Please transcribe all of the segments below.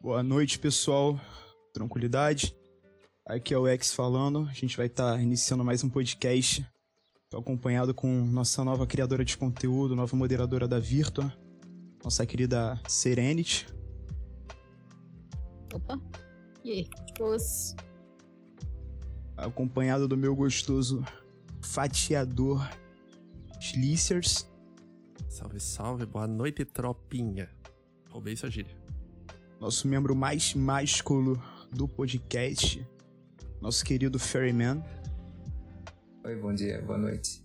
Boa noite, pessoal. Tranquilidade. Aqui é o X falando. A gente vai estar iniciando mais um podcast. Estou acompanhado com nossa nova criadora de conteúdo, nova moderadora da Virtua, nossa querida Serenity. Opa. E aí? Boas. Acompanhado do meu gostoso fatiador Schlicers. Salve, salve. Boa noite, tropinha. Roubei sua gíria. Nosso membro mais másculo do podcast, nosso querido Ferryman. Oi, bom dia, boa noite.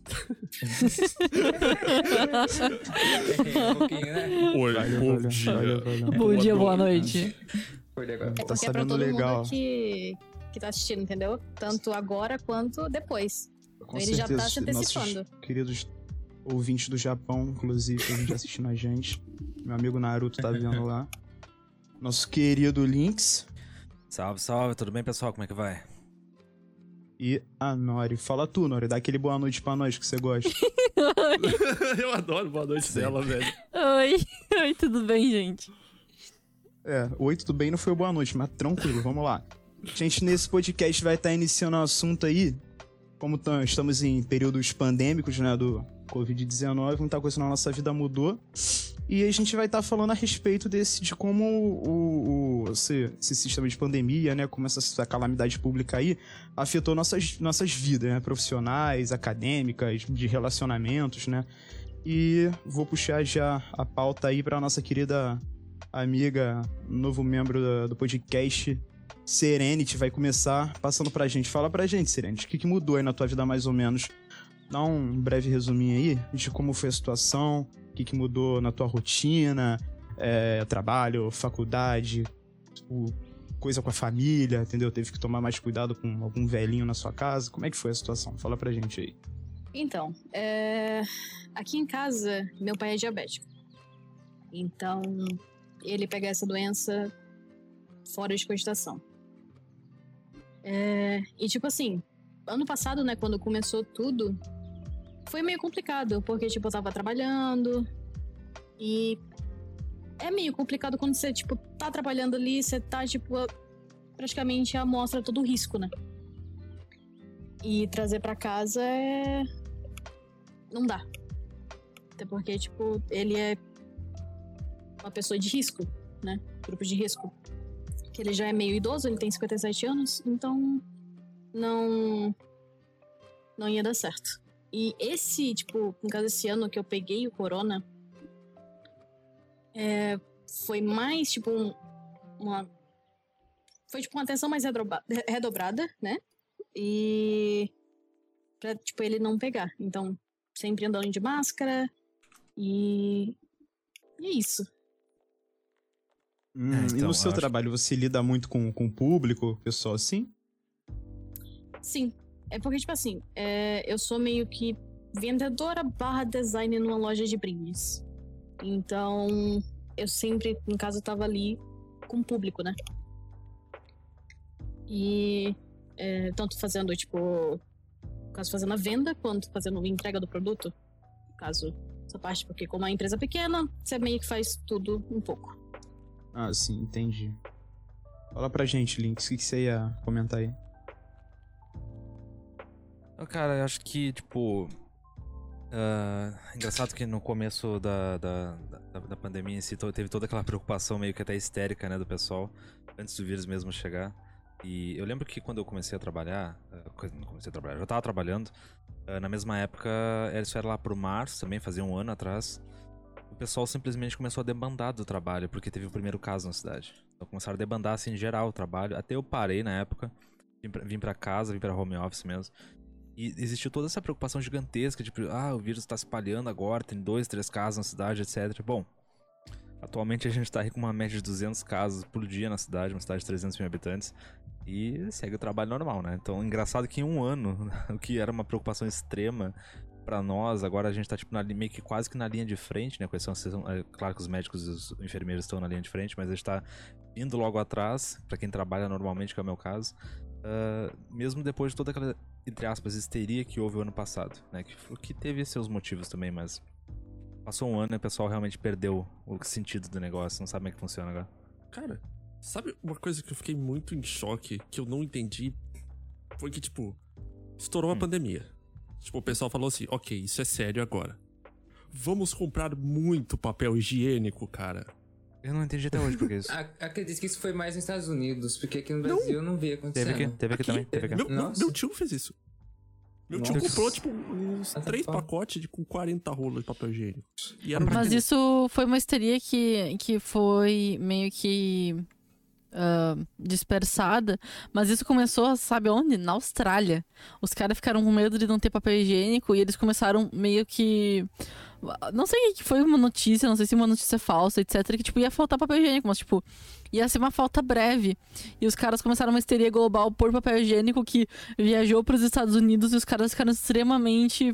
Bom dia, boa noite. Tá sabendo legal. Que tá assistindo, entendeu? Tanto agora quanto depois. Com Ele certeza, já tá se antecipando. Nossos queridos ouvintes do Japão, inclusive, que a gente assistindo a gente. Meu amigo Naruto tá vendo lá. Nosso querido Lynx. Salve, salve, tudo bem, pessoal? Como é que vai? E a Nori. Fala tu, Nori, dá aquele boa noite pra nós que você gosta. Eu adoro boa noite dela, velho. Oi, tudo bem, gente? Oi, tudo bem, não foi boa noite, mas tranquilo, vamos lá. Gente, nesse podcast vai estar iniciando um assunto aí, como estamos em períodos pandêmicos, né, do Covid-19, muita coisa na nossa vida mudou. E a gente vai estar falando a respeito de como esse sistema de pandemia, né, como essa calamidade pública aí, afetou nossas vidas, né, profissionais, acadêmicas, de relacionamentos, né. E vou puxar já a pauta aí para nossa querida amiga, novo membro do podcast, Serenity, vai começar passando pra gente. Fala pra gente, Serenity, o que mudou aí na tua vida mais ou menos? Dá um breve resuminho aí de como foi a situação, o que mudou na tua rotina, trabalho, faculdade, coisa com a família, entendeu? Teve que tomar mais cuidado com algum velhinho na sua casa. Como é que foi a situação? Fala pra gente aí. Então, aqui em casa, meu pai é diabético. Então, ele pega essa doença fora de cogitação. E tipo assim, ano passado, né, quando começou tudo, foi meio complicado, porque tipo, eu tava trabalhando e é meio complicado quando você, tipo, tá trabalhando ali, você tá, tipo, praticamente amostra todo o risco, né? E trazer pra casa não dá. Até porque, tipo, ele é uma pessoa de risco, né? Grupo de risco. Que ele já é meio idoso, ele tem 57 anos, então não ia dar certo. E esse, tipo, no caso desse ano que eu peguei o corona, foi mais, tipo, foi, tipo, uma atenção mais redobrada, né? E pra, tipo, ele não pegar. Então, sempre andando de máscara e é isso. Então, e no seu trabalho, você lida muito com o público, pessoal assim? Sim. É porque, tipo assim, eu sou meio que vendedora / designer numa loja de brindes. Então, eu sempre, no caso, tava ali com o público, né? E tanto fazendo, tipo, no caso, fazendo a venda, quanto fazendo a entrega do produto. No caso, essa parte, porque como é uma empresa pequena, você meio que faz tudo um pouco. Ah, sim, entendi. Fala pra gente, Lynx, o que você ia comentar aí? Cara, eu acho que, tipo... engraçado que no começo da pandemia em si, teve toda aquela preocupação meio que até histérica, né, do pessoal, antes do vírus mesmo chegar. E eu lembro que quando eu comecei a trabalhar... eu já tava trabalhando. Na mesma época, isso era lá pro março também, fazia um ano atrás. O pessoal simplesmente começou a debandar do trabalho, porque teve o primeiro caso na cidade. Então começaram a debandar, assim, em geral, o trabalho. Até eu parei na época, vim pra casa, vim pra home office mesmo. E existiu toda essa preocupação gigantesca, tipo, o vírus tá se espalhando agora, tem 2, 3 casos na cidade, etc. Bom, atualmente a gente tá aí com uma média de 200 casos por dia na cidade, uma cidade de 300 mil habitantes. E segue o trabalho normal, né? Então, engraçado que em um ano, o que era uma preocupação extrema pra nós, agora a gente tá tipo meio que quase que na linha de frente, né? Claro que os médicos e os enfermeiros estão na linha de frente, mas a gente tá indo logo atrás, pra quem trabalha normalmente, que é o meu caso. Mesmo depois de toda aquela, entre aspas, histeria que houve o ano passado, né? Que teve seus motivos também, mas passou um ano e o pessoal realmente perdeu o sentido do negócio, não sabe como é que funciona agora. Cara, Sabe uma coisa que eu fiquei muito em choque, que eu não entendi? Foi que, tipo, estourou a pandemia. Tipo, o pessoal falou assim, ok, isso é sério agora. Vamos comprar muito papel higiênico, cara. Eu não entendi até hoje por que isso. Acredito que isso foi mais nos Estados Unidos, porque aqui no Brasil eu não vi acontecendo. Teve aqui também. Teve aqui. Meu tio fez isso. Meu tio Nossa. comprou, tipo, uns 3 pacotes com 40 rolos de papel higiênico. E era Mas isso foi uma histeria que foi meio que dispersada. Mas isso começou, sabe onde? Na Austrália. Os caras ficaram com medo de não ter papel higiênico e eles começaram meio que... Não sei o que foi uma notícia, não sei se uma notícia falsa, etc. Que, tipo, ia faltar papel higiênico, mas, tipo, ia ser uma falta breve. E os caras começaram uma histeria global por papel higiênico que viajou para os Estados Unidos e os caras ficaram extremamente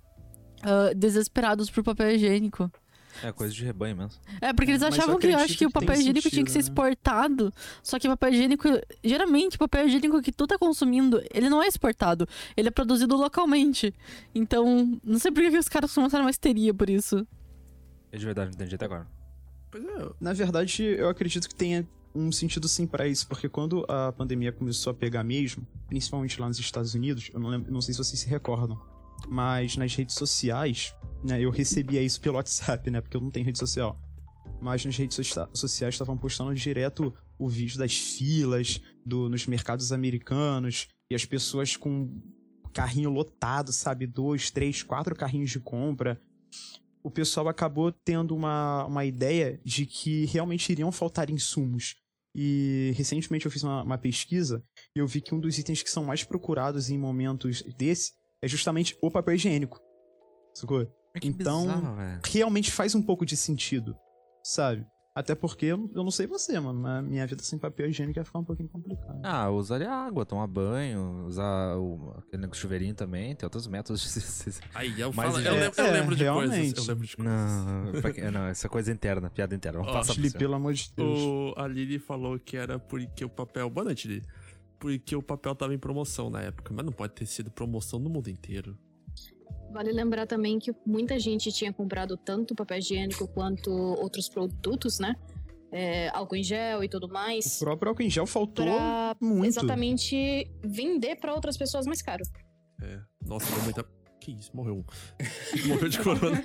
desesperados por papel higiênico. É coisa de rebanho mesmo. É, porque eles Mas eu achavam que eu acredito acho que o que tem papel higiênico tinha sentido, que ser né? exportado. Só que o papel higiênico, geralmente, o papel higiênico que tu tá consumindo, ele não é exportado. Ele é produzido localmente. Então, não sei por que os caras começaram uma histeria por isso. Eu de verdade não entendi até agora. Pois é, Na verdade, eu acredito que tenha um sentido sim pra isso, porque quando a pandemia começou a pegar mesmo, principalmente lá nos Estados Unidos, eu não sei se vocês se recordam, mas nas redes sociais, né, eu recebia isso pelo WhatsApp, né, porque eu não tenho rede social, mas nas redes sociais estavam postando direto o vídeo das filas nos mercados americanos e as pessoas com carrinho lotado, sabe, 2, 3, 4 carrinhos de compra. O pessoal acabou tendo uma ideia de que realmente iriam faltar insumos. E recentemente eu fiz uma pesquisa e eu vi que um dos itens que são mais procurados em momentos desse é justamente o papel higiênico. Sacou? Que Então, bizarro, velho. realmente faz um pouco de sentido, sabe? Até porque eu não sei você, mano, mas minha vida sem papel higiênico ia ficar um pouquinho complicada. Ah, usaria água, tomar banho, usar aquele negócio de chuveirinho também, tem outros métodos de... aí eu Mas falo, é- eu lembro de coisas. realmente. Eu lembro de coisas. Não, essa coisa interna, piada interna. Vamos Ó, passar por Ashley, cima. pelo amor de Deus. A Lili falou que era porque o papel... Boa noite, Lili. Porque o papel tava em promoção na época, mas não pode ter sido promoção no mundo inteiro. Vale lembrar também que muita gente tinha comprado tanto papel higiênico quanto outros produtos, né? Álcool em gel e tudo O mais. próprio álcool em gel faltou Pra muito. exatamente vender pra outras pessoas mais caro. É. Nossa, deu muita... Que isso, morreu um. Morreu de corona.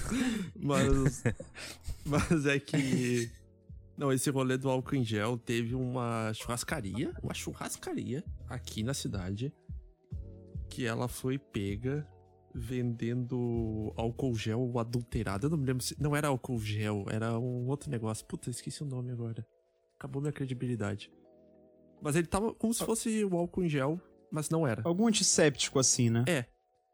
Mas é que... Não, esse rolê do álcool em gel teve uma churrascaria aqui na cidade, que ela foi pega vendendo álcool gel adulterado. Eu não me lembro se... Não era álcool gel, era um outro negócio. Puta, esqueci o nome agora. Acabou minha credibilidade. Mas ele tava como se fosse o álcool em gel, mas não era. Algum antisséptico assim, né? É.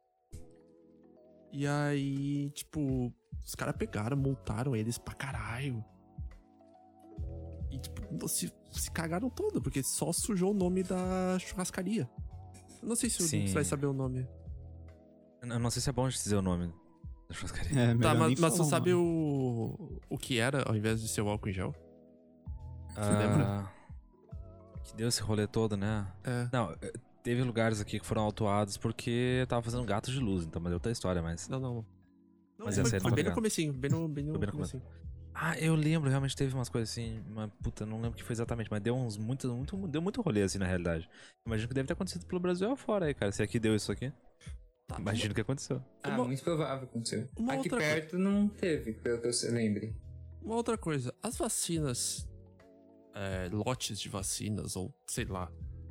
E aí, tipo, os caras pegaram, multaram eles pra caralho. E, tipo, se cagaram todo, porque só sujou o nome da churrascaria. Eu não sei se Sim. você vai saber o nome. Eu não sei se é bom dizer o nome da churrascaria. É, Tá, melhor nem mas você falar, sabe mano. o que era ao invés de ser o álcool em gel? Ah, que deu esse rolê todo, né? É. Não, teve lugares aqui que foram autuados porque tava fazendo gatos de luz, então, mas é outra história, mas... Não. Mas foi, essa aí foi não bem tá no comecinho, bem no comecinho. Ah, eu lembro, realmente teve umas coisas assim, mas puta, não lembro o que foi exatamente, mas deu deu muito rolê assim na realidade. Imagino que deve ter acontecido pelo Brasil afora aí, cara, se aqui deu isso aqui. Tá, Imagino que aconteceu. Muito provável aconteceu. Uma Aqui outra perto não teve, pelo que eu lembre. Uma outra coisa, as vacinas, lotes de vacinas, ou sei lá,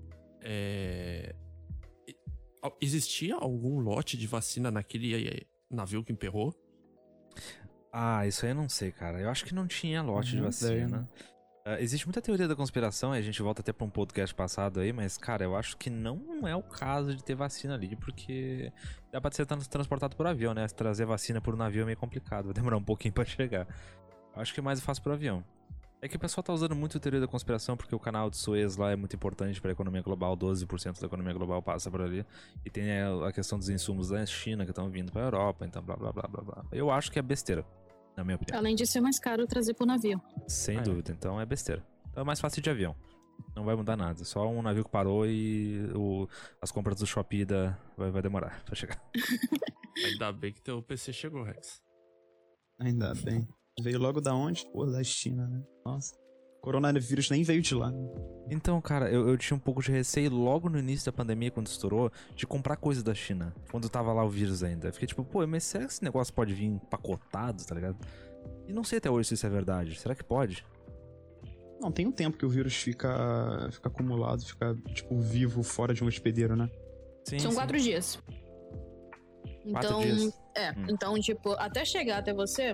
existia algum lote de vacina naquele navio que emperrou? Ah, isso aí eu não sei, cara. Eu acho que não tinha lote de Uhum, vacina. Existe muita teoria da conspiração, e a gente volta até pra um podcast passado aí, mas, cara, eu acho que não é o caso de ter vacina ali, porque dá pra ser transportado por avião, né? Trazer vacina por navio é meio complicado, vai demorar um pouquinho pra chegar. Eu acho que é mais fácil por avião. É que o pessoal tá usando muito a teoria da conspiração, porque o canal de Suez lá é muito importante pra economia global, 12% da economia global passa por ali. E tem a questão dos insumos da China que estão vindo pra Europa, então blá blá blá blá blá. Eu acho que é besteira, na minha opinião. Além de ser mais caro trazer pro navio. Sem dúvida, então é besteira. Então é mais fácil de avião. Não vai mudar nada. Só um navio que parou e as compras do Shopee vai demorar pra chegar. Ainda bem que teu PC chegou, Rex. Ainda bem. Veio logo da onde? Pô, da China, né? Nossa. Coronavírus nem veio de lá. Então, cara, eu tinha um pouco de receio logo no início da pandemia, quando estourou, de comprar coisa da China. Quando tava lá o vírus ainda. Eu fiquei tipo, pô, mas será que esse negócio pode vir empacotado, tá ligado? E não sei até hoje se isso é verdade. Será que pode? Não, tem um tempo que o vírus fica acumulado, fica, tipo, vivo fora de um hospedeiro, né? Sim, São sim. 4 dias. 4 Então, dias? então, tipo, até chegar até você,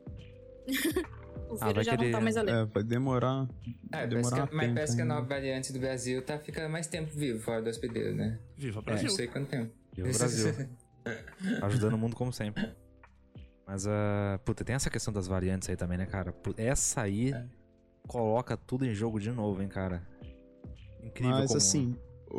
o vai vírus já não querer- tá mais ali. Vai demorar. Vai demorar mas tempo parece que a ainda. nova variante do Brasil fica mais tempo vivo fora do hospedeiro, né? Viva Não Brasil. sei quanto tempo. E o Brasil. Ajudando o mundo como sempre. Mas, puta, tem essa questão das variantes aí também, né, cara? Essa aí coloca tudo em jogo de novo, hein, cara? Incrível Mas como... assim,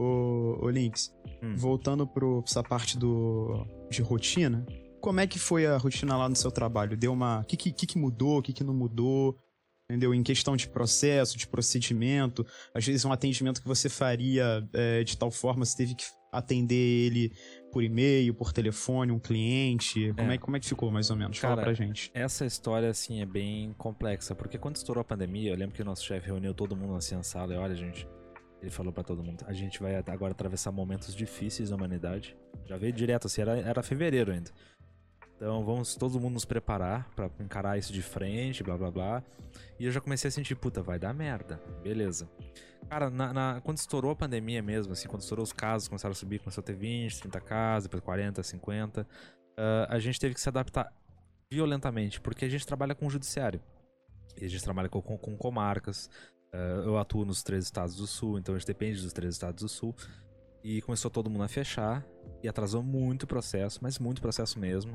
o Lynx, voltando pra essa parte de rotina, como é que foi a rotina lá no seu trabalho? Deu uma... O que mudou? O que não mudou? Entendeu? Em questão de processo, de procedimento. Às vezes um atendimento que você faria de tal forma, você teve que atender ele por e-mail, por telefone, um cliente. Como é que ficou, mais ou menos? Fala Cara, pra gente. Essa história, assim, é bem complexa. Porque quando estourou a pandemia, eu lembro que o nosso chefe reuniu todo mundo assim na sala e olha, gente... Ele falou pra todo mundo, a gente vai agora atravessar momentos difíceis na humanidade. Já veio direto, assim, era fevereiro ainda. Então vamos todo mundo nos preparar pra encarar isso de frente, blá blá blá. E eu já comecei a sentir, puta, vai dar merda. Beleza. Cara, quando estourou a pandemia mesmo, assim, quando estourou os casos, começaram a subir, começou a ter 20, 30 casos, depois 40, 50. A gente teve que se adaptar violentamente, porque a gente trabalha com o judiciário. E a gente trabalha com comarcas. Eu atuo nos 3 estados do sul, então a gente depende dos 3 estados do sul. E começou todo mundo a fechar e atrasou muito o processo, mas muito processo mesmo.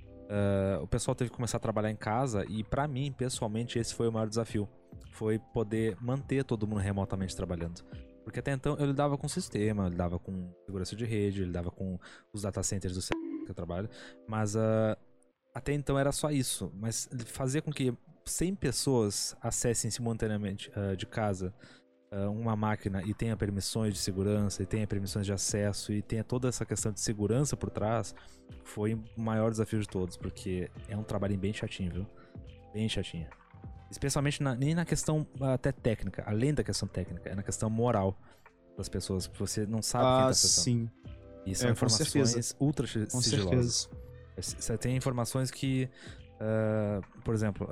O pessoal teve que começar a trabalhar em casa e pra mim, pessoalmente, esse foi o maior desafio. Foi poder manter todo mundo remotamente trabalhando. Porque até então eu lidava com sistema, eu lidava com segurança de rede, eu lidava com os data centers do que eu trabalho. Mas até então era só isso. Mas fazer com que 100 pessoas acessem simultaneamente de casa uma máquina e tenha permissões de segurança, e tenha permissões de acesso, e tenha toda essa questão de segurança por trás, foi o maior desafio de todos, porque é um trabalho bem chatinho, viu? Bem chatinho. Especialmente nem na questão até técnica, além da questão técnica, é na questão moral das pessoas, que você não sabe quem tá acessando. Sim. E são informações ultra sigilosas. Você tem informações que, por exemplo,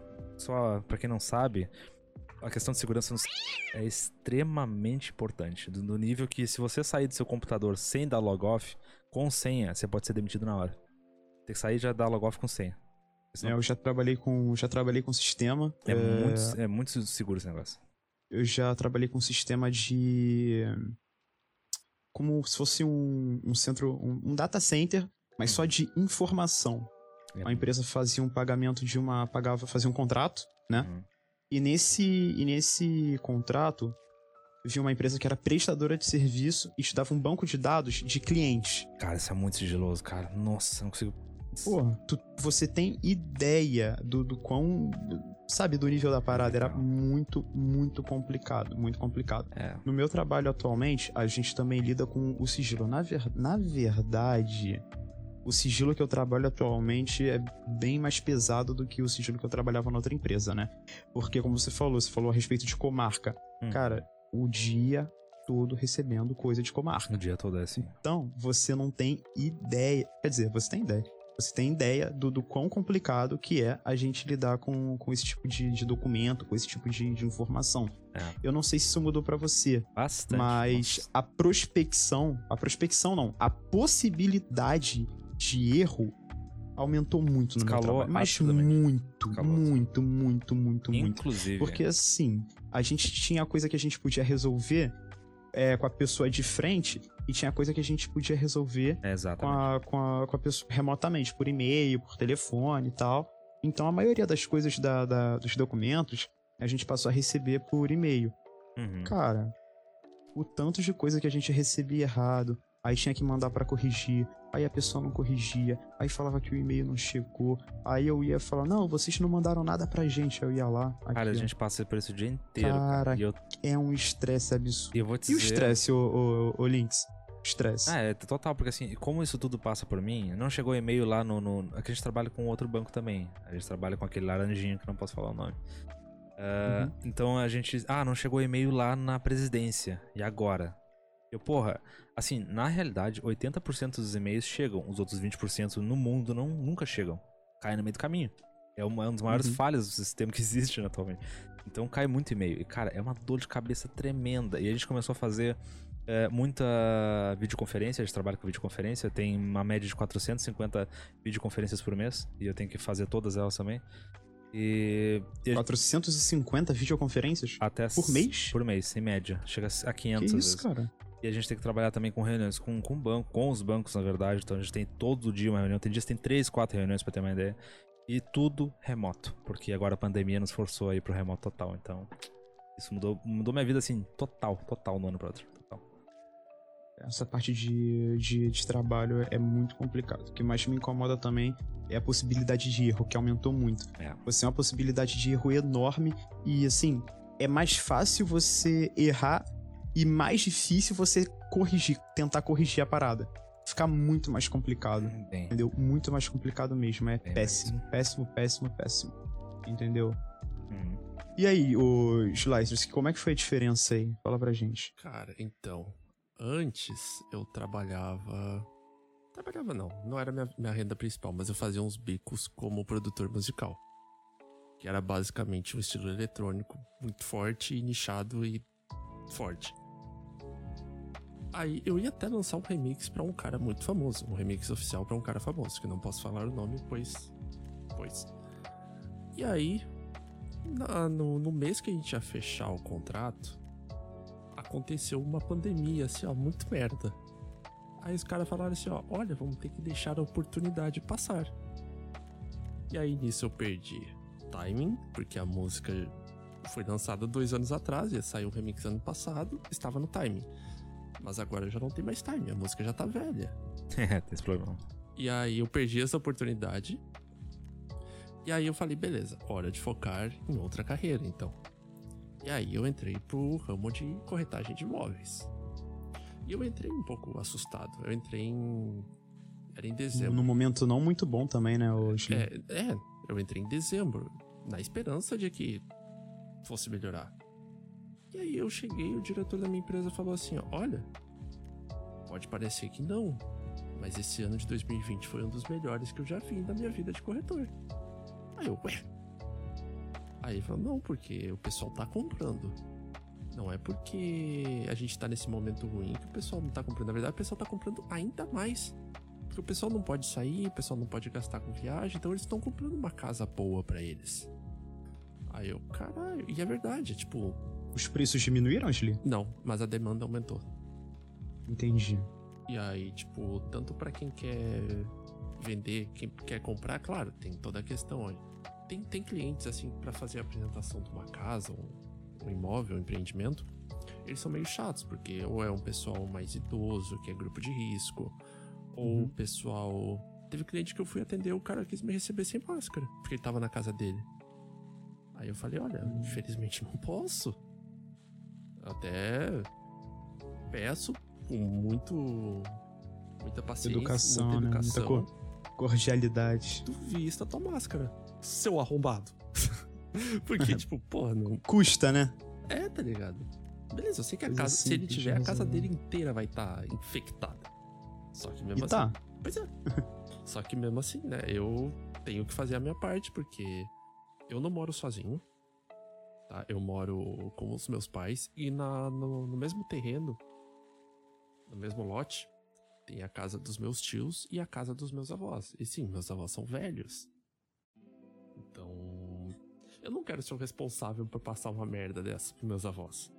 só pra quem não sabe, a questão de segurança é extremamente importante. Do nível que se você sair do seu computador sem dar logoff, com senha, você pode ser demitido na hora. Tem que sair e já dar logoff com senha. Eu já trabalhei com sistema. É muito seguro esse negócio. Eu já trabalhei com sistema de... Como se fosse um centro, um data center, mas só de informação. A empresa fazia um pagamento fazia um contrato, né? E nesse contrato, vi uma empresa que era prestadora de serviço e te dava um banco de dados de clientes. Cara, isso é muito sigiloso, cara. Nossa, eu não consigo... Porra, você tem ideia do quão... Sabe, do nível da parada. Era muito, muito complicado. Muito complicado. No meu trabalho atualmente, a gente também lida com o sigilo. Na verdade... O sigilo que eu trabalho atualmente é bem mais pesado do que o sigilo que eu trabalhava na outra empresa, né? Porque, como você falou a respeito de comarca. Cara, o dia todo recebendo coisa de comarca. O dia todo é assim. Então, você não tem ideia... Quer dizer, você tem ideia. Você tem ideia do quão complicado que é a gente lidar com esse tipo de documento, com esse tipo de informação. Eu não sei se isso mudou pra você. Bastante. Mas a prospecção não, a possibilidade de erro aumentou muito no meu trabalho. Mas muito. Inclusive. Porque assim, a gente tinha coisa que a gente podia resolver com a pessoa de frente e tinha coisa que a gente podia resolver com a pessoa remotamente, por e-mail, por telefone e tal. Então a maioria das coisas dos documentos a gente passou a receber por e-mail. Cara, o tanto de coisa que a gente recebia errado, aí tinha que mandar pra corrigir, aí a pessoa não corrigia, aí falava que o e-mail não chegou, aí eu ia falar, não, vocês não mandaram nada pra gente, eu ia lá. Cara, a gente passa por isso o dia inteiro, cara. É um estresse absurdo. E eu vou te dizer... E o estresse, o Lynx? Estresse. É total, porque assim, como isso tudo passa por mim, não chegou e-mail lá no... Aqui a gente trabalha com outro banco também. A gente trabalha com aquele laranjinho que não posso falar o nome. Então a gente... não chegou e-mail lá na presidência. E agora? Porra, assim, na realidade, 80% dos e-mails chegam. Os outros 20% no mundo nunca chegam. Cai no meio do caminho. É uma das maiores falhas do sistema que existe, né, atualmente. Então cai muito e-mail. E, cara, é uma dor de cabeça tremenda. E a gente começou a fazer muita videoconferência. A gente trabalha com videoconferência. Tem uma média de 450 videoconferências por mês. E eu tenho que fazer todas elas também. 450 videoconferências? Até por mês? Por mês, em média. Chega a 500 que às isso, vezes. Cara? E a gente tem que trabalhar também com reuniões com banco, com os bancos, na verdade. Então a gente tem todo dia uma reunião. Tem dias que tem 3, 4 reuniões pra ter uma ideia. E tudo remoto. Porque agora a pandemia nos forçou aí pro remoto total. Então, isso mudou minha vida, assim, total no ano pro outro. Total. Essa parte de trabalho é muito complicado. O que mais me incomoda também é a possibilidade de erro, que aumentou muito. Você tem uma possibilidade de erro enorme e, assim, é mais fácil você errar e mais difícil você tentar corrigir a parada. Fica muito mais complicado, entendeu? Muito mais complicado mesmo. É péssimo. Entendeu? E aí, o Slicers, como é que foi a diferença aí? Fala pra gente. Cara, então, antes eu trabalhava não era minha renda principal, mas eu fazia uns bicos como produtor musical. Que era basicamente um estilo eletrônico muito forte e nichado e forte. Aí eu ia até lançar um remix pra um cara muito famoso, um remix oficial pra um cara famoso, que não posso falar o nome, pois. E aí, no mês que a gente ia fechar o contrato, aconteceu uma pandemia, assim, ó, muito merda. Aí os caras falaram assim, ó, olha, vamos ter que deixar a oportunidade passar. E aí nisso eu perdi timing, porque a música foi lançada 2 anos atrás, ia sair o remix ano passado, estava no timing. Mas agora já não tem mais timing, a música já tá velha. Tem esse problema. E aí eu perdi essa oportunidade. E aí eu falei, beleza, hora de focar em outra carreira, então. E aí eu entrei pro ramo de corretagem de imóveis. E eu entrei um pouco assustado. Era em dezembro. Num momento não muito bom também, né, hoje. Eu entrei em dezembro, na esperança de que fosse melhorar. E aí eu cheguei, o diretor da minha empresa falou assim, ó, olha, pode parecer que não, mas esse ano de 2020 foi um dos melhores que eu já vi na minha vida de corretor. Aí eu, Aí ele falou, não, porque o pessoal tá comprando. Não é porque a gente tá nesse momento ruim que o pessoal não tá comprando. Na verdade, o pessoal tá comprando ainda mais. Porque o pessoal não pode sair, o pessoal não pode gastar com viagem, então eles estão comprando uma casa boa pra eles. Aí eu, caralho, e é verdade, tipo... Os preços diminuíram, Ashley? Não, mas a demanda aumentou. Entendi. E aí, tipo, tanto pra quem quer vender, quem quer comprar, claro, tem toda a questão aí. Tem clientes, assim, pra fazer a apresentação de uma casa, um imóvel, um empreendimento, eles são meio chatos, porque ou é um pessoal mais idoso, que é grupo de risco, ou o pessoal... Teve cliente que eu fui atender, o cara quis me receber sem máscara, porque ele tava na casa dele. Aí eu falei, olha, infelizmente não posso. Até peço com muita paciência, educação, muita educação. Né? Muita cordialidade. Tu vista tua máscara, seu arrombado. Porque, tipo, porra, não... Custa, né? Tá ligado? Beleza, eu sei que a Coisa casa, se ele simples, tiver, a casa resolver. dele inteira vai estar infectada. Só que mesmo E assim... tá. Pois é. Só que mesmo assim, né, eu tenho que fazer a minha parte, porque eu não moro sozinho, tá? Eu moro com os meus pais e no mesmo terreno, no mesmo lote, tem a casa dos meus tios e a casa dos meus avós. E sim, meus avós são velhos. Então, eu não quero ser o responsável por passar uma merda dessa pros meus avós.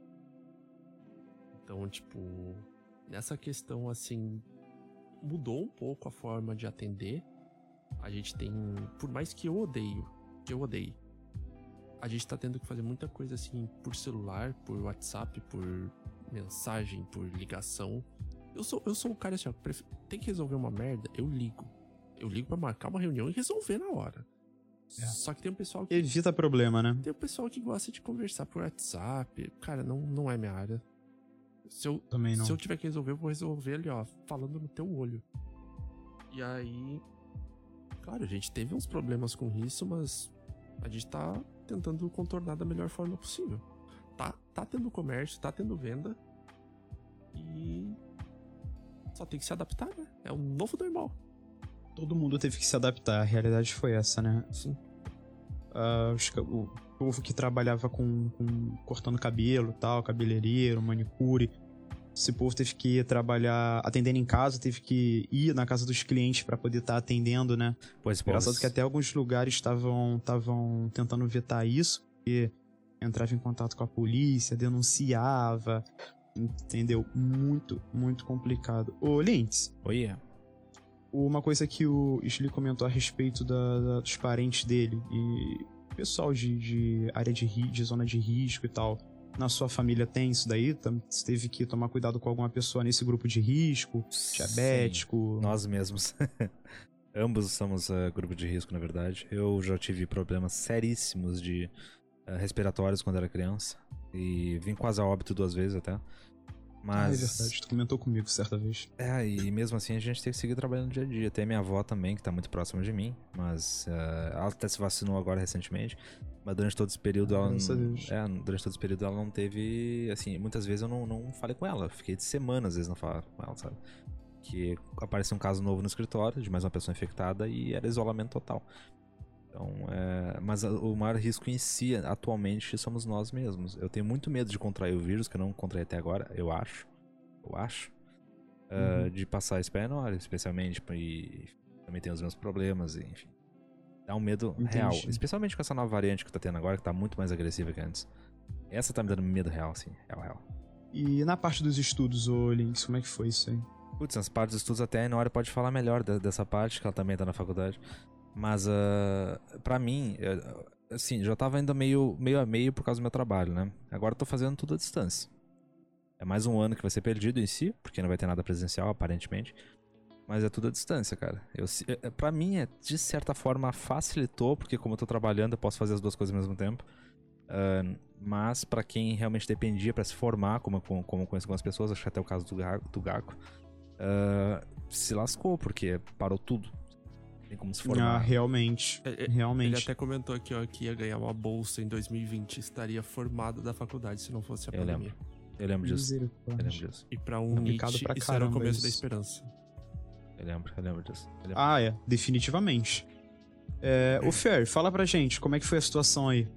Então, tipo, nessa questão, assim, mudou um pouco a forma de atender. A gente tem, por mais que eu odeie, a gente tá tendo que fazer muita coisa, assim, por celular, por WhatsApp, por mensagem, por ligação. Eu sou o cara, assim, ó, tem que resolver uma merda, eu ligo. Eu ligo pra marcar uma reunião e resolver na hora. Só que tem um pessoal que... Evita problema, né? Tem um pessoal que gosta de conversar por WhatsApp. Cara, não é minha área. Também não. Se eu tiver que resolver, eu vou resolver ali, ó, falando no teu olho. E aí... Claro, a gente teve uns problemas com isso, mas a gente tá tentando contornar da melhor forma possível. Tá tendo comércio, tá tendo venda. E só tem que se adaptar, né? É um novo normal. Todo mundo teve que se adaptar, a realidade foi essa, né? Sim. O povo que trabalhava com cortando cabelo e tal, cabeleireiro, manicure. Esse povo teve que trabalhar atendendo em casa, teve que ir na casa dos clientes pra poder estar atendendo, né? Pois, Engraçado que até alguns lugares estavam tentando vetar isso, porque entrava em contato com a polícia, denunciava, entendeu? Muito, muito complicado. Ô, Lintz, Oi. uma coisa que o Sli comentou a respeito dos parentes dele e pessoal de área de zona de risco e tal. Na sua família tem isso daí? Você teve que tomar cuidado com alguma pessoa nesse grupo de risco? Diabético? Sim, nós mesmos. Ambos somos grupo de risco, na verdade. Eu já tive problemas seríssimos de respiratórios quando era criança. E vim quase a óbito 2 vezes até. Mas... é verdade, tu comentou comigo certa vez. E mesmo assim a gente tem que seguir trabalhando dia a dia. Tem minha avó também, que tá muito próxima de mim. Mas ela até se vacinou agora recentemente. Mas durante todo esse período ela durante todo esse período ela não teve, assim, muitas vezes eu não falei com ela. Fiquei de semanas, às vezes, não falava com ela, sabe? Que apareceu um caso novo no escritório de mais uma pessoa infectada e era isolamento total. Então, mas o maior risco em si, atualmente, somos nós mesmos. Eu tenho muito medo de contrair o vírus, que eu não contraí até agora, eu acho. De passar esse menor, especialmente, e também tem os meus problemas, enfim. Dá um medo real, especialmente com essa nova variante que tá tendo agora, que tá muito mais agressiva que antes. Essa tá me dando medo real, assim, real. E na parte dos estudos, ô Lynx, como é que foi isso aí? Putz, nas partes dos estudos até a Nora pode falar melhor dessa parte, que ela também tá na faculdade. Mas, pra mim, assim, já tava ainda meio a meio por causa do meu trabalho, né? Agora eu tô fazendo tudo à distância. É mais um ano que vai ser perdido em si, porque não vai ter nada presencial, aparentemente. Mas é tudo à distância, cara. Pra mim, de certa forma, facilitou, porque como eu tô trabalhando, eu posso fazer as 2 coisas ao mesmo tempo. Mas pra quem realmente dependia pra se formar, como eu conheço algumas pessoas, acho que até o caso do Gaco, se lascou, porque parou tudo. Tem como se formar. Realmente. Ele até comentou aqui, ó, que ia ganhar uma bolsa em 2020. Estaria formado da faculdade se não fosse a pandemia. Eu lembro disso. E pra um Nietzsche, isso era o começo da esperança. Eu lembro disso. Definitivamente. O Fer, fala pra gente, como é que foi a situação aí?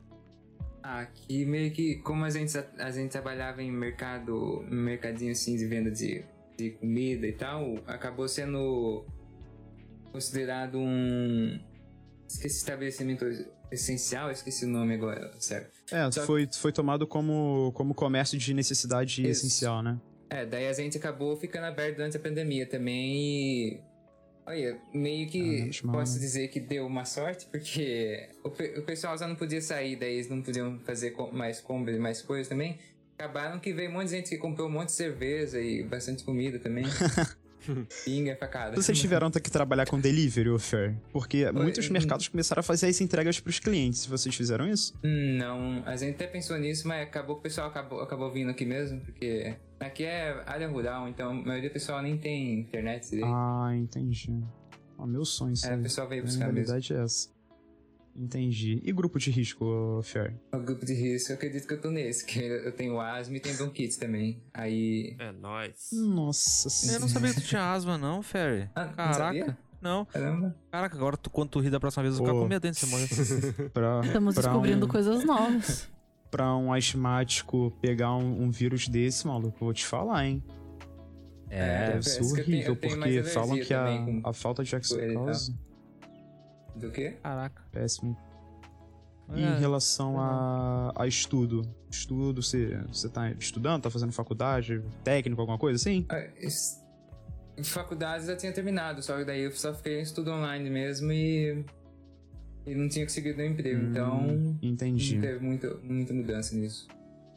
Aqui meio que, como a gente trabalhava em mercadinho assim de venda de comida e tal, acabou sendo considerado esqueci estabelecimento essencial, esqueci o nome agora, certo? Foi tomado como comércio de necessidade essencial, né? Daí a gente acabou ficando aberto durante a pandemia também e... Olha, meio que posso dizer que deu uma sorte, porque o pessoal já não podia sair, daí eles não podiam fazer mais compras e mais coisas também. Acabaram que veio um monte de gente que comprou um monte de cerveja e bastante comida também. Pinga, facada. Vocês tiveram que trabalhar com delivery, Fer? Porque muitos mercados começaram a fazer as entregas pros clientes. Vocês fizeram isso? Não, a gente até pensou nisso, mas o pessoal acabou vindo aqui mesmo, porque aqui é área rural, então a maioria do pessoal nem tem internet. Entendi. Meu sonho isso. O pessoal veio buscar mesmo. A realidade é essa. Entendi. E grupo de risco, Fer? O grupo de risco, eu acredito que eu tô nesse, que eu tenho asma e tenho bronquite também. Aí... É nóis. Nossa senhora. Eu não sabia que tu tinha asma, não, Ferry. Caraca. Não. Caramba. Caraca, agora quando tu rir da próxima vez, eu vou ficar com medo de você morrer. Estamos descobrindo coisas novas. Pra um asmático pegar um vírus desse, maluco, eu vou te falar, hein? Deve ser horrível, porque falam que a falta de oxicose... Do quê? Caraca. Péssimo. E em relação a estudo? Você tá estudando? Tá fazendo faculdade? Técnico, alguma coisa assim? Faculdade já tinha terminado, só que daí eu só fiquei em estudo online mesmo e não tinha conseguido nenhum emprego, então... Entendi. Não teve muita mudança nisso.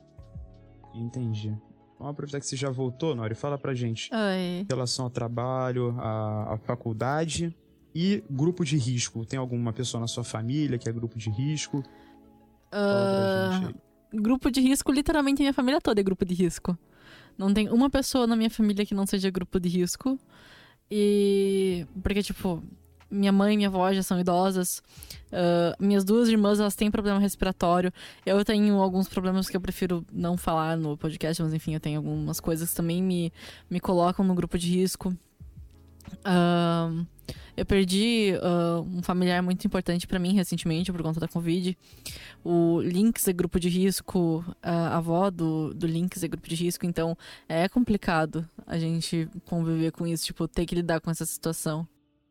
Entendi. Vamos aproveitar que você já voltou, Nori, fala pra gente. Oi. Em relação ao trabalho, à faculdade... E grupo de risco? Tem alguma pessoa na sua família que é grupo de risco? Fala pra gente aí. Grupo de risco, literalmente minha família toda é grupo de risco. Não tem uma pessoa na minha família que não seja grupo de risco. Porque, tipo, minha mãe e minha avó já são idosas. Minhas 2 irmãs, elas têm problema respiratório. Eu tenho alguns problemas que eu prefiro não falar no podcast, mas enfim, eu tenho algumas coisas que também me colocam no grupo de risco. Eu perdi um familiar muito importante pra mim recentemente por conta da Covid. O Lynx é grupo de risco, a avó do Lynx é grupo de risco, então é complicado a gente conviver com isso, tipo, ter que lidar com essa situação.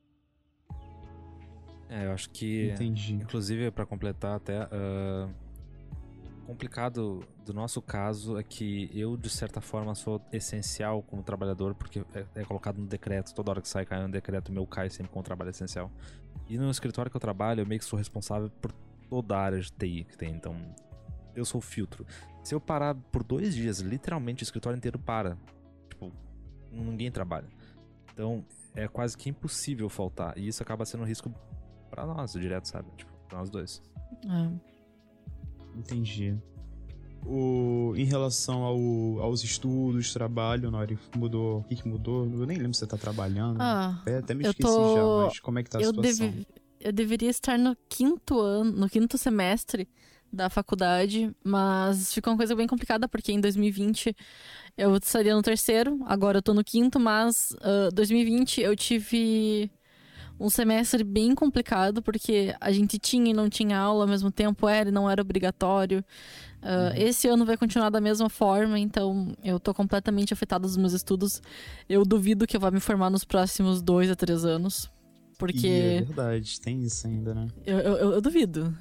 Eu acho que, Entendi. inclusive, pra completar até, complicado do nosso caso é que eu, de certa forma, sou essencial como trabalhador, porque é colocado no decreto, toda hora que sai, cai um decreto, meu cai sempre com o trabalho essencial. E no escritório que eu trabalho, eu meio que sou responsável por toda a área de TI que tem, então eu sou o filtro. Se eu parar por 2 dias, literalmente o escritório inteiro para. Tipo, ninguém trabalha. Então, é quase que impossível faltar, e isso acaba sendo um risco pra nós, direto, sabe? Tipo, pra nós dois. Entendi. Em relação aos estudos, trabalho, Nori, mudou? O que mudou? Eu nem lembro se você tá trabalhando. Até me esqueci já, mas como é que tá a situação? Eu deveria estar no 5º ano, no 5º semestre da faculdade, mas ficou uma coisa bem complicada, porque em 2020 eu estaria no 3º, agora eu tô no 5º, mas 2020 eu tive um semestre bem complicado, porque a gente tinha e não tinha aula ao mesmo tempo, era e não era obrigatório. Esse ano vai continuar da mesma forma, então eu tô completamente afetada dos meus estudos. Eu duvido que eu vá me formar nos próximos 2 a 3 anos, porque... É verdade, tem isso ainda, né? Eu duvido.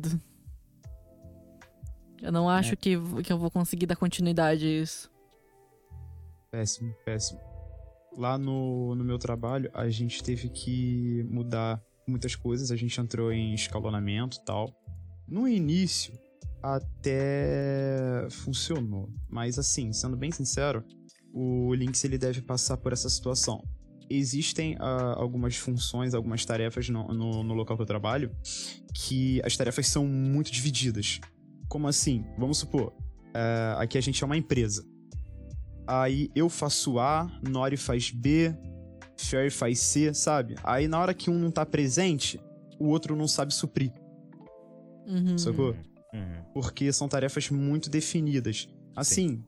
Eu não acho que eu vou conseguir dar continuidade a isso. Péssimo. Lá no meu trabalho, a gente teve que mudar muitas coisas. A gente entrou em escalonamento e tal. No início, até funcionou. Mas assim, sendo bem sincero, o Lynx ele deve passar por essa situação. Existem algumas funções, algumas tarefas no local que eu trabalho, que as tarefas são muito divididas. Como assim? Vamos supor, aqui a gente é uma empresa. Aí eu faço A, Nori faz B, Sherry faz C, sabe? Aí na hora que um não tá presente, o outro não sabe suprir. Sacou? Porque são tarefas muito definidas. Assim,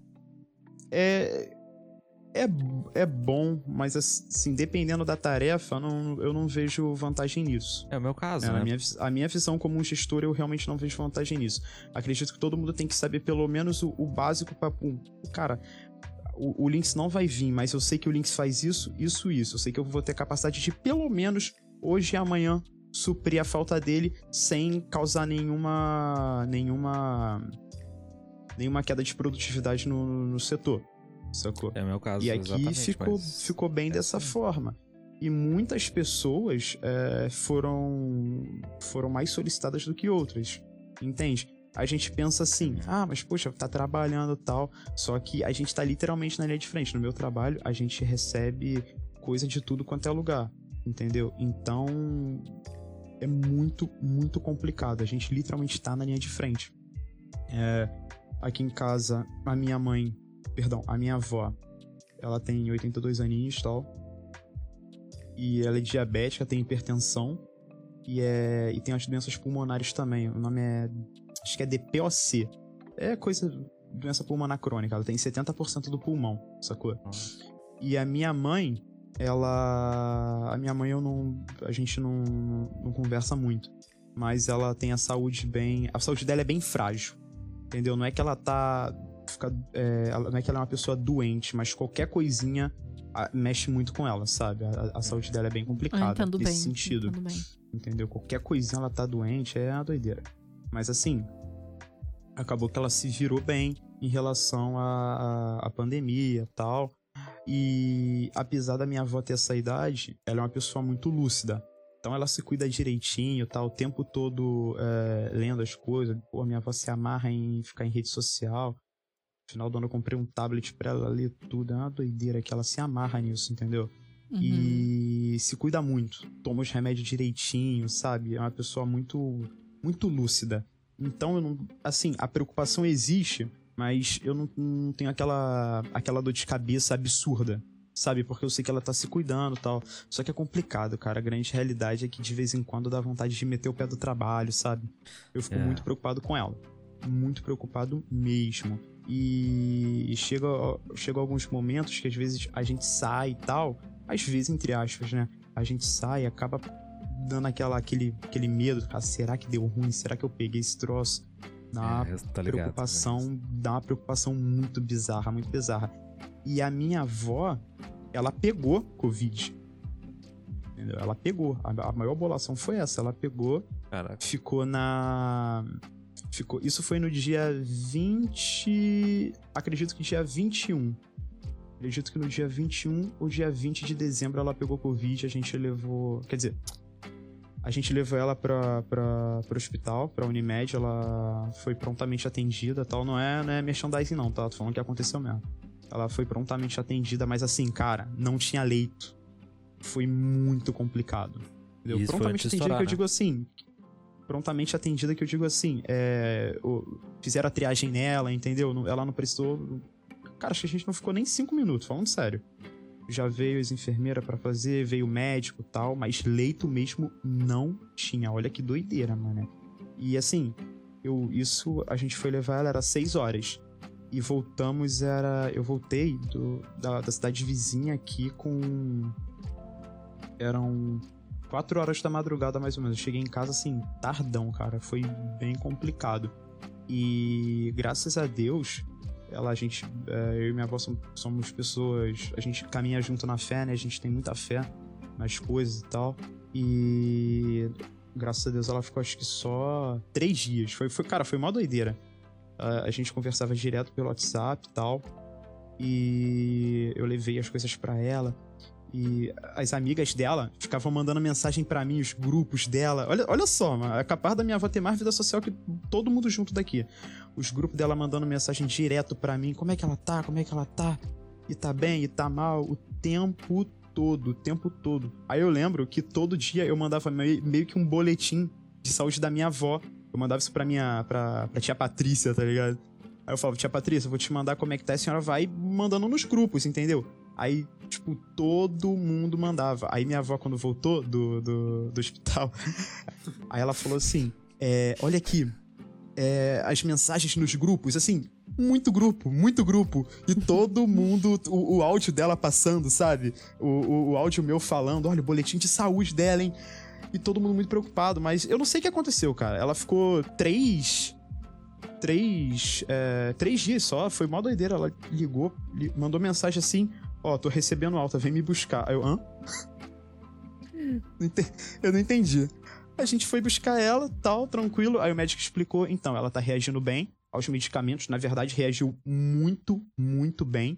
é bom, mas assim, dependendo da tarefa, eu não vejo vantagem nisso. É o meu caso, né? A minha visão como um gestor, eu realmente não vejo vantagem nisso. Acredito que todo mundo tem que saber pelo menos o básico pra... Cara, o Lynx não vai vir, mas eu sei que o Lynx faz isso. Eu sei que eu vou ter capacidade de, pelo menos, hoje e amanhã, suprir a falta dele sem causar nenhuma queda de produtividade no setor. Sacou? É o meu caso, e aqui ficou bem dessa forma. E muitas pessoas foram mais solicitadas do que outras. Entende? A gente pensa assim, mas poxa, tá trabalhando e tal. Só que a gente tá literalmente na linha de frente. No meu trabalho, a gente recebe coisa de tudo quanto é lugar. Entendeu? Então, é muito, muito complicado. A gente literalmente tá na linha de frente. Aqui em casa, a minha avó, ela tem 82 aninhos e tal. E ela é diabética, tem hipertensão. E tem as doenças pulmonares também. O nome acho que é DPOC. É doença pulmonar crônica. Ela tem 70% do pulmão, sacou? E a minha mãe, a gente não conversa muito. Mas ela tem a saúde dela é bem frágil. Entendeu? Não é que ela não é que ela é uma pessoa doente, mas qualquer coisinha mexe muito com ela, sabe? A saúde dela é bem complicada nesse sentido. Entendeu? Qualquer coisinha ela tá doente, é uma doideira. Mas assim, acabou que ela se virou bem em relação à pandemia e tal. E apesar da minha avó ter essa idade, ela é uma pessoa muito lúcida. Então ela se cuida direitinho, tá? O tempo todo lendo as coisas. Pô, minha avó se amarra em ficar em rede social. No final do ano eu comprei um tablet pra ela ler tudo. É uma doideira que ela se amarra nisso, entendeu? E se cuida muito. Toma os remédios direitinho, sabe? É uma pessoa muito, muito lúcida. Então, a preocupação existe, mas eu não tenho aquela dor de cabeça absurda, sabe? Porque eu sei que ela tá se cuidando e tal. Só que é complicado, cara. A grande realidade é que de vez em quando dá vontade de meter o pé do trabalho, sabe? Eu fico muito preocupado com ela. Muito preocupado mesmo. E chega alguns momentos que às vezes a gente sai e tal. Às vezes, entre aspas, né? A gente sai e acaba dando aquele medo. Ah, será que deu ruim? Será que eu peguei esse troço? Dá uma preocupação muito bizarra, muito bizarra. E a minha avó, ela pegou Covid. Entendeu? Ela pegou. A maior bolação foi essa. Ela pegou, ficou na... Isso foi no dia 20... Acredito que dia 21. Acredito que no dia 21 ou dia 20 de dezembro ela pegou Covid. A gente levou... Quer dizer... A gente levou ela pro hospital, pra Unimed. Ela foi prontamente atendida e tal. Não é merchandising não, tá? Tô falando que aconteceu mesmo. Ela foi prontamente atendida, mas assim, cara, não tinha leito. Foi muito complicado. Entendeu? Isso prontamente atendida que eu digo assim... Prontamente atendida que eu digo assim... Fizeram a triagem nela, entendeu? Ela não prestou... Cara, acho que a gente não ficou nem 5 minutos, falando sério. Já veio as enfermeiras pra fazer, veio o médico e tal, mas leito mesmo não tinha. Olha que doideira, mano. E assim, a gente foi levar ela, era 6 horas. E voltamos, eu voltei da cidade vizinha aqui eram 4 horas da madrugada, mais ou menos. Eu cheguei em casa, assim, tardão, cara. Foi bem complicado. E graças a Deus... eu e minha avó somos pessoas... A gente caminha junto na fé, né? A gente tem muita fé nas coisas e tal. E... Graças a Deus ela ficou, acho que só 3 dias. Foi uma doideira. A gente conversava direto pelo WhatsApp e tal. E eu levei as coisas pra ela. E as amigas dela ficavam mandando mensagem pra mim, os grupos dela. Olha só, mano, é capaz da minha avó ter mais vida social que todo mundo junto daqui. Os grupos dela mandando mensagem direto pra mim. Como é que ela tá? E tá bem? E tá mal? O tempo todo. Aí eu lembro que todo dia eu mandava meio que um boletim de saúde da minha avó. Eu mandava isso pra tia Patrícia, tá ligado? Aí eu falava, tia Patrícia, eu vou te mandar como é que tá. A senhora vai mandando nos grupos, entendeu? Aí, tipo, todo mundo mandava. Aí minha avó, quando voltou do hospital, aí ela falou assim, olha aqui, as mensagens nos grupos, assim, muito grupo. E todo mundo, o áudio dela passando, sabe? O áudio meu falando, olha, o boletim de saúde dela, hein? E todo mundo muito preocupado, mas eu não sei o que aconteceu, cara. Ela ficou 3 dias só, foi mó doideira. Ela ligou, mandou mensagem assim, tô recebendo alta, vem me buscar. Aí eu, hã? Eu não entendi. A gente foi buscar ela, tal, tranquilo. Aí o médico explicou, então, ela tá reagindo bem aos medicamentos. Na verdade, reagiu muito, muito bem.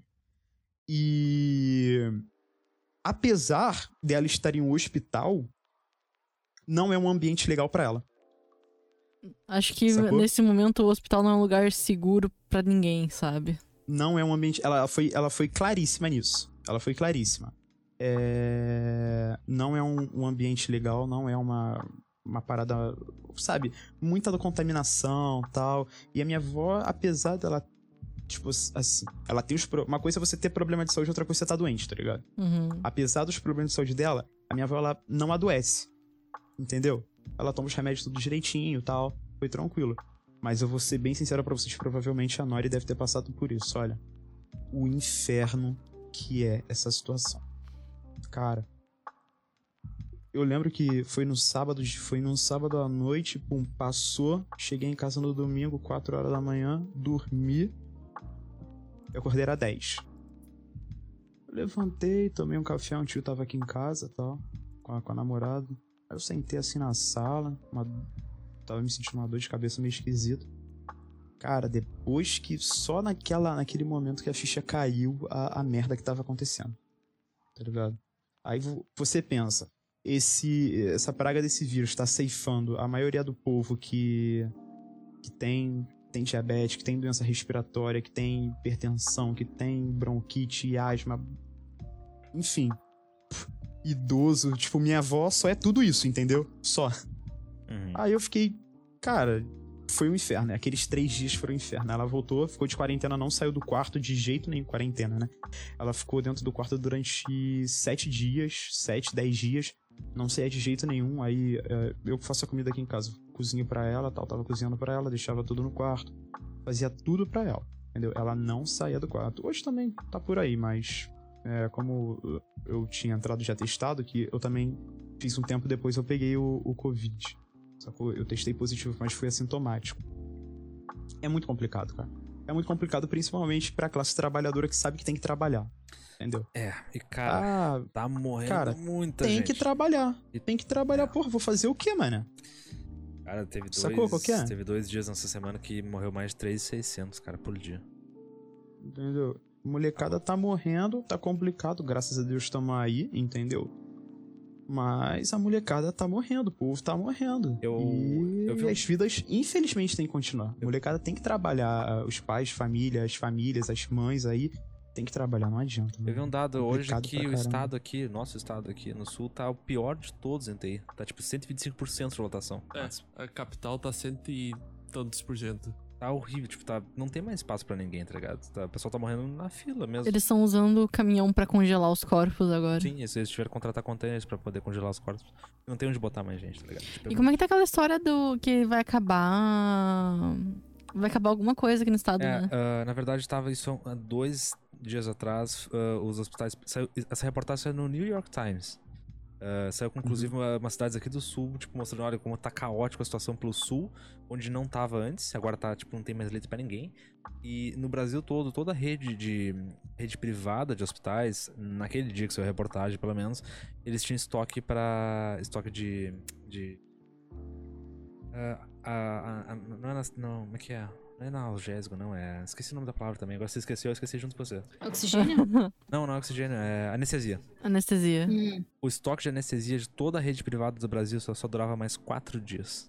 E... apesar dela estar em um hospital, não é um ambiente legal pra ela. Acho que Sacou? Nesse momento o hospital não é um lugar seguro pra ninguém, sabe? Não é um ambiente... Ela foi claríssima nisso. Ela foi claríssima. Não é um ambiente legal, não é uma parada, sabe? Muita da contaminação e tal. E a minha avó, apesar dela, tipo assim, ela tem uma coisa é você ter problema de saúde, outra coisa é você tá doente, tá ligado? Uhum. Apesar dos problemas de saúde dela, a minha avó, ela não adoece. Entendeu? Ela toma os remédios tudo direitinho e tal. Foi tranquilo. Mas eu vou ser bem sincero pra vocês, provavelmente a Nori deve ter passado por isso, olha. O inferno que é essa situação. Cara, eu lembro que foi num sábado à noite, pum, passou, cheguei em casa no domingo, 4 horas da manhã, dormi, eu acordei era 10. Eu levantei, tomei um café, um tio tava aqui em casa, tal, com a namorada. Aí eu sentei assim na sala, tava me sentindo uma dor de cabeça meio esquisita. Cara, depois que só naquele momento que a ficha caiu, a merda que tava acontecendo. Tá ligado? Aí você pensa, essa praga desse vírus tá ceifando a maioria do povo que tem diabetes, que tem doença respiratória, que tem hipertensão, que tem bronquite, asma, enfim, idoso, tipo, minha avó só é tudo isso, entendeu? Só. Aí eu fiquei, cara, foi um inferno, né? Aqueles 3 dias foram um inferno. Ela voltou, ficou de quarentena, não saiu do quarto de jeito nenhum, quarentena, né? Ela ficou dentro do quarto durante 7 dias, 7, 10 dias. Não saía de jeito nenhum. Aí eu faço a comida aqui em casa. Cozinho pra ela, tal, tava cozinhando pra ela, deixava tudo no quarto. Fazia tudo pra ela, entendeu? Ela não saía do quarto. Hoje também tá por aí, mas como eu tinha entrado já testado, que eu também fiz um tempo depois, eu peguei o Covid. Só que eu testei positivo, mas fui assintomático. É muito complicado, cara. É muito complicado, principalmente pra classe trabalhadora que sabe que tem que trabalhar. Entendeu? E cara, tá morrendo muita gente. Tem que trabalhar. Tem que trabalhar, porra. Vou fazer o quê, mano? Cara, teve Sacou qual que é? Teve 2 dias nessa semana que morreu mais de 3.600, cara, por dia. Entendeu? Molecada tá morrendo, tá complicado. Graças a Deus estamos aí, entendeu? Mas a molecada tá morrendo, o povo tá morrendo. E as vidas, infelizmente, tem que continuar. A molecada tem que trabalhar, os pais, as famílias, as mães aí, tem que trabalhar, não adianta. Eu vi um dado hoje que nosso estado aqui no sul, tá o pior de todos em TI. Tá tipo 125% de lotação. A capital tá 100 e tantos %. Tá horrível, tipo, não tem mais espaço pra ninguém, tá ligado? O pessoal tá morrendo na fila mesmo. Eles estão usando o caminhão pra congelar os corpos agora. Sim, eles tiveram que contratar containers pra poder congelar os corpos. Não tem onde botar mais gente, tá ligado? E como é que tá aquela história do que vai acabar... Vai acabar alguma coisa aqui no estado, né? Na verdade, tava isso há 2 dias atrás. Os hospitais... Essa reportagem saiu no New York Times. Saiu com, inclusive, umas cidades aqui do sul, tipo, mostrando, olha, como tá caótica a situação pelo sul, onde não tava antes, agora tá, tipo, não tem mais leito pra ninguém. E no Brasil todo, toda a rede privada de hospitais, naquele dia que saiu a reportagem, pelo menos, eles tinham estoque de não, como é que é? Não é analgésico, não, esqueci o nome da palavra também, agora você esqueceu, eu esqueci junto com você. Oxigênio? Não é oxigênio, é anestesia. Anestesia. O estoque de anestesia de toda a rede privada do Brasil só durava mais 4 dias.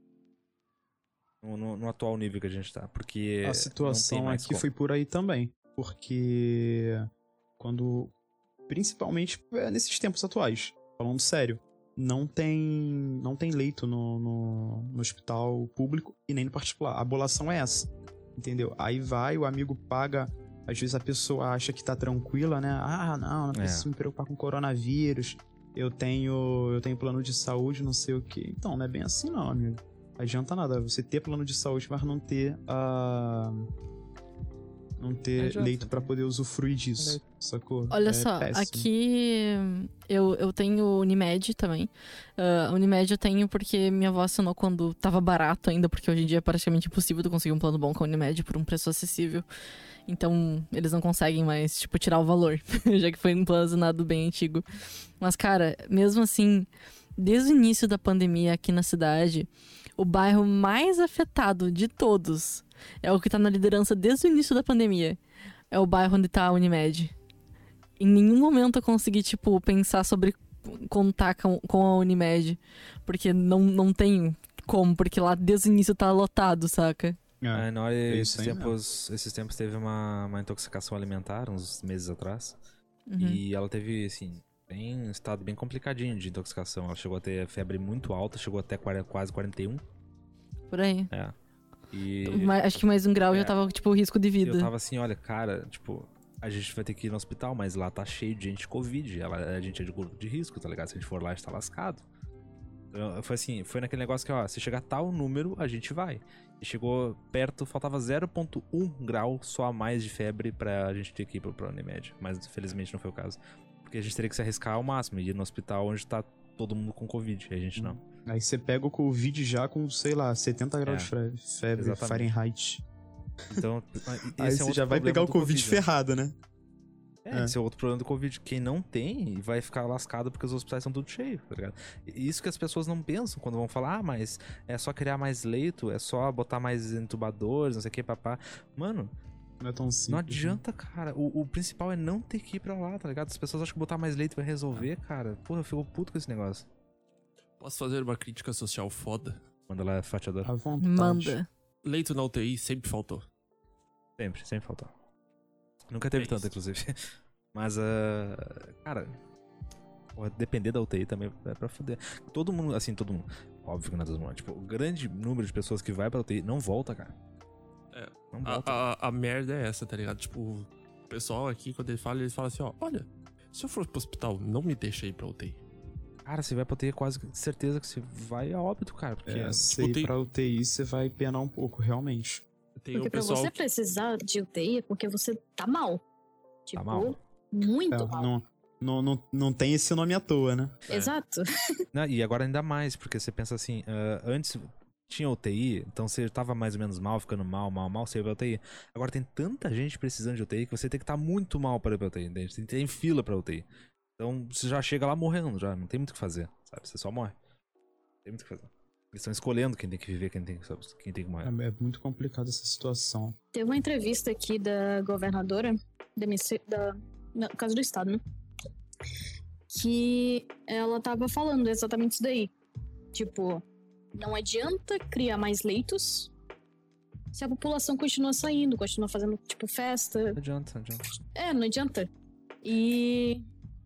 No atual nível que a gente tá, porque a situação aqui foi por aí também, porque principalmente nesses tempos atuais, falando sério, não tem leito no hospital público e nem no particular. A abolação é essa, entendeu? Aí o amigo paga, às vezes a pessoa acha que tá tranquila, né? Não preciso me preocupar com coronavírus, eu tenho plano de saúde, não sei o quê. Então, não é bem assim não, amigo. Não adianta nada você ter plano de saúde, mas não ter leito pra poder usufruir disso, sacou? Olha só, péssimo. Aqui eu tenho Unimed também. Unimed eu tenho porque minha avó assinou quando tava barato ainda, porque hoje em dia é praticamente impossível tu conseguir um plano bom com a Unimed por um preço acessível. Então, eles não conseguem mais, tipo, tirar o valor, já que foi um plano assinado bem antigo. Mas, cara, mesmo assim, desde o início da pandemia aqui na cidade, o bairro mais afetado de todos é o que tá na liderança desde o início da pandemia. É o bairro onde tá a Unimed. Em nenhum momento eu consegui, tipo, pensar sobre contar com a Unimed. Porque não tem como, porque lá desde o início tá lotado, saca? Esses tempos teve uma intoxicação alimentar, uns meses atrás. E ela teve, assim, um estado bem complicadinho de intoxicação. Ela chegou a ter febre muito alta, chegou até quase 41. Por aí. Acho que mais um grau já tava, tipo, risco de vida. Eu tava assim, olha, cara, tipo, a gente vai ter que ir no hospital, mas lá tá cheio de gente Covid. A gente é de grupo de risco, tá ligado? Se a gente for lá, a gente tá lascado. Então, foi naquele negócio que, ó, se chegar tal número, a gente vai. E chegou perto, faltava 0,1 grau só a mais de febre pra gente ter que ir pra Unimed. Mas, infelizmente, não foi o caso. Porque a gente teria que se arriscar ao máximo e ir no hospital onde tá todo mundo com Covid, e a gente não. Aí você pega o Covid já com, sei lá, 70 graus de febre, exatamente. Fahrenheit. Então, aí você já vai pegar o Covid ferrado, né? Esse é outro problema do Covid. Quem não tem vai ficar lascado porque os hospitais estão tudo cheios, tá ligado? Isso que as pessoas não pensam quando vão falar, mas é só criar mais leito, é só botar mais entubadores, não sei o que, papá. Mano, não é tão simples. Não adianta, cara. O principal é não ter que ir pra lá, tá ligado? As pessoas acham que botar mais leito vai resolver, cara. Porra, eu fico puto com esse negócio. Posso fazer uma crítica social foda? Manda lá, fatiador. À vontade. Manda. Leito na UTI sempre faltou. Sempre faltou. Nunca teve tanto, inclusive. Mas, cara, Porra, depender da UTI também é pra foder. Todo mundo, óbvio que não é todo mundo. Tipo, o grande número de pessoas que vai pra UTI não volta, cara. Não volta. A merda é essa, tá ligado? Tipo, o pessoal aqui, quando ele fala assim, ó, olha, se eu for pro hospital, não me deixa ir pra UTI. Cara, você vai pra UTI, quase certeza que você vai a óbito, cara. Porque se ir pra UTI, você vai penar um pouco, realmente. Porque pra você precisar de UTI é porque você tá mal. Tipo, tá mal. Muito mal. Não tem esse nome à toa, né? Exato. E agora ainda mais, porque você pensa assim, antes tinha UTI, então você tava mais ou menos mal, ficando mal, você ia pra UTI. Agora tem tanta gente precisando de UTI que você tem que estar muito mal para ir pra UTI, entende? Você tem que ter em fila pra UTI. Então você já chega lá morrendo, já não tem muito o que fazer, sabe? Você só morre. Não tem muito o que fazer. Eles estão escolhendo quem tem que viver, quem tem que morrer. É muito complicado essa situação. Teve uma entrevista aqui da governadora, no caso do estado, né? Que ela tava falando exatamente isso daí. Tipo, não adianta criar mais leitos se a população continua saindo, continua fazendo, tipo, festa. Não adianta. Não adianta. E...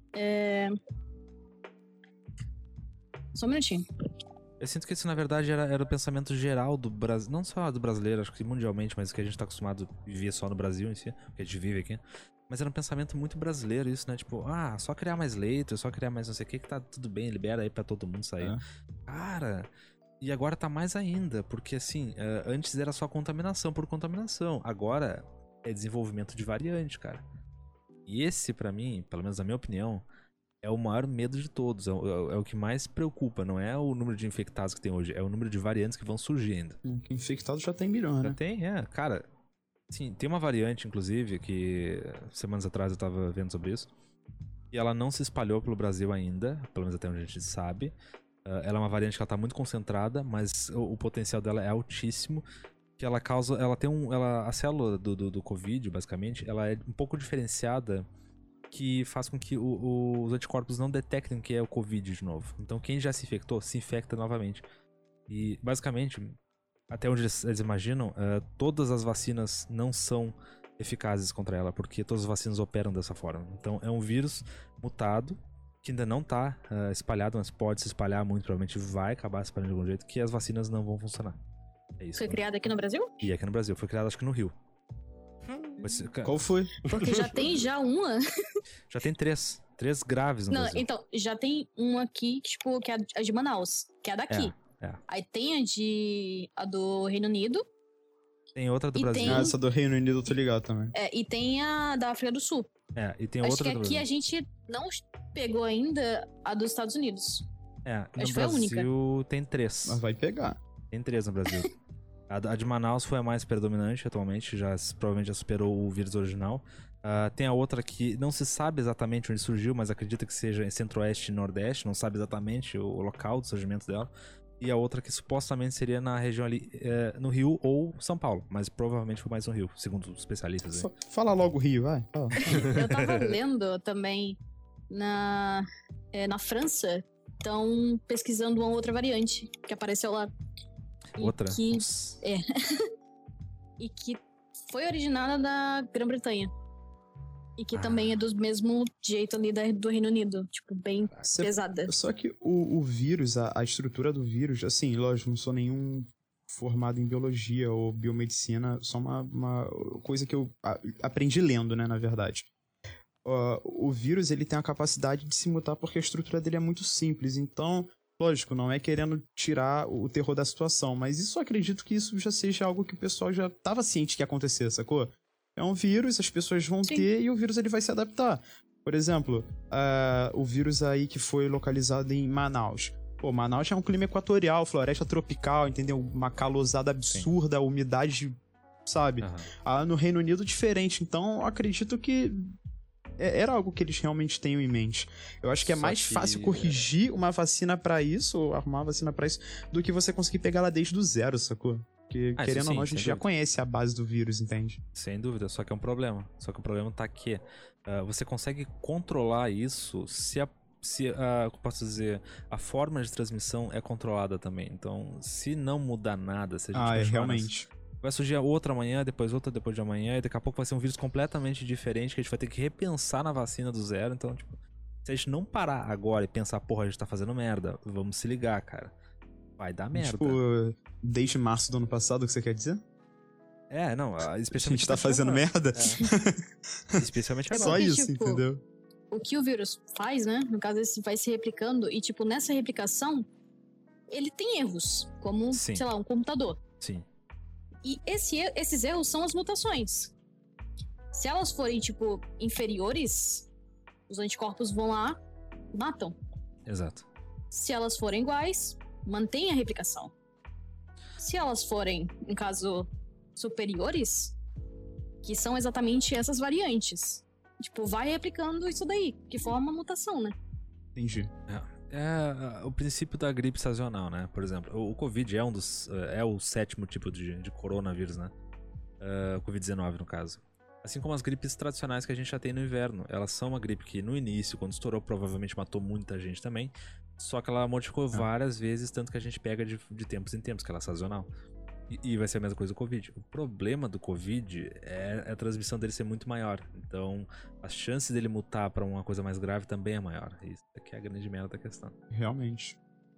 Só um minutinho. Eu sinto que isso, na verdade, era o pensamento geral do Brasil. Não só do brasileiro, acho que mundialmente, mas que a gente tá acostumado a viver só no Brasil em si, que a gente vive aqui. Mas era um pensamento muito brasileiro isso, né? Tipo, só criar mais leitos, só criar mais não sei o que tá tudo bem, libera aí pra todo mundo sair. Cara, e agora tá mais ainda, porque assim, antes era só contaminação por contaminação. Agora é desenvolvimento de variante, cara. E esse, pra mim, pelo menos na minha opinião, é o maior medo de todos. É o que mais preocupa. Não é o número de infectados que tem hoje, é o número de variantes que vão surgindo. Infectados já tem milhões, né? Já tem, cara. Sim, tem uma variante, inclusive, que semanas atrás eu tava vendo sobre isso. E ela não se espalhou pelo Brasil ainda, pelo menos até onde a gente sabe. Ela é uma variante que ela tá muito concentrada, mas o potencial dela é altíssimo. Que ela causa. A célula do Covid, basicamente, ela é um pouco diferenciada, que faz com que os anticorpos não detectem que é o Covid de novo. Então quem já se infectou, se infecta novamente. E basicamente, até onde eles imaginam, todas as vacinas não são eficazes contra ela, porque todas as vacinas operam dessa forma. Então é um vírus mutado, que ainda não tá espalhado, mas pode se espalhar, muito provavelmente vai acabar se espalhando de algum jeito, que as vacinas não vão funcionar. É isso. Foi criado aqui no Brasil? E aqui no Brasil. Foi criado, acho que no Rio. Qual foi? Porque já tem uma. Já tem três. Três graves no Brasil. Então, já tem uma aqui, tipo, que é a de Manaus, que é a daqui. Aí tem a do Reino Unido. Tem outra do Brasil. Essa do Reino Unido eu tô ligado também. E tem a da África do Sul. E tem Acho outra que do aqui Brasil. a gente não pegou ainda a dos Estados Unidos. No Acho que foi a única. Brasil tem três. Mas vai pegar. Tem três no Brasil. A de Manaus foi a mais predominante atualmente, provavelmente já superou o vírus original. Tem a outra que não se sabe exatamente onde surgiu, mas acredita que seja em centro-oeste e nordeste, não sabe exatamente o local do surgimento dela. E a outra que supostamente seria na região ali, no Rio ou São Paulo, mas provavelmente foi mais no Rio, segundo os especialistas. Só fala logo o Rio, vai. Eu tava lendo também na França, estão pesquisando uma outra variante que apareceu lá. Outra? E que foi originada da Grã-Bretanha. E que também é do mesmo jeito ali do Reino Unido. Tipo, bem pesada. Só que o vírus, a estrutura do vírus, assim, lógico, não sou nenhum formado em biologia ou biomedicina, só uma coisa que eu aprendi lendo, né, na verdade. O vírus, ele tem a capacidade de se mutar porque a estrutura dele é muito simples, então... Lógico, não é querendo tirar o terror da situação, mas isso eu acredito que isso já seja algo que o pessoal já estava ciente que ia acontecer, sacou? É um vírus, as pessoas vão ter e o vírus ele vai se adaptar. Por exemplo, o vírus aí que foi localizado em Manaus. Pô, Manaus é um clima equatorial, floresta tropical, entendeu? Uma calosada absurda, umidade, sabe? No Reino Unido, diferente. Então, eu acredito que era algo que eles realmente tenham em mente. Eu acho que é mais fácil corrigir uma vacina pra isso, ou arrumar uma vacina pra isso, do que você conseguir pegar ela desde o zero, sacou? Porque, querendo ou não, a gente já conhece a base do vírus, entende? Sem dúvida, só que é um problema. Só que o problema tá aqui. Você consegue controlar isso se posso dizer, a forma de transmissão é controlada também. Então, se não mudar nada, se a gente realmente. Vai surgir outra amanhã, depois outra, depois de amanhã, e daqui a pouco vai ser um vírus completamente diferente que a gente vai ter que repensar na vacina do zero. Então, tipo, Se a gente não parar agora e pensar, porra, a gente tá fazendo merda, vamos se ligar, cara. Vai dar merda. Tipo, desde março do ano passado, o que você quer dizer? Não, especialmente... A gente tá fazendo merda? Especialmente agora. Só isso, tipo, entendeu? O que o vírus faz, né? No caso, ele vai se replicando e, tipo, nessa replicação, ele tem erros, como, Sim. sei lá, um computador. Sim. E esses erros são as mutações. Se elas forem, tipo, inferiores, os anticorpos vão lá e matam. Exato. Se elas forem iguais, mantém a replicação. Se elas forem, no caso, superiores, que são exatamente essas variantes, tipo, vai replicando isso daí, que forma uma mutação, né? Entendi. É o princípio da gripe sazonal, né? Por exemplo, o Covid é é o 7º tipo de coronavírus, né? O Covid-19, no caso. Assim como as gripes tradicionais que a gente já tem no inverno. Elas são uma gripe que, no início, quando estourou, provavelmente matou muita gente também. Só que ela modificou várias vezes, tanto que a gente pega de tempos em tempos, que ela é sazonal. E vai ser a mesma coisa do Covid. O problema do Covid é a transmissão dele ser muito maior. Então, as chances dele mutar pra uma coisa mais grave também é maior. Isso aqui é a grande merda da questão. Realmente.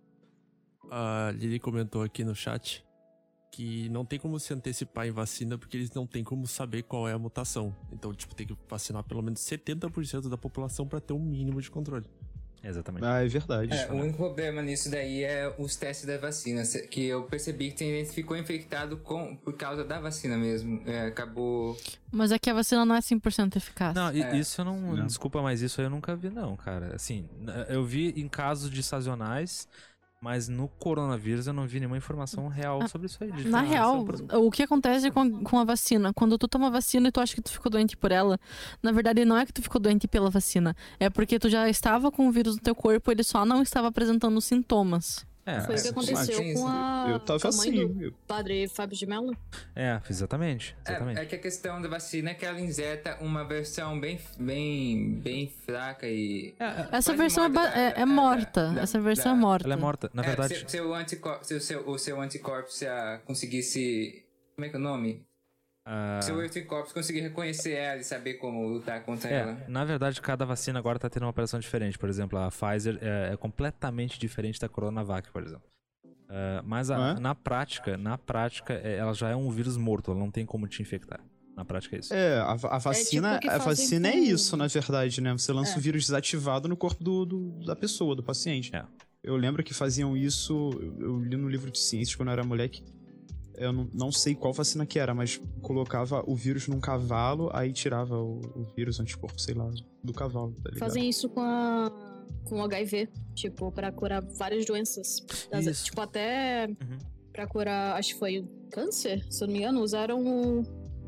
A Lili comentou aqui no chat que não tem como se antecipar em vacina porque eles não tem como saber qual é a mutação. Então, tipo, tem que vacinar pelo menos 70% da população pra ter um mínimo de controle. Exatamente. Ah, é verdade. O único problema nisso daí é os testes da vacina, que eu percebi que tem gente que ficou infectado por causa da vacina mesmo. Acabou... Mas é que a vacina não é 100% eficaz. Não, isso eu não... Desculpa, mas isso eu nunca vi não, cara. Assim, eu vi em casos de sazonais... Mas no coronavírus eu não vi nenhuma informação real sobre isso aí. Na real, o que acontece com a vacina? Quando tu toma vacina e tu acha que tu ficou doente por ela, na verdade não é que tu ficou doente pela vacina. É porque tu já estava com o vírus no teu corpo, ele só não estava apresentando sintomas. Foi o que aconteceu com a mãe do padre Fábio de Mello. Exatamente. É que a questão da vacina é que ela injeta uma versão bem fraca e... Essa versão é morta. Essa versão é morta. Ela é morta, na verdade. Se o seu anticorpo conseguisse... Como é que é o nome? Seu anticorpos conseguir reconhecer ela e saber como lutar contra ela. Na verdade, cada vacina agora tá tendo uma operação diferente. Por exemplo, a Pfizer é completamente diferente da Coronavac, por exemplo. Mas na prática, ela já é um vírus morto, ela não tem como te infectar. Na prática é isso. A vacina, tipo a vacina é isso, na verdade, né? Você lança o vírus desativado no corpo da pessoa, do paciente. Eu lembro que faziam isso, eu li no livro de ciências quando eu era moleque. Eu não sei qual vacina que era, mas colocava o vírus num cavalo, aí tirava o vírus, anticorpo, sei lá, do cavalo, tá ligado? Fazem isso com o HIV, tipo, pra curar várias doenças. Tipo, até pra curar, acho que foi câncer, se eu não me engano, usaram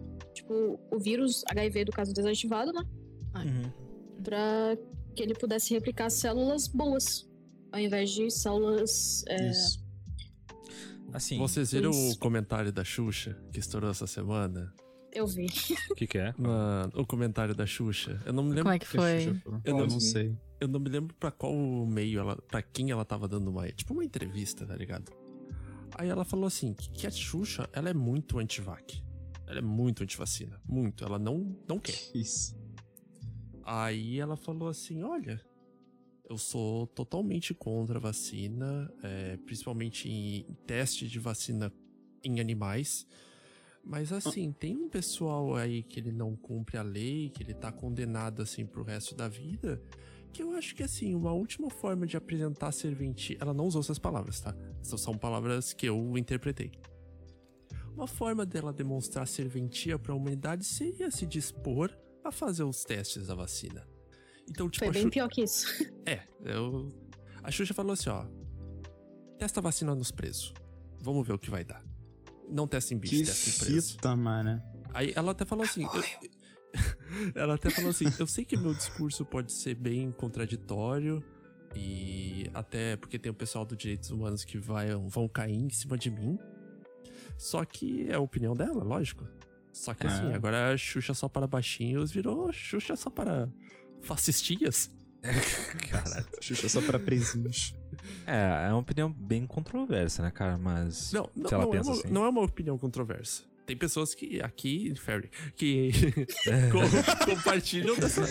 o vírus HIV, do caso desativado, né? Pra que ele pudesse replicar células boas, ao invés de células... Isso. Assim, vocês viram o comentário da Xuxa, que estourou essa semana? Eu vi. O que é? O comentário da Xuxa. Eu não me lembro... Como é que foi? Eu não sei. Eu não me lembro pra qual meio pra quem ela tava dando uma entrevista, tá ligado? Aí ela falou assim, que a Xuxa, ela é muito anti-vac. Ela é muito anti-vacina. Muito. Ela não quer. Isso. Aí ela falou assim, olha... Eu sou totalmente contra a vacina, principalmente em teste de vacina em animais. Mas assim, tem um pessoal aí que ele não cumpre a lei, que ele tá condenado assim pro resto da vida, que eu acho que assim, uma última forma de apresentar serventia... Ela não usou essas palavras, tá? Essas são palavras que eu interpretei. Uma forma dela demonstrar serventia pra humanidade seria se dispor a fazer os testes da vacina. Então, tipo, foi bem pior que isso. A Xuxa falou assim, ó. Testa a vacina nos presos. Vamos ver o que vai dar. Não testa em bicho, testa em preso. Fita, mano. Aí ela até falou assim... eu sei que meu discurso pode ser bem contraditório. E até porque tem o pessoal dos direitos humanos que vão cair em cima de mim. Só que é a opinião dela, lógico. Só que assim, agora a Xuxa só para baixinhos virou Xuxa só para... fascistinhas? Caralho. Xuxa só pra presinhos. É uma opinião bem controversa, né, cara? Mas. Não é uma opinião controversa. tem pessoas que aqui, Ferry, que compartilham dessa...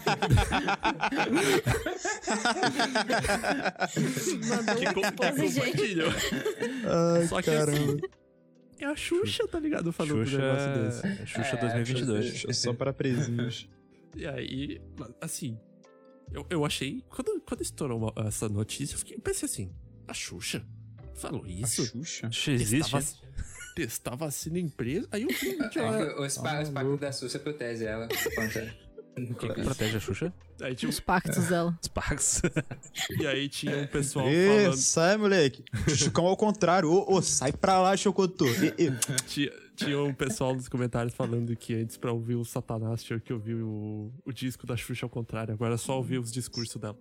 que compartilham. Ai, Só que caramba. assim, é a Xuxa, tá ligado? Falando Xuxa, um negócio desse. Xuxa 2022. Só para presinhos. E aí, assim, eu achei... Quando estourou essa notícia, eu pensei assim, a Xuxa falou isso? A Xuxa? Existe? Testar vacina em empresa? Aí eu vi Os pactos da Xuxa protegem ela. Quem que protege a Xuxa? Aí tinha, Os pactos dela. Os Sparks. e aí tinha um pessoal Ê, falando... sai, moleque. Chuchucão ao contrário. Ô, sai pra lá, Chocotô. Tinha um pessoal nos comentários falando que antes pra ouvir o Satanás tinha que ouvir o disco da Xuxa ao contrário. Agora é só ouvir os discursos dela.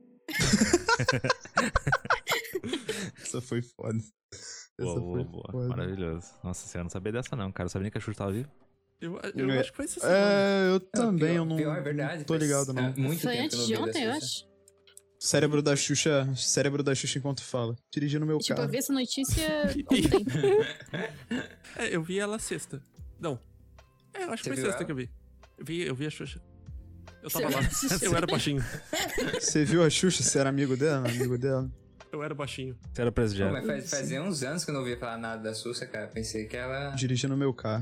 Essa foi foda. Boa. Maravilhoso. Nossa senhora, não sabia dessa não, cara. Eu sabia nem que a Xuxa tava viva. Eu acho que foi essa semana. Eu também, pior, eu não, pior, é verdade, não tô ligado, não. Muito Foi tempo antes que de eu não vi ontem, da eu Xuxa. acho. Cérebro da Xuxa enquanto fala. Dirigindo meu Tipo, eu carro. vi essa notícia ontem. Eu vi ela sexta. Não. Eu acho que Você foi viu sexta ela? que eu vi. Eu vi a Xuxa. Eu tava Você lá. viu a Xuxa? Eu era baixinho. Você viu a Xuxa? Você era amigo dela? Amigo dela? Eu era baixinho. Você era Pô, presidiário. mas fazia uns anos que eu não ouvia falar nada da Xuxa, cara. Pensei que ela... Dirigindo meu carro.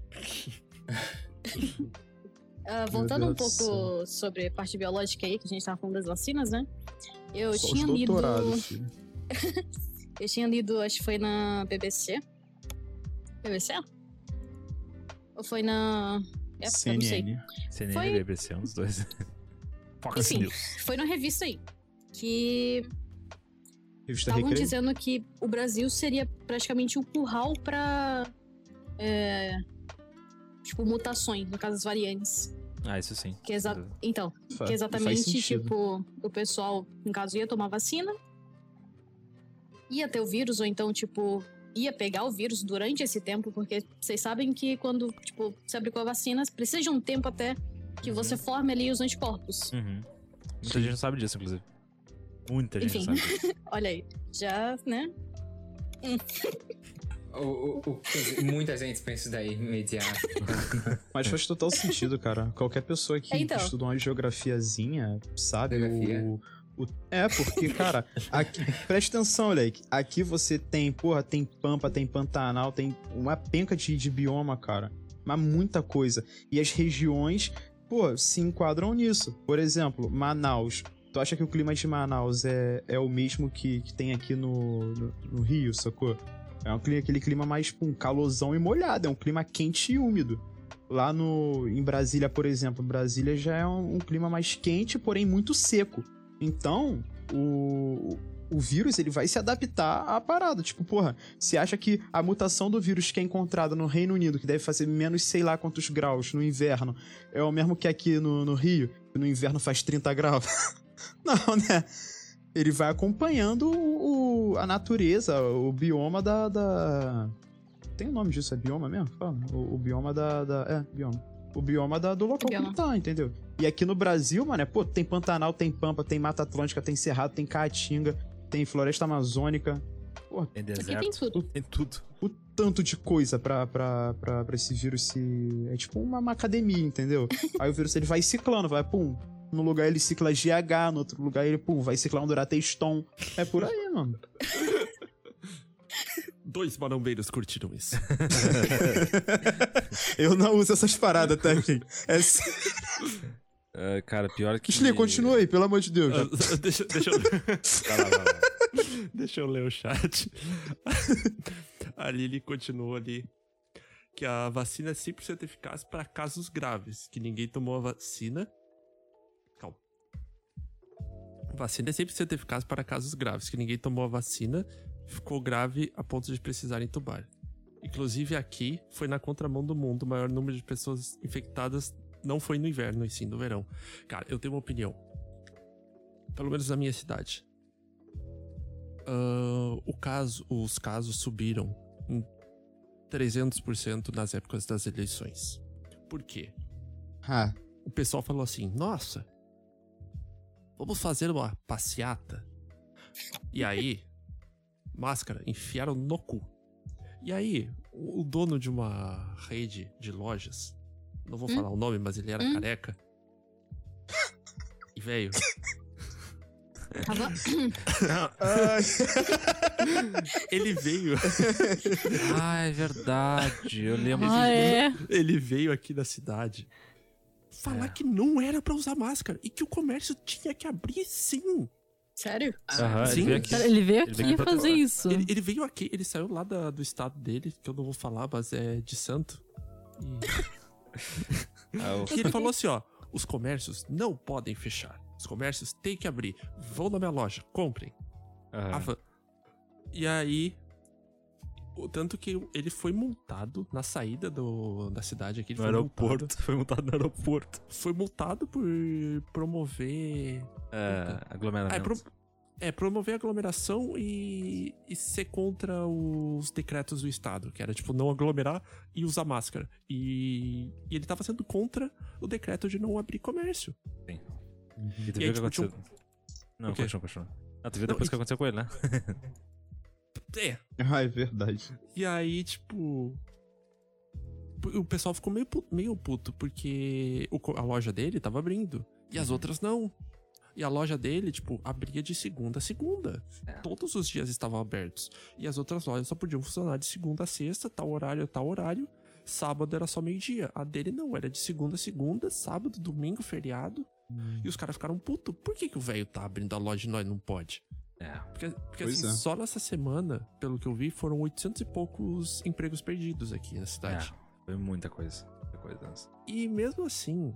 Voltando Meu um Deus do pouco sobre a parte biológica aí, que a gente tava falando das vacinas, né? Eu Só tinha os lido. doutorados, filho. Eu tinha lido, acho que foi na BBC. BBC? Ou foi na. Eu não sei. CNN. CNN Foi- e BBC, um dos dois. Fox Enfim, News. foi numa revista aí. Que Revista estavam Recreio. dizendo que o Brasil seria praticamente um curral pra. Tipo, mutações, no caso as variantes. Ah, isso sim. Que Então, que Faz exatamente, sentido. tipo, o pessoal, no caso, ia tomar vacina, ia ter o vírus, ou então, tipo, ia pegar o vírus durante esse tempo, porque vocês sabem que quando, tipo, você aplicou a vacina, precisa de um tempo até que você forme ali os anticorpos. Uhum. Muita gente não sabe disso, inclusive. Muita gente Enfim. não sabe disso. Olha aí, já, né? Muita gente pensa isso daí, imediato. Mas faz total sentido, cara. Qualquer pessoa que Então. estuda uma geografiazinha, sabe? Geografia? Porque, cara, aqui, presta atenção, moleque. Aqui você tem, tem Pampa, tem Pantanal, tem uma penca de bioma, cara. Mas muita coisa. E as regiões, se enquadram nisso. Por exemplo, Manaus. Tu acha que o clima de Manaus é o mesmo que tem aqui no Rio, sacou? É aquele clima mais, calorzão e molhado. É um clima quente e úmido. Lá em Brasília, por exemplo. Brasília já é um clima mais quente, porém muito seco. Então, o vírus, ele vai se adaptar à parada. Tipo, você acha que a mutação do vírus que é encontrada no Reino Unido, que deve fazer menos sei lá quantos graus no inverno, é o mesmo que aqui no Rio, que no inverno faz 30 graus? Não, né? Ele vai acompanhando a natureza, o bioma da... Tem o nome disso, é bioma mesmo? Fala. O bioma bioma. O bioma do local que ele tá, entendeu? E aqui no Brasil, mano, tem Pantanal, tem Pampa, tem Mata Atlântica, tem Cerrado, tem Caatinga, tem Floresta Amazônica. Tem Aqui deserto. tem tudo. Tem tudo. O tanto de coisa pra esse vírus se... É tipo uma academia, entendeu? Aí o vírus, ele vai ciclando, vai, no lugar ele cicla GH, no outro lugar ele, vai ciclar um Durateston. É por aí, mano. 2 marombeiros curtiram isso. Eu não uso essas paradas, tá, gente? Cara, pior que... Sli, continua aí, pelo amor de Deus. Deixa eu... Vai lá. Deixa eu ler o chat. A Lili continuou ali. Que a vacina é 100% eficaz para casos graves. Que ninguém tomou a vacina. Calma. A vacina é 100% eficaz para casos graves. Que ninguém tomou a vacina, ficou grave a ponto de precisar entubar. Inclusive aqui, foi na contramão do mundo. O maior número de pessoas infectadas não foi no inverno, e sim no verão. Cara, eu tenho uma opinião. Pelo menos na minha cidade. Os casos subiram em 300% nas épocas das eleições. Por quê? O pessoal falou assim, nossa, vamos fazer uma passeata. E aí, máscara, enfiaram no cu. E aí, o dono de uma rede de lojas, não vou falar o nome, mas ele era careca. E velho. Ele veio. É verdade. Eu lembro. Ele veio aqui na cidade falar que não era pra usar máscara e que o comércio tinha que abrir sim. Sério? Sim. Ele veio aqui fazer isso. Ele veio aqui, ele saiu lá do estado dele, que eu não vou falar, mas é de Santo. E ele falou assim, ó, os comércios não podem fechar. Os comércios têm que abrir. Vão na minha loja, comprem. E aí, o tanto que ele foi multado na saída da cidade aqui. No aeroporto. Foi multado no aeroporto. Foi multado por promover... aglomeramento. Promover aglomeração e ser contra os decretos do Estado, que era, tipo, não aglomerar e usar máscara. E ele tava sendo contra o decreto de não abrir comércio. Sim. E tu viu o que aconteceu? Não, continua. Tu viu depois o que aconteceu com ele, né? É verdade. E aí, tipo... O pessoal ficou meio puto, porque a loja dele tava abrindo. E as outras não. E a loja dele, tipo, abria de segunda a segunda. Todos os dias estavam abertos. E as outras lojas só podiam funcionar de segunda a sexta, tal horário. Sábado era só meio-dia. A dele não, era de segunda a segunda, sábado, domingo, feriado. E os caras ficaram putos. Por que o velho tá abrindo a loja e nós não pode? Porque assim, só nessa semana, pelo que eu vi, foram 800 e poucos empregos perdidos aqui na cidade. Foi muita coisa. E mesmo assim,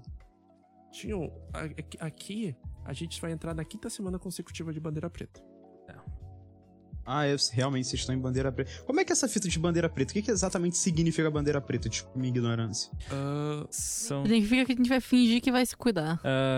aqui a gente vai entrar na 5ª semana consecutiva de bandeira preta. Realmente vocês estão em bandeira preta. Como é que é essa fita de bandeira preta? O que exatamente significa bandeira preta? Tipo, minha ignorância. Significa que a gente vai fingir que vai se cuidar.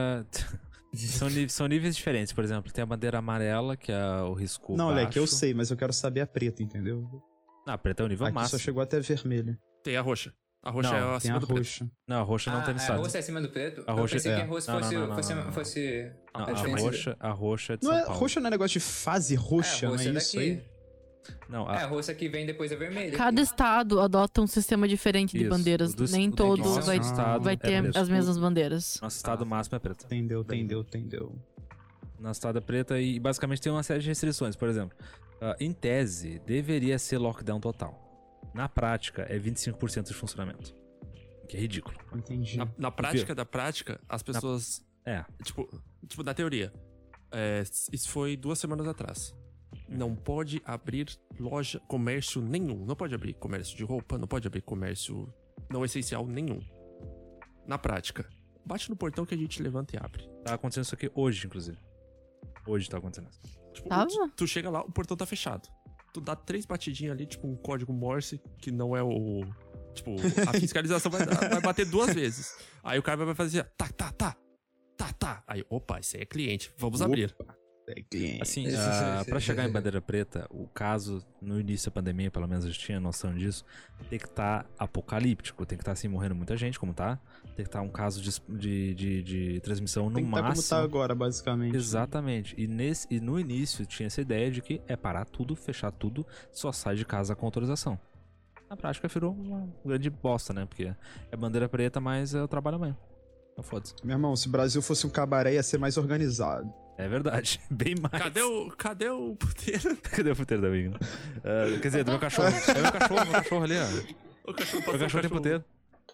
São níveis diferentes, por exemplo. Tem a bandeira amarela, que é o risco Não, baixo. Leque, eu sei, mas eu quero saber a preta, entendeu? A preta é o nível Aqui máximo. só chegou até vermelha. Tem a roxa. A roxa é acima do preto. Não, a roxa não tem no estado. A roxa é acima do preto? A roxa eu pensei que a roxa fosse... A roxa é de São Paulo. Paulo. Roxa não é negócio de fase roxa, não é daqui. isso aí? Não, a roxa que vem depois da vermelha. Cada estado adota um sistema diferente de bandeiras. Nem todos vai ter as mesmas bandeiras. Nosso estado máximo é preto. Entendeu. Nosso estado é preta e basicamente tem uma série de restrições. Por exemplo, em tese, deveria ser lockdown total. Na prática, é 25% de funcionamento. Que é ridículo. Entendi. Na prática da prática, as pessoas... Tipo, na teoria. Isso foi 2 semanas atrás. Não pode abrir loja, comércio nenhum. Não pode abrir comércio de roupa, não pode abrir comércio não essencial nenhum. Na prática. Bate no portão que a gente levanta e abre. Tá acontecendo isso aqui hoje, inclusive. Hoje tá acontecendo isso. Tipo, tu chega lá, o portão tá fechado. Tu dá 3 batidinhas ali, tipo um código Morse, que não é o... Tipo, a fiscalização vai bater 2 vezes. Aí o cara vai fazer, tá. Aí, opa, esse aí é cliente, vamos abrir. É cliente. Assim, pra chegar em bandeira preta, o caso, no início da pandemia, pelo menos eu tinha noção disso, tem que estar apocalíptico, tem que estar assim, morrendo muita gente, como tá. Tem que estar um caso de transmissão no máximo. Tem que estar como tá agora, basicamente. Exatamente. E no início tinha essa ideia de que é parar tudo, fechar tudo, só sai de casa com autorização. Na prática virou uma grande bosta, né? Porque é bandeira preta, mas é o trabalho amanhã. Não foda-se. Meu irmão, se o Brasil fosse um cabaré, ia ser mais organizado. É verdade, bem mais. Cadê o puteiro? Cadê o puteiro da amiga? Quer dizer, do meu cachorro. É meu cachorro ali, ó. O cachorro Meu cachorro tem puteiro.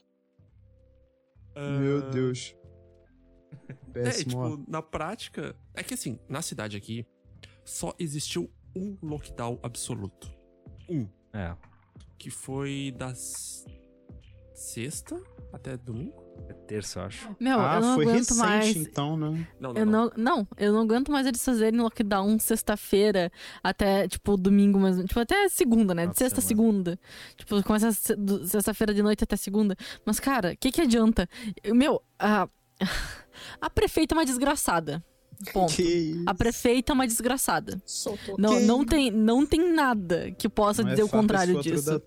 Meu Deus. Péssimo. Tipo, na prática... É que assim, na cidade aqui, só existiu um lockdown absoluto. Que foi das sexta até domingo? É terça, eu acho. Meu, eu não foi aguento recente, mais. então, né? Eu não aguento mais eles fazerem lockdown sexta-feira até, tipo, domingo mesmo. Tipo, até segunda, né? De sexta a segunda. Tipo, começa sexta-feira de noite até segunda. Mas, cara, o que adianta? Meu, a prefeita é uma desgraçada. Ponto. A prefeita é uma desgraçada. Não tem nada que possa dizer o contrário disso.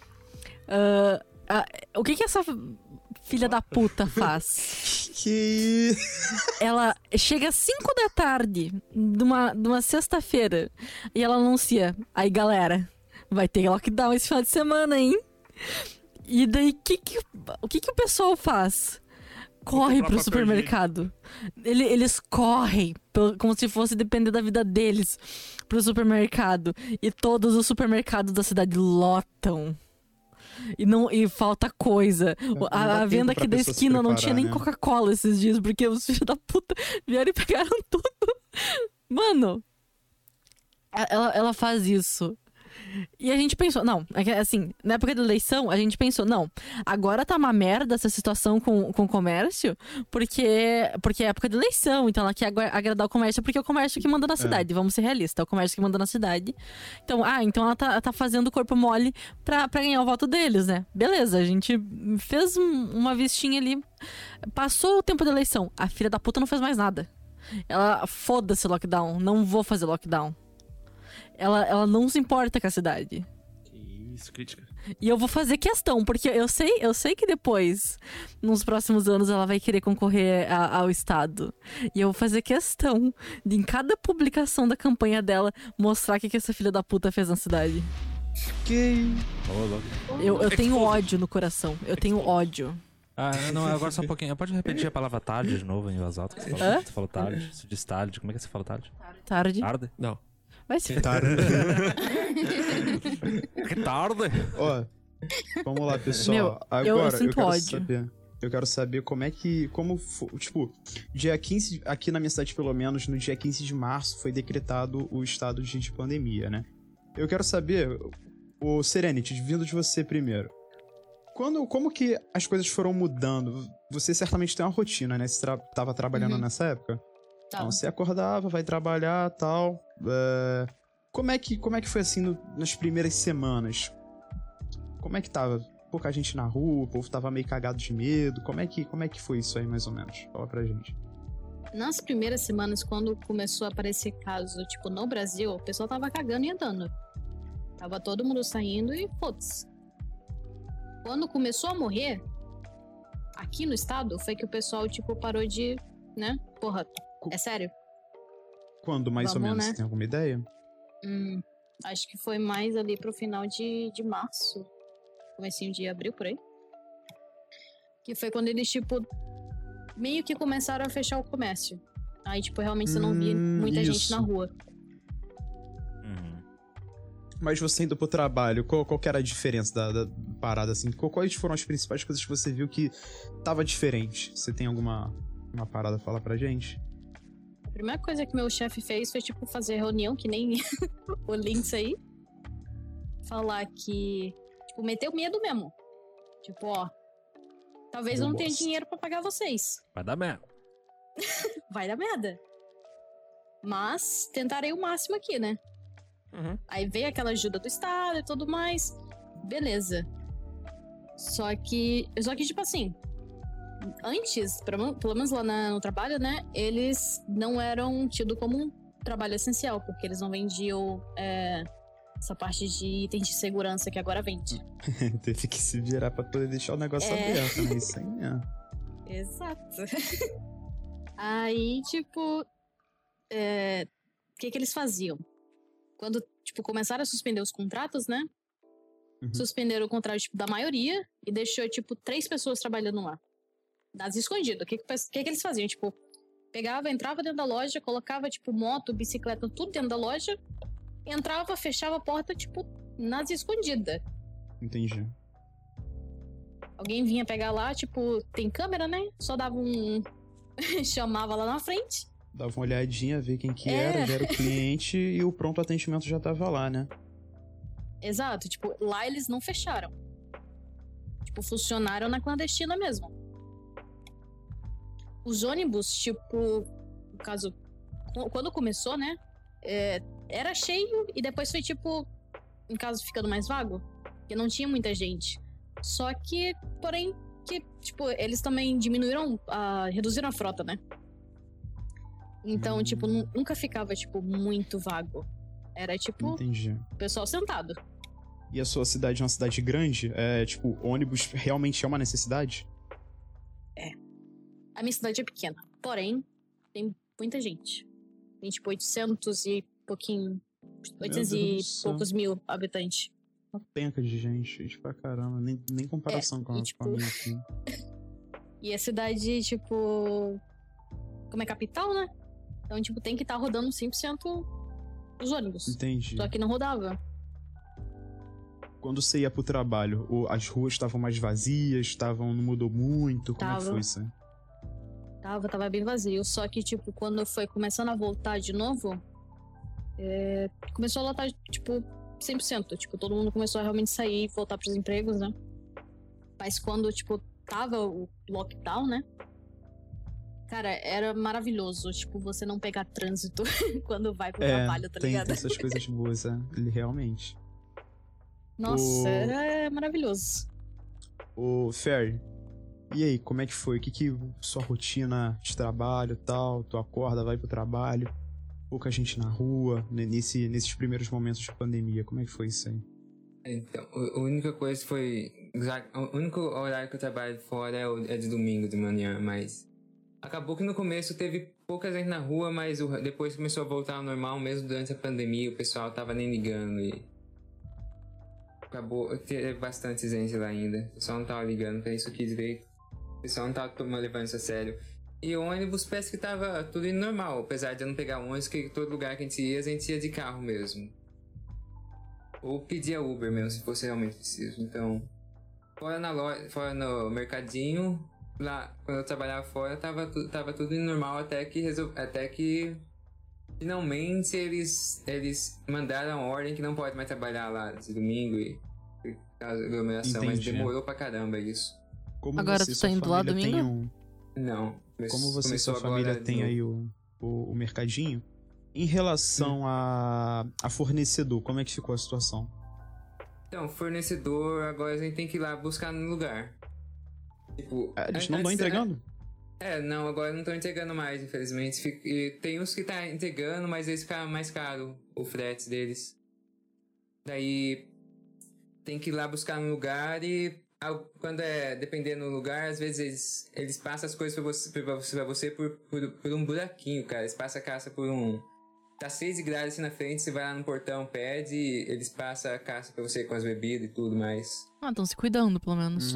O que essa filha da puta faz? Ela chega às 5 da tarde de uma sexta-feira e ela anuncia: aí galera, vai ter lockdown esse final de semana, hein? E daí, o que o pessoal faz? Corre pro papel supermercado. Eles correm, como se fosse depender da vida deles, pro supermercado. E todos os supermercados da cidade lotam. E falta coisa. A venda aqui da esquina não tinha nem Coca-Cola esses dias, porque os filhos da puta vieram e pegaram tudo. Mano, ela faz isso. E a gente pensou, não, assim, na época da eleição, a gente pensou, não, agora tá uma merda essa situação com o comércio, porque é época de eleição, então ela quer agradar o comércio, porque é o comércio que manda na cidade, vamos ser realistas, é o comércio que manda na cidade. Então, então ela tá fazendo o corpo mole pra ganhar o voto deles, né? Beleza, a gente fez uma vistinha ali, passou o tempo da eleição, a filha da puta não fez mais nada. Ela, foda-se lockdown, não vou fazer lockdown. Ela não se importa com a cidade. Isso, crítica. E eu vou fazer questão, porque eu sei que depois, nos próximos anos, ela vai querer concorrer ao Estado. E eu vou fazer questão de, em cada publicação da campanha dela, mostrar o que essa filha da puta fez na cidade. Eu tenho ódio no coração. Eu tenho ódio. Não, agora só um pouquinho. Pode repetir a palavra tarde de novo em voz alta? Você falou tarde. Você disse tarde. Como é que você fala tarde? Tarde. Tarde? Não. Vai ser. Tarde. Que tarde? Ó, vamos lá, pessoal. Meu, agora eu sinto quero ódio. saber. Eu quero saber como foi, tipo, dia 15, aqui na minha cidade pelo menos, no dia 15 de março foi decretado o estado de pandemia, né? Eu quero saber, o Serenity, vindo de você primeiro. Como que as coisas foram mudando? Você certamente tem uma rotina, né? Você tava trabalhando nessa época? Então, você acordava, vai trabalhar e tal. Como é que foi assim nas primeiras semanas? Como é que tava? Pouca gente na rua, o povo tava meio cagado de medo. Como é que foi isso aí, mais ou menos? Fala pra gente. Nas primeiras semanas, quando começou a aparecer caso, tipo, no Brasil, o pessoal tava cagando e andando. Tava todo mundo saindo e foda-se. Quando começou a morrer, aqui no estado, foi que o pessoal, tipo, parou de, né? Porra, é sério? Quando, mais ou menos? Né? Tem alguma ideia? Acho que foi mais ali pro final de março. Comecinho de abril, por aí. Que foi quando eles, tipo, meio que começaram a fechar o comércio. Aí, tipo, realmente você não via muita gente na rua. Mas você indo pro trabalho, qual que era a diferença da parada, assim? Quais foram as principais coisas que você viu que tava diferente? Você tem alguma parada a falar pra gente? A primeira coisa que meu chefe fez foi, tipo, fazer reunião, que nem o Lynx aí. Falar que... Tipo, meteu medo mesmo. Tipo, ó... Talvez eu não tenha dinheiro pra pagar vocês. Vai dar merda. Vai dar merda. Mas tentarei o máximo aqui, né? Aí veio aquela ajuda do Estado e tudo mais. Beleza. Só que, tipo assim... Antes, pelo menos lá no trabalho, né? Eles não eram tidos como um trabalho essencial, porque eles não vendiam essa parte de itens de segurança que agora vende. Teve que se virar pra poder deixar o negócio aberto, né? Isso aí mesmo. Exato. Aí, tipo... O que eles faziam? Quando, tipo, começaram a suspender os contratos, né? Suspenderam o contrato, tipo, da maioria e deixou, tipo, 3 pessoas trabalhando lá. Das escondidas. O que eles faziam? Tipo, pegava, entrava dentro da loja, colocava, tipo, moto, bicicleta, tudo dentro da loja, entrava, fechava a porta, tipo, nas escondidas. Entendi. Alguém vinha pegar lá, tipo, tem câmera, né? Só dava chamava lá na frente. Dava uma olhadinha, ver quem que era, já era o cliente e o pronto atendimento já tava lá, né? Exato. Tipo, lá eles não fecharam. Tipo, funcionaram na clandestina mesmo. Os ônibus, tipo, no caso, quando começou, né? Era cheio e depois foi, tipo, no caso, ficando mais vago. Porque não tinha muita gente. Só que, porém, tipo, eles também reduziram a frota, né? Então, tipo, nunca ficava, tipo, muito vago. Era, tipo, Entendi. o pessoal sentado. E a sua cidade é uma cidade grande? Tipo, ônibus realmente é uma necessidade? A minha cidade é pequena. Porém, tem muita gente. Tem, tipo, 800 e pouquinho... 800 e poucos mil habitantes. uma penca de gente pra caramba. Nem comparação com a minha aqui. E a cidade, tipo... Como é capital, né? Então, tipo, tem que estar rodando 100% os ônibus. Entendi. Só que não rodava. Quando você ia pro trabalho, as ruas estavam mais vazias, não mudou muito? Como é que foi isso aí? Tava bem vazio. Só que, tipo, quando foi começando a voltar de novo, começou a lotar, tipo, 100%. Tipo, todo mundo começou a realmente sair e voltar pros empregos, né? Mas quando, tipo, tava o lockdown, né? Cara, era maravilhoso. Tipo, você não pegar trânsito quando vai pro trabalho, tá ligado? Tem essas coisas boas, realmente. Nossa, era maravilhoso. Ô, Ferry, e aí, como é que foi? O que sua rotina de trabalho e tal? Tu acorda, vai pro trabalho, pouca gente na rua, nesses primeiros momentos de pandemia, como é que foi isso aí? Então, a única coisa foi... O único horário que eu trabalho fora é de domingo de manhã, mas... Acabou que no começo teve pouca gente na rua, mas depois começou a voltar ao normal, mesmo durante a pandemia, o pessoal tava nem ligando e... Acabou, teve bastante gente lá ainda, o pessoal não tava ligando pra isso aqui direito, o pessoal não tava levando isso a sério. E o ônibus parece que tava tudo indo normal, apesar de eu não pegar ônibus, que todo lugar que a gente ia de carro mesmo. Ou pedia Uber mesmo, se fosse realmente preciso. Então, fora na loja, fora no mercadinho, lá, quando eu trabalhava fora, tava tudo indo normal até que finalmente eles mandaram a ordem que não pode mais trabalhar lá de domingo e por causa da aglomeração, mas demorou pra caramba isso. Como agora você tá indo lá domingo? Não. Como você e sua família tem aí o mercadinho, em relação a fornecedor, como é que ficou a situação? Então, fornecedor, agora a gente tem que ir lá buscar no lugar. Tipo, eles não estão entregando? Não, agora não estão entregando mais, infelizmente. Tem uns que tá entregando, mas eles ficaram mais caro o frete deles. Daí tem que ir lá buscar no lugar e quando dependendo do lugar, às vezes eles passam as coisas pra você por um buraquinho, cara. Eles passam a caça por um... Tá 6 graus assim na frente, você vai lá no portão, pede, eles passam a caça pra você com as bebidas e tudo mais. Estão se cuidando, pelo menos.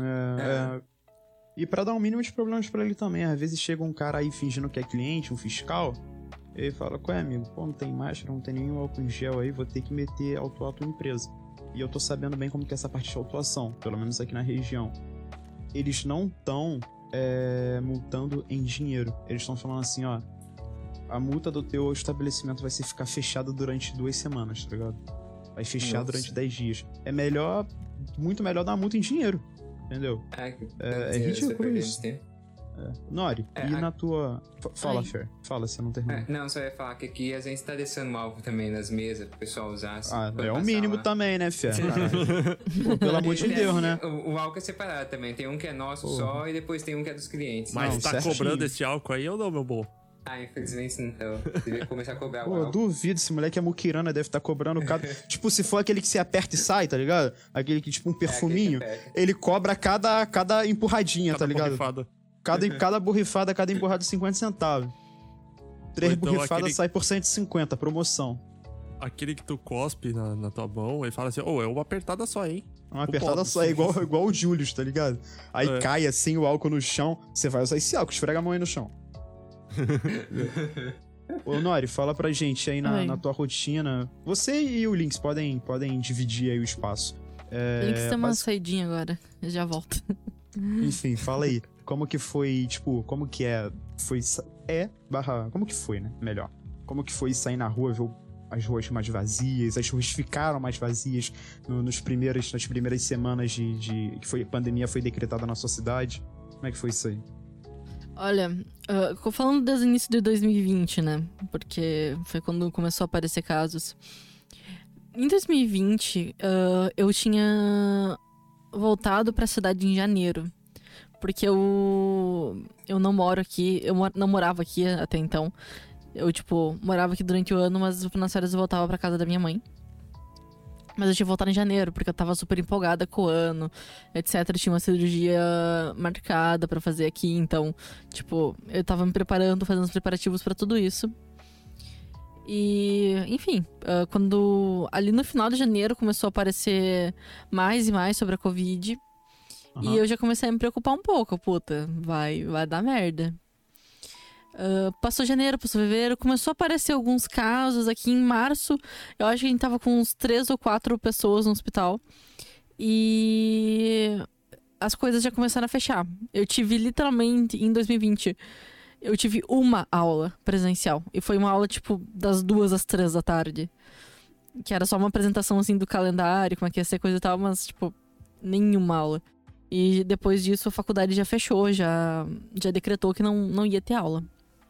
E pra dar um mínimo de problemas pra ele também, às vezes chega um cara aí fingindo que é cliente, um fiscal, e ele fala, qual é, amigo? Pô, não tem máscara, não tem nenhum álcool em gel aí, vou ter que autuar a tua empresa. E eu tô sabendo bem como que é essa parte de autuação, pelo menos aqui na região. Eles não estão multando em dinheiro. Eles estão falando assim, ó, a multa do teu estabelecimento vai ficar fechada durante 2 semanas, tá ligado? Vai fechar durante 10 dias. É melhor, muito melhor dar uma multa em dinheiro, entendeu? É ridículo isso. Nori, na tua... Fala, Fer. Fala, você não terminou. Não, só ia falar que aqui a gente tá deixando um álcool também nas mesas pro pessoal usar. Assim, é o mínimo lá. Também, né, Fer? Pô, pelo amor de Deus, né? O álcool é separado também. Tem um que é nosso só e depois tem um que é dos clientes. Mas não, tá cobrando esse álcool aí ou não, meu bom? Infelizmente não. Devia começar a cobrar o álcool. álcool. Duvido, esse moleque é muquirana, deve estar cobrando cada... Tipo, se for aquele que se aperta e sai, tá ligado? Aquele que, tipo, um perfuminho, ele cobra cada empurradinha, tá ligado? Borrifada. Cada borrifada, cada empurrada 50 centavos. 3 então borrifadas sai por 150, promoção. Aquele que tu cospe na tua mão, ele fala assim, é uma apertada só, hein? Uma apertada só, é igual o Julius, tá ligado? Aí cai assim o álcool no chão, você vai usar esse álcool, esfrega a mão aí no chão. Ô, Nori, fala pra gente aí na tua rotina. Você e o Lynx podem dividir aí o espaço. O Lynx tem uma saidinha agora, eu já volto. Enfim, fala aí. Como que foi, tipo, como que como que foi, né? Melhor. Como que foi sair na rua, ver as ruas mais vazias, as ruas ficaram mais vazias nas primeiras semanas que a pandemia foi decretada na sua cidade? Como é que foi isso aí? Olha, falando desde o início de 2020, né? Porque foi quando começou a aparecer casos. Em 2020, eu tinha voltado pra cidade em janeiro. Porque eu não moro aqui, não morava aqui até então. Eu, morava aqui durante o ano, mas nas férias eu voltava pra casa da minha mãe. Mas eu tinha voltado em janeiro, porque eu tava super empolgada com o ano, etc. Tinha uma cirurgia marcada pra fazer aqui, então, eu tava me preparando, fazendo os preparativos pra tudo isso. E, enfim, quando ali no final de janeiro começou a aparecer mais e mais sobre a Covid. E eu já comecei a me preocupar um pouco. Puta, vai dar merda. Passou janeiro, passou fevereiro, começou a aparecer alguns casos aqui em março. Eu acho que a gente tava com uns 3 ou 4 pessoas no hospital. E as coisas já começaram a fechar. Eu tive literalmente, em 2020, eu tive uma aula presencial. E foi uma aula, tipo, das 2 às 3 da tarde. Que era só uma apresentação, assim, do calendário, como é que ia ser coisa e tal, mas, tipo, nenhuma aula. E depois disso a faculdade já fechou, já decretou que não ia ter aula.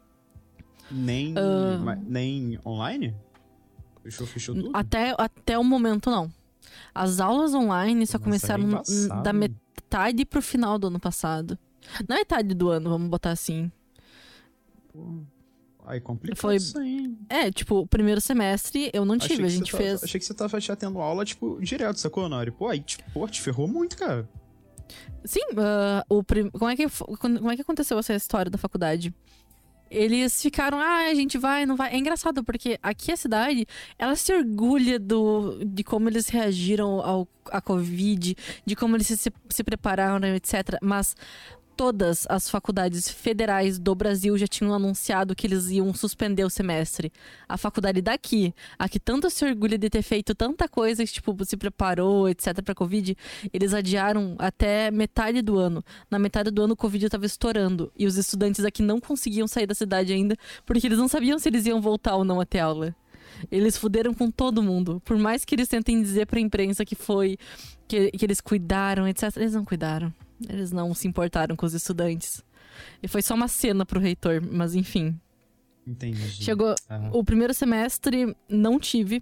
Nem online? Fechou tudo? Até o momento, não. As aulas online só começaram da metade pro final do ano passado. Na metade do ano, vamos botar assim. Pô, aí complicado Foi... isso aí. Tipo, o primeiro semestre eu não tive, a gente fez... Achei que você tava já tendo aula, tipo, direto, sacou, Nori? Pô, aí, tipo, te ferrou muito, cara. Sim, como é que aconteceu essa história da faculdade? Eles ficaram, a gente vai, não vai. É engraçado, porque aqui a cidade, ela se orgulha de como eles reagiram à Covid, de como eles se prepararam, etc. Mas todas as faculdades federais do Brasil já tinham anunciado que eles iam suspender o semestre. A faculdade daqui, a que tanto se orgulha de ter feito tanta coisa, que tipo, se preparou, etc, pra Covid, eles adiaram até metade do ano. Na metade do ano, o Covid estava estourando. E os estudantes aqui não conseguiam sair da cidade ainda, porque eles não sabiam se eles iam voltar ou não até aula. Eles fuderam com todo mundo. Por mais que eles tentem dizer pra imprensa que eles cuidaram, etc, eles não cuidaram. Eles não se importaram com os estudantes. E foi só uma cena pro reitor, mas enfim. Entendi. Chegou o primeiro semestre, não tive.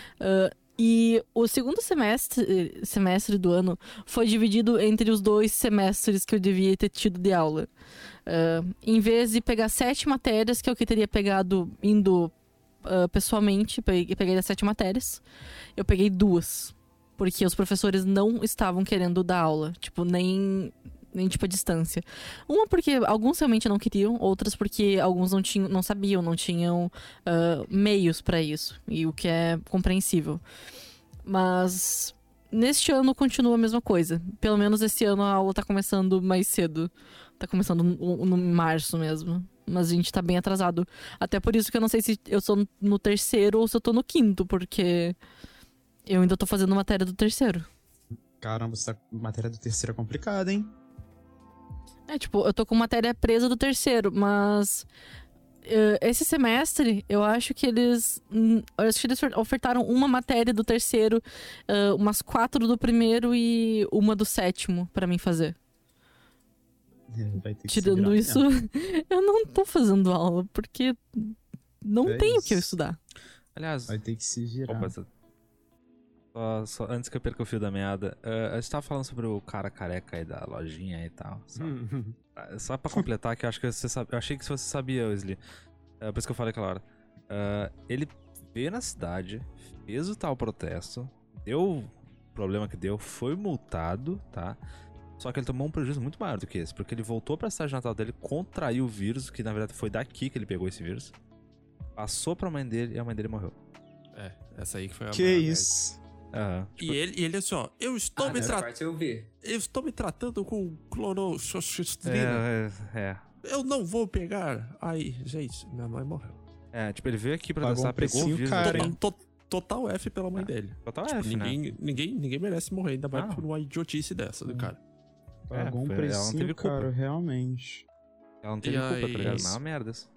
E o segundo semestre do ano foi dividido entre os 2 semestres que eu devia ter tido de aula. Em vez de pegar 7 matérias, que é o que eu teria pegado indo pessoalmente, peguei as 7 matérias, eu peguei 2. Porque os professores não estavam querendo dar aula. Tipo, nem tipo a distância. Uma porque alguns realmente não queriam. Outras porque alguns não sabiam, não tinham meios pra isso. E o que é compreensível. Mas neste ano continua a mesma coisa. Pelo menos esse ano a aula tá começando mais cedo. Tá começando no março mesmo. Mas a gente tá bem atrasado. Até por isso que eu não sei se eu sou no 3º ou se eu tô no 5º. Porque... eu ainda tô fazendo matéria do 3º. Caramba, essa matéria do 3º é complicada, hein? Tipo, eu tô com matéria presa do 3º, mas... esse semestre, eu acho que eles ofertaram uma matéria do 3º, umas 4 do 1º e uma do 7º pra mim fazer. Vai ter que Tirando isso, eu não tô fazendo aula, porque não tenho o que eu estudar. Aliás... vai ter que se virar. Opa, só antes que eu perca o fio da meada, a gente tava falando sobre o cara careca aí da lojinha e tal. Só pra completar, que eu acho que você sabe. Eu achei que você sabia, Wesley. Por isso que eu falei aquela hora. Ele veio na cidade, fez o tal protesto, deu o problema que deu, foi multado, tá? Só que ele tomou um prejuízo muito maior do que esse, porque ele voltou pra cidade natal dele, contraiu o vírus, que na verdade foi daqui que ele pegou esse vírus, passou pra mãe dele e a mãe dele morreu. Essa aí que foi a que isso? Tipo... E ele assim, ó, eu estou me tratando com cloroxostrina. Eu não vou pegar. Aí, gente, minha mãe morreu. Tipo, ele veio aqui pra pagou testar, pegou o vírus. Cara, total F pela mãe dele. Total tipo, F, ninguém merece morrer, ainda mais por uma idiotice dessa do cara. Pagou um precinho, cara, realmente. Ela não teve culpa, tá ligado? Não é uma merda isso.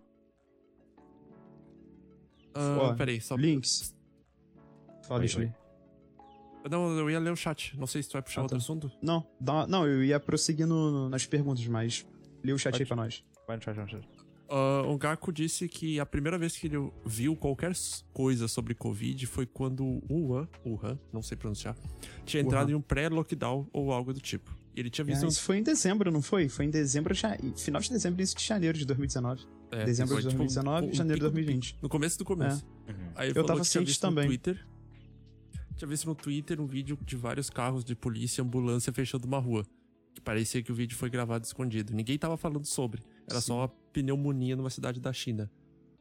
Peraí, só... Links. Fala isso aí. Não, eu ia ler o chat. Não sei se tu vai puxar outro assunto. Não, eu ia prosseguir nas perguntas, mas lê o chat aí pra nós. Vai no chat. O Gaku disse que a primeira vez que ele viu qualquer coisa sobre Covid foi quando o Wuhan, não sei pronunciar, tinha entrado em um pré-lockdown ou algo do tipo. E ele tinha visto... Isso foi em dezembro, não foi? Foi em dezembro, final de dezembro, início de janeiro de 2019. Dezembro de 2019 e janeiro de 2020. No começo do começo. Aí ele eu tava ciente também. Tinha visto no Twitter um vídeo de vários carros de polícia e ambulância fechando uma rua. Que parecia que o vídeo foi gravado escondido. Ninguém tava falando sobre. Era só uma pneumonia numa cidade da China.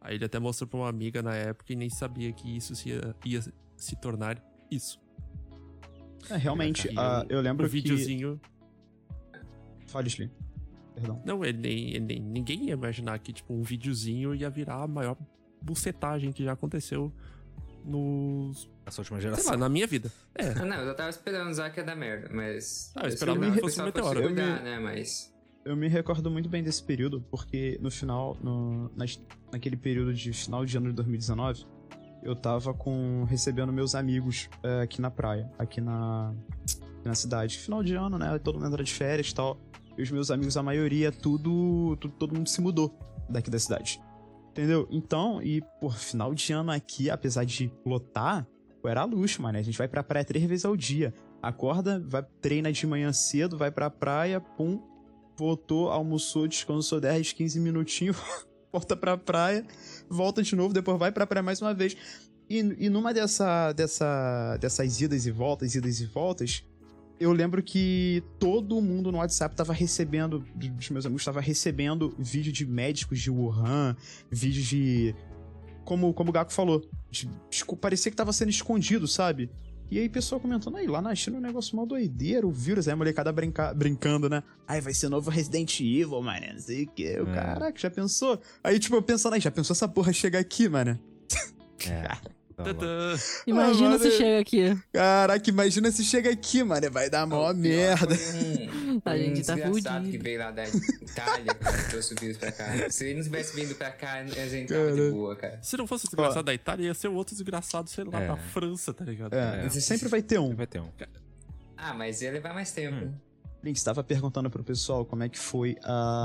Aí ele até mostrou pra uma amiga na época e nem sabia que isso ia se tornar isso. Realmente, E eu lembro o videozinho... Fale, Slim. Perdão. Não, ninguém ia imaginar que, tipo, um videozinho ia virar a maior bucetagem que já aconteceu Essa última sei geração. lá, na minha vida. Não, eu já tava esperando usar que ia dar merda, mas... Eu esperava que fosse um meteoro. Cuidar, né, mas... Eu me recordo muito bem desse período, porque no final, naquele período de final de ano de 2019, eu tava recebendo meus amigos aqui na praia, aqui na cidade. Final de ano, né? Todo mundo entra de férias e tal. E os meus amigos, a maioria, todo mundo se mudou daqui da cidade. Entendeu? Então, final de ano aqui, apesar de lotar, era luxo, mano. A gente vai pra praia 3 vezes ao dia. Acorda, treina de manhã cedo, vai pra praia, pum, voltou, almoçou, descansou 10, 15 minutinhos, volta pra praia, volta de novo, depois vai pra praia mais uma vez. E numa dessas idas e voltas, eu lembro que todo mundo no WhatsApp tava recebendo, dos meus amigos, tava recebendo vídeo de médicos de Wuhan, vídeo de... Como o Gaku falou, parecia que tava sendo escondido, sabe? E aí, pessoal comentando, aí, lá na China é um negócio mal doideiro, o vírus, aí a molecada brincando, né? Aí vai ser novo Resident Evil, mano, não sei o que. Caraca, já pensou? Aí, tipo, eu pensando, aí, já pensou essa porra chegar aqui, mano? Imagina se chega aqui. Caraca, imagina se chega aqui, mano. Vai dar mó merda. A gente tá desgraçado fudido. que veio lá da Itália, cara, trouxe o vírus pra cá. Se ele não tivesse vindo pra cá, a gente tava de boa, cara. Se não fosse o desgraçado da Itália, ia ser o outro desgraçado, sei lá, da França, tá ligado? Sempre vai ter um. Vai ter um. Mas ia levar mais tempo. Link, você tava perguntando pro pessoal como é que foi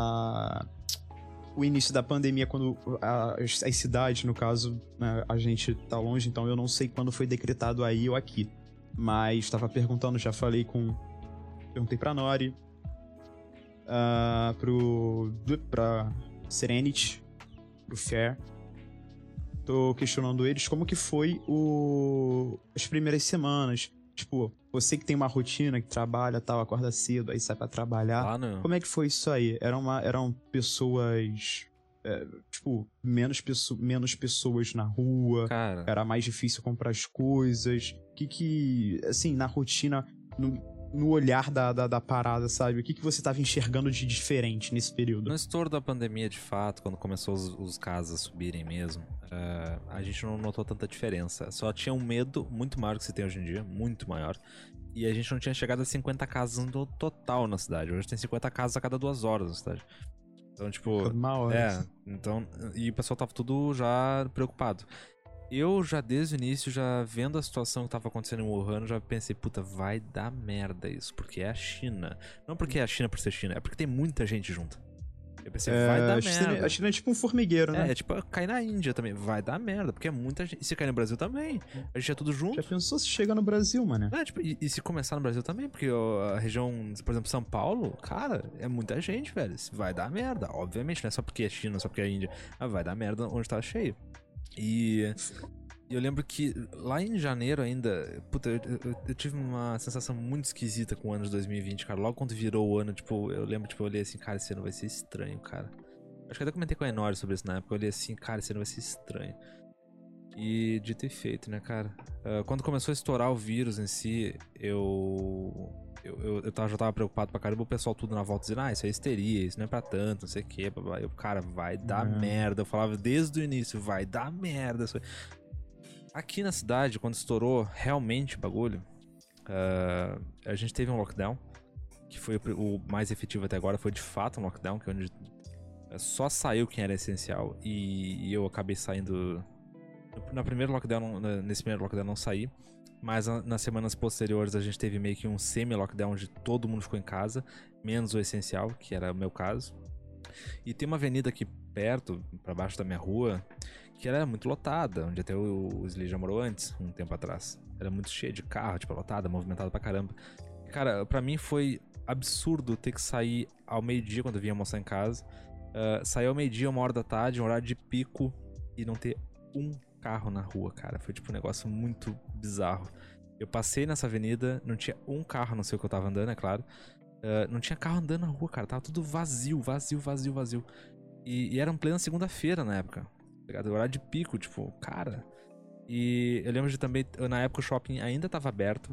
o início da pandemia, quando as cidades, no caso, né, a gente tá longe, então eu não sei quando foi decretado aí ou aqui. Mas tava perguntando, já falei perguntei pra Nori, pra Serenity, pro Fair. Tô questionando eles como que foi as primeiras semanas. Tipo, você que tem uma rotina, que trabalha, tal, acorda cedo, aí sai pra trabalhar. Como é que foi isso aí? Eram pessoas... tipo, menos pessoas na rua? Cara. Era mais difícil comprar as coisas? Assim, na rotina, no olhar da parada, sabe? O que você tava enxergando de diferente nesse período? No estouro da pandemia, de fato, quando começou os casos a subirem mesmo, a gente não notou tanta diferença. Só tinha um medo muito maior que se tem hoje em dia, muito maior. E a gente não tinha chegado a 50 casos no total na cidade. Hoje tem 50 casos a cada 2 horas na cidade. Então, tipo... Uma hora. E o pessoal tava tudo já preocupado. Eu já, desde o início, já vendo a situação que tava acontecendo em Wuhan, já pensei, puta, vai dar merda isso, porque é a China. Não porque é a China por ser China, é porque tem muita gente junto. Eu pensei, vai dar merda. A China é tipo um formigueiro, né? É tipo, cair na Índia também, vai dar merda, porque é muita gente. E se cair no Brasil também, a gente é tudo junto. Já pensou se chega no Brasil, mano? Tipo, e se começar no Brasil também, porque a região, por exemplo, São Paulo, cara, é muita gente, velho. Vai dar merda, obviamente, não é só porque é China, só porque é Índia. Mas vai dar merda onde tá cheio. E eu lembro que lá em janeiro ainda, puta, eu tive uma sensação muito esquisita com o ano de 2020, cara. Logo quando virou o ano, tipo, eu lembro, tipo, eu olhei assim, cara, esse ano vai ser estranho, cara. Acho que até comentei com a Enori sobre isso na época. Eu olhei assim, cara, esse ano vai ser estranho. E dito e feito, né, cara? Quando começou a estourar o vírus em si, eu já tava preocupado pra caramba. O pessoal tudo na volta dizendo, isso é histeria, isso não é pra tanto, não sei o que. Eu, cara, vai dar merda. Eu falava desde o início, vai dar merda. Aqui na cidade, quando estourou realmente o bagulho, a gente teve um lockdown, que foi o mais efetivo até agora. Foi de fato um lockdown, que é onde só saiu quem era essencial. E eu acabei saindo... Nesse primeiro lockdown não saí. Mas nas semanas posteriores a gente teve meio que um semi-lockdown, onde todo mundo ficou em casa, menos o essencial, que era o meu caso. E tem uma avenida aqui perto, pra baixo da minha rua, que era muito lotada, onde até o Sli já morou antes, um tempo atrás. Era muito cheia de carro, tipo, lotada, movimentada pra caramba. Cara, pra mim foi absurdo ter que sair ao meio-dia quando eu vinha almoçar em casa. Sair ao meio-dia, 1h da tarde, um horário de pico, e não ter um carro na rua, cara. Foi tipo um negócio muito bizarro. Eu passei nessa avenida, não tinha um carro, não sei o que eu tava andando, é claro. Não tinha carro andando na rua, cara. Tava tudo vazio. E era em plena segunda-feira na época. ligado? Horário de pico, tipo, cara. E eu lembro de também, na época o shopping ainda tava aberto.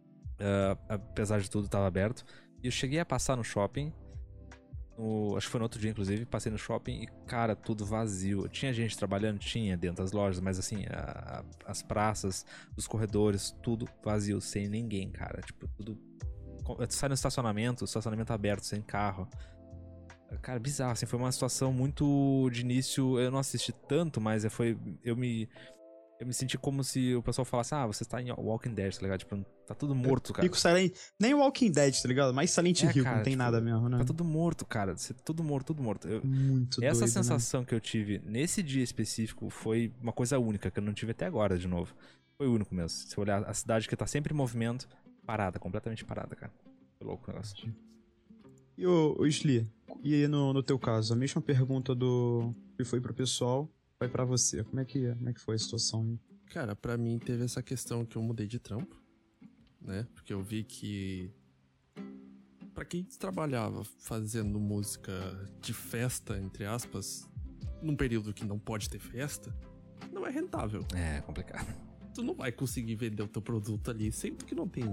Apesar de tudo, tava aberto. E eu cheguei a passar no shopping. Acho que foi no outro dia, inclusive. Passei no shopping e, cara, tudo vazio. Tinha gente trabalhando? Tinha dentro das lojas, mas assim, as praças, os corredores, tudo vazio, sem ninguém, cara. Tipo, tudo. Sai no estacionamento aberto, sem carro. Cara, bizarro, assim, foi uma situação muito de início. Eu não assisti tanto, mas eu me senti como se o pessoal falasse, você tá em Walking Dead, tá ligado? Tipo, tá tudo morto, cara. Pico Silent... Nem Walking Dead, tá ligado? Mais Silent Hill, cara, não tem tipo, nada mesmo, né? Tá tudo morto, cara. Tudo morto. Muito Essa doido, sensação que eu tive nesse dia específico foi uma coisa única, que eu não tive até agora, de novo. Foi o único mesmo. Se você olhar a cidade que tá sempre em movimento, parada, completamente parada, cara. Foi louco o negócio. E o Sli, e no teu caso, a mesma pergunta que foi pro pessoal, vai pra você. Como é que foi a situação aí? Cara, pra mim teve essa questão que eu mudei de trampo, né? Porque eu vi que pra quem trabalhava fazendo música de festa, entre aspas, num período que não pode ter festa, não é rentável. É complicado. Tu não vai conseguir vender o teu produto ali, sempre que não tem.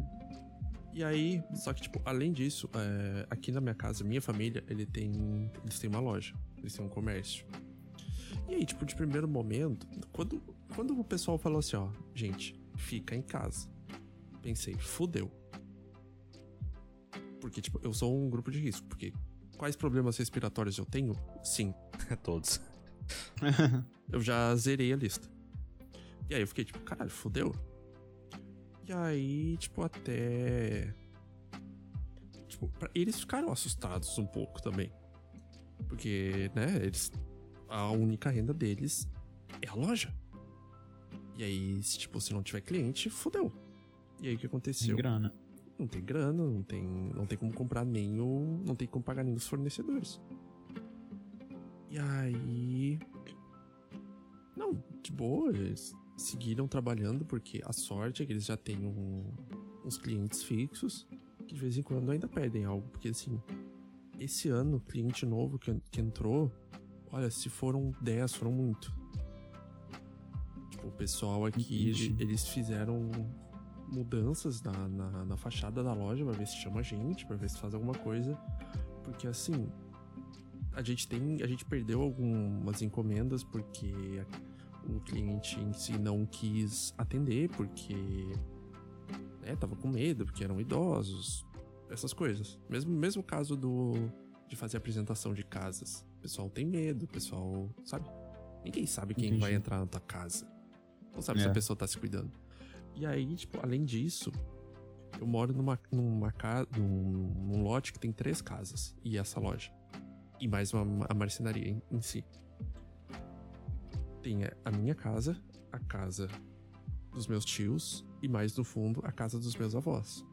E aí, só que, tipo, além disso, aqui na minha casa, minha família, eles têm uma loja, eles têm um comércio. E aí, tipo, de primeiro momento, quando o pessoal falou assim, gente, fica em casa, pensei, fudeu. Porque, tipo, eu sou um grupo de risco, porque quais problemas respiratórios eu tenho? Sim. Todos. Eu já zerei a lista. E aí eu fiquei, tipo, caralho, fudeu. E aí, tipo, até... Tipo, eles ficaram assustados um pouco também. Porque, né, a única renda deles é a loja. E aí, se não tiver cliente, fudeu. E aí, o que aconteceu? Tem grana. Não tem grana, não tem como comprar não tem como pagar nem os fornecedores. E aí... Não, de boa, eles seguiram trabalhando, porque a sorte é que eles já têm uns clientes fixos que de vez em quando ainda pedem algo. Porque assim, esse ano, cliente novo que entrou, olha, se foram 10, foram muito. Tipo, o pessoal aqui, eles fizeram mudanças na fachada da loja pra ver se chama a gente, pra ver se faz alguma coisa. Porque assim, a gente perdeu algumas encomendas porque o cliente em si não quis atender, porque tava com medo, porque eram idosos, essas coisas. Mesmo caso de fazer apresentação de casas. O pessoal tem medo, o pessoal, sabe? Ninguém sabe quem vai entrar na tua casa. Não sabe se a pessoa tá se cuidando. E aí, tipo, além disso, eu moro num lote que tem 3 casas. E essa loja. E mais a marcenaria em si. Tem a minha casa, a casa dos meus tios e mais no fundo a casa dos meus avós.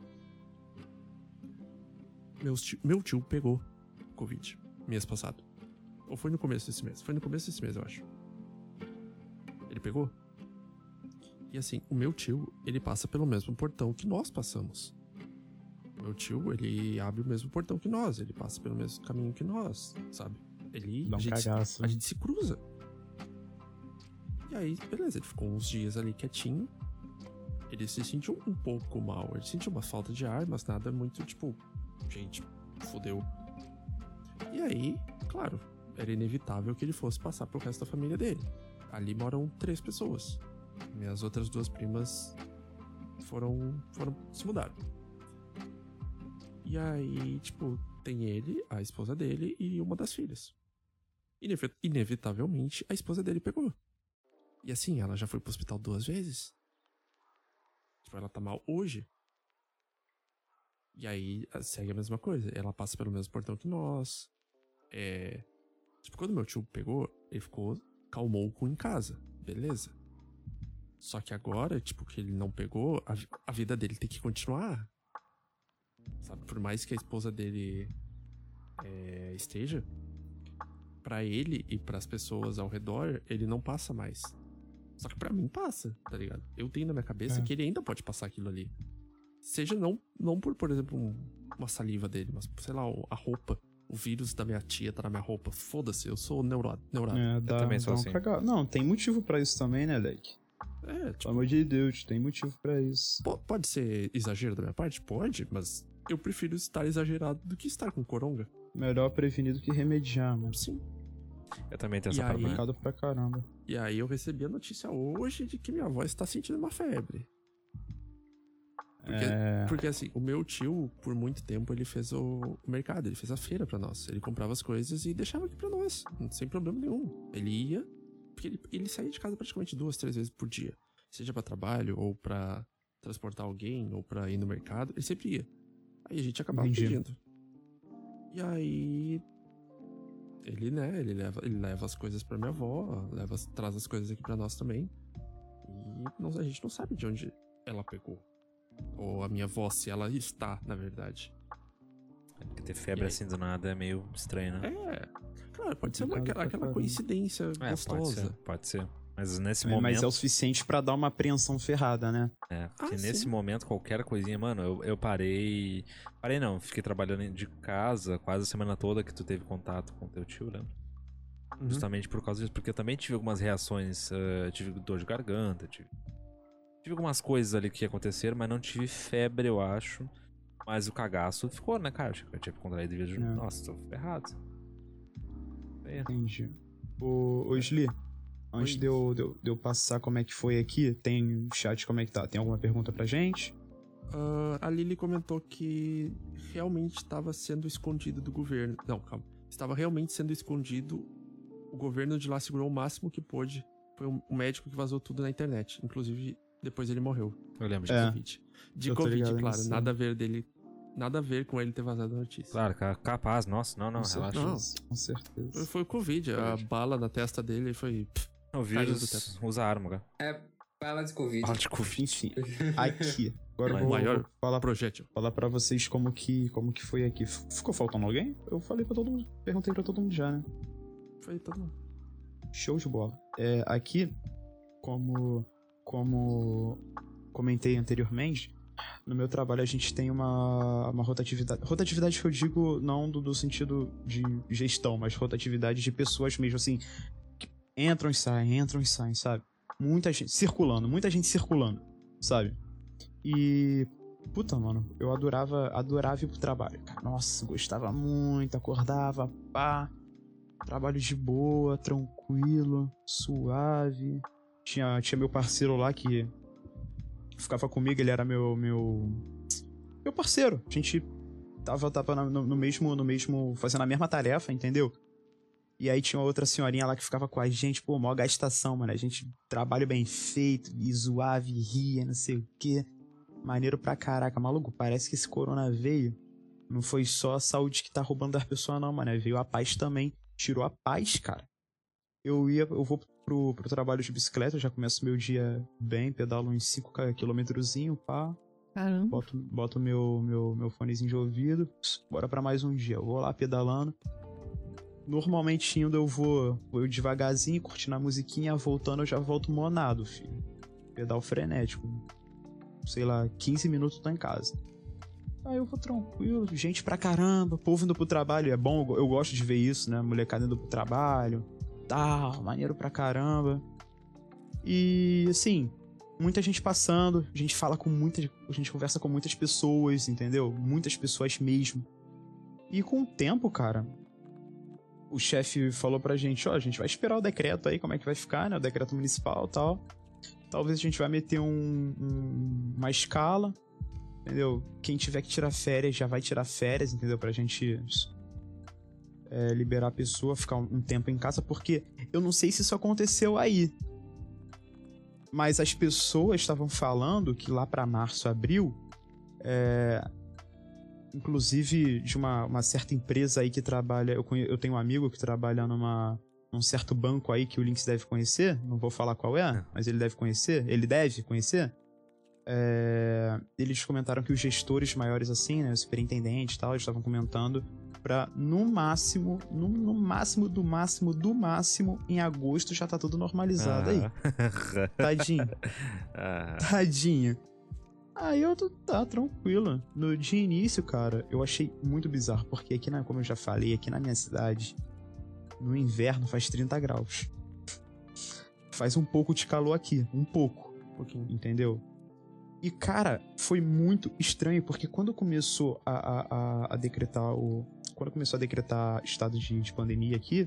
Meu tio pegou Covid mês passado. Ou foi no começo desse mês? Foi no começo desse mês, eu acho. Ele pegou? E assim, o meu tio, ele passa pelo mesmo portão que nós passamos. Meu tio, ele abre o mesmo portão que nós, ele passa pelo mesmo caminho que nós, sabe? A gente se cruza. E aí, beleza, ele ficou uns dias ali quietinho. Ele se sentiu um pouco mal. Ele sentiu uma falta de ar, mas nada muito, tipo... Gente, fodeu. E aí, claro, era inevitável que ele fosse passar pro resto da família dele. Ali moram 3 pessoas. Minhas outras 2 primas se mudaram. E aí, tipo, tem ele, a esposa dele e uma das filhas. Inevitavelmente, a esposa dele pegou. E assim, ela já foi pro hospital 2 vezes. Tipo, ela tá mal hoje. E aí, segue a mesma coisa. Ela passa pelo mesmo portão que nós. Tipo, quando meu tio pegou, ele calmou o cu em casa. Beleza. Só que agora, tipo, que ele não pegou, a vida dele tem que continuar. Sabe? Por mais que a esposa dele esteja, pra ele e pras pessoas ao redor, ele não passa mais. Só que pra mim passa, tá ligado? Eu tenho na minha cabeça que ele ainda pode passar aquilo ali. Seja não por exemplo, uma saliva dele, mas, sei lá, a roupa. o vírus da minha tia tá na minha roupa. Foda-se, eu sou neurado. Eu também sou assim. Não, tem motivo pra isso também, né, Leque? Pelo amor de Deus, tem motivo pra isso. Pode ser exagero da minha parte? Pode, mas eu prefiro estar exagerado do que estar com coronga. Melhor prevenir do que remediar, mano. Sim. Eu também tenho essa parada. Pra caramba. E aí eu recebi a notícia hoje de que minha avó está sentindo uma febre. Porque assim, o meu tio, por muito tempo, ele fez o mercado, ele fez a feira pra nós. Ele comprava as coisas e deixava aqui pra nós, sem problema nenhum. Ele ia, porque ele saía de casa praticamente 2, 3 vezes por dia. Seja pra trabalho, ou pra transportar alguém, ou pra ir no mercado, ele sempre ia. Aí a gente acabava pedindo. E aí... Ele leva as coisas pra minha avó, traz as coisas aqui pra nós também. E a gente não sabe de onde ela pegou. Ou a minha avó, se ela está, na verdade. Porque ter febre assim do nada é meio estranho, né? Claro, pode ser aquela coincidência gostosa. Pode ser. Mas nesse momento... Mas é o suficiente pra dar uma apreensão ferrada, né? Porque nesse momento, qualquer coisinha... Mano, eu parei... Parei não, fiquei trabalhando de casa quase a semana toda que tu teve contato com teu tio, lembra? Justamente por causa disso. Porque eu também tive algumas reações. Tive dor de garganta, tive algumas coisas ali que aconteceram, mas não tive febre, eu acho. Mas o cagaço ficou, né, cara? Eu tinha contraído vírus. Nossa, tô ferrado. Entendi. Ô Sli, antes de eu passar como é que foi aqui, tem chat como é que tá? Tem alguma pergunta pra gente? A Lili comentou que realmente estava sendo escondido do governo. Não, calma. Estava realmente sendo escondido. O governo de lá segurou o máximo que pôde. Foi um médico que vazou tudo na internet. Inclusive, depois ele morreu. Eu lembro de Covid. De Covid, claro. Nada a ver com ele ter vazado a notícia. Claro, capaz. Nossa, não, relaxa. Não, com certeza. Foi o Covid. A bala na testa dele foi... O vírus usa arma, cara. Bala de Covid. Enfim, aqui. Agora eu vou maior projétil. Falar pra vocês como que foi aqui. Ficou faltando alguém? Eu falei pra todo mundo. Perguntei pra todo mundo já, né? Foi todo mundo. Show de bola. Aqui, como comentei anteriormente, no meu trabalho a gente tem uma rotatividade. Rotatividade que eu digo não do sentido de gestão, mas rotatividade de pessoas mesmo, assim, que entram e saem, sabe? Muita gente circulando, sabe? E... Puta, mano, eu adorava ir pro trabalho, cara. Nossa, gostava muito, acordava, pá. Trabalho de boa, tranquilo, suave. Tinha meu parceiro lá que ficava comigo, ele era meu parceiro. A gente tava no mesmo, fazendo a mesma tarefa, entendeu? E aí tinha outra senhorinha lá que ficava com a gente, pô, maior gastação, mano. A gente, trabalho bem feito, e zoava, e ria, não sei o quê. Maneiro pra caraca, maluco. Parece que esse corona veio. Não foi só a saúde que tá roubando das pessoas, não, mano. Veio a paz também. Tirou a paz, cara. Eu vou pro trabalho de bicicleta, eu já começo meu dia bem, pedalo uns 5 km, pá. Caramba. Boto meu fonezinho de ouvido, bora pra mais um dia. Eu vou lá pedalando. Normalmente indo eu vou devagarzinho, curtindo a musiquinha, voltando eu já volto monado, filho. Pedal frenético. Sei lá, 15 minutos eu tô em casa. Aí eu vou tranquilo, gente pra caramba, povo indo pro trabalho, é bom, eu gosto de ver isso, né? Molecada indo pro trabalho, tal, maneiro pra caramba. E, assim, muita gente passando, a gente conversa com muitas pessoas, entendeu? Muitas pessoas mesmo. E com o tempo, cara, o chefe falou pra gente, a gente vai esperar o decreto aí, como é que vai ficar, né? O decreto municipal e tal. Talvez a gente vai meter uma escala, entendeu? Quem tiver que tirar férias já vai tirar férias, entendeu? Pra gente liberar a pessoa, ficar um tempo em casa, porque eu não sei se isso aconteceu aí. Mas as pessoas estavam falando que lá pra março, abril, inclusive de uma certa empresa aí que trabalha, eu tenho um amigo que trabalha num certo banco aí que o Lynx deve conhecer, não vou falar qual mas ele deve conhecer, eles comentaram que os gestores maiores assim, né, o superintendente e tal, eles estavam comentando pra no máximo, em agosto já tá tudo normalizado aí. Tadinho. Aí eu tá tranquilo. No de início, cara, eu achei muito bizarro, porque aqui, como eu já falei, aqui na minha cidade, no inverno faz 30 graus. Faz um pouco de calor aqui, um pouquinho, entendeu? E, cara, foi muito estranho, porque quando começou a decretar Quando começou a decretar estado de pandemia aqui,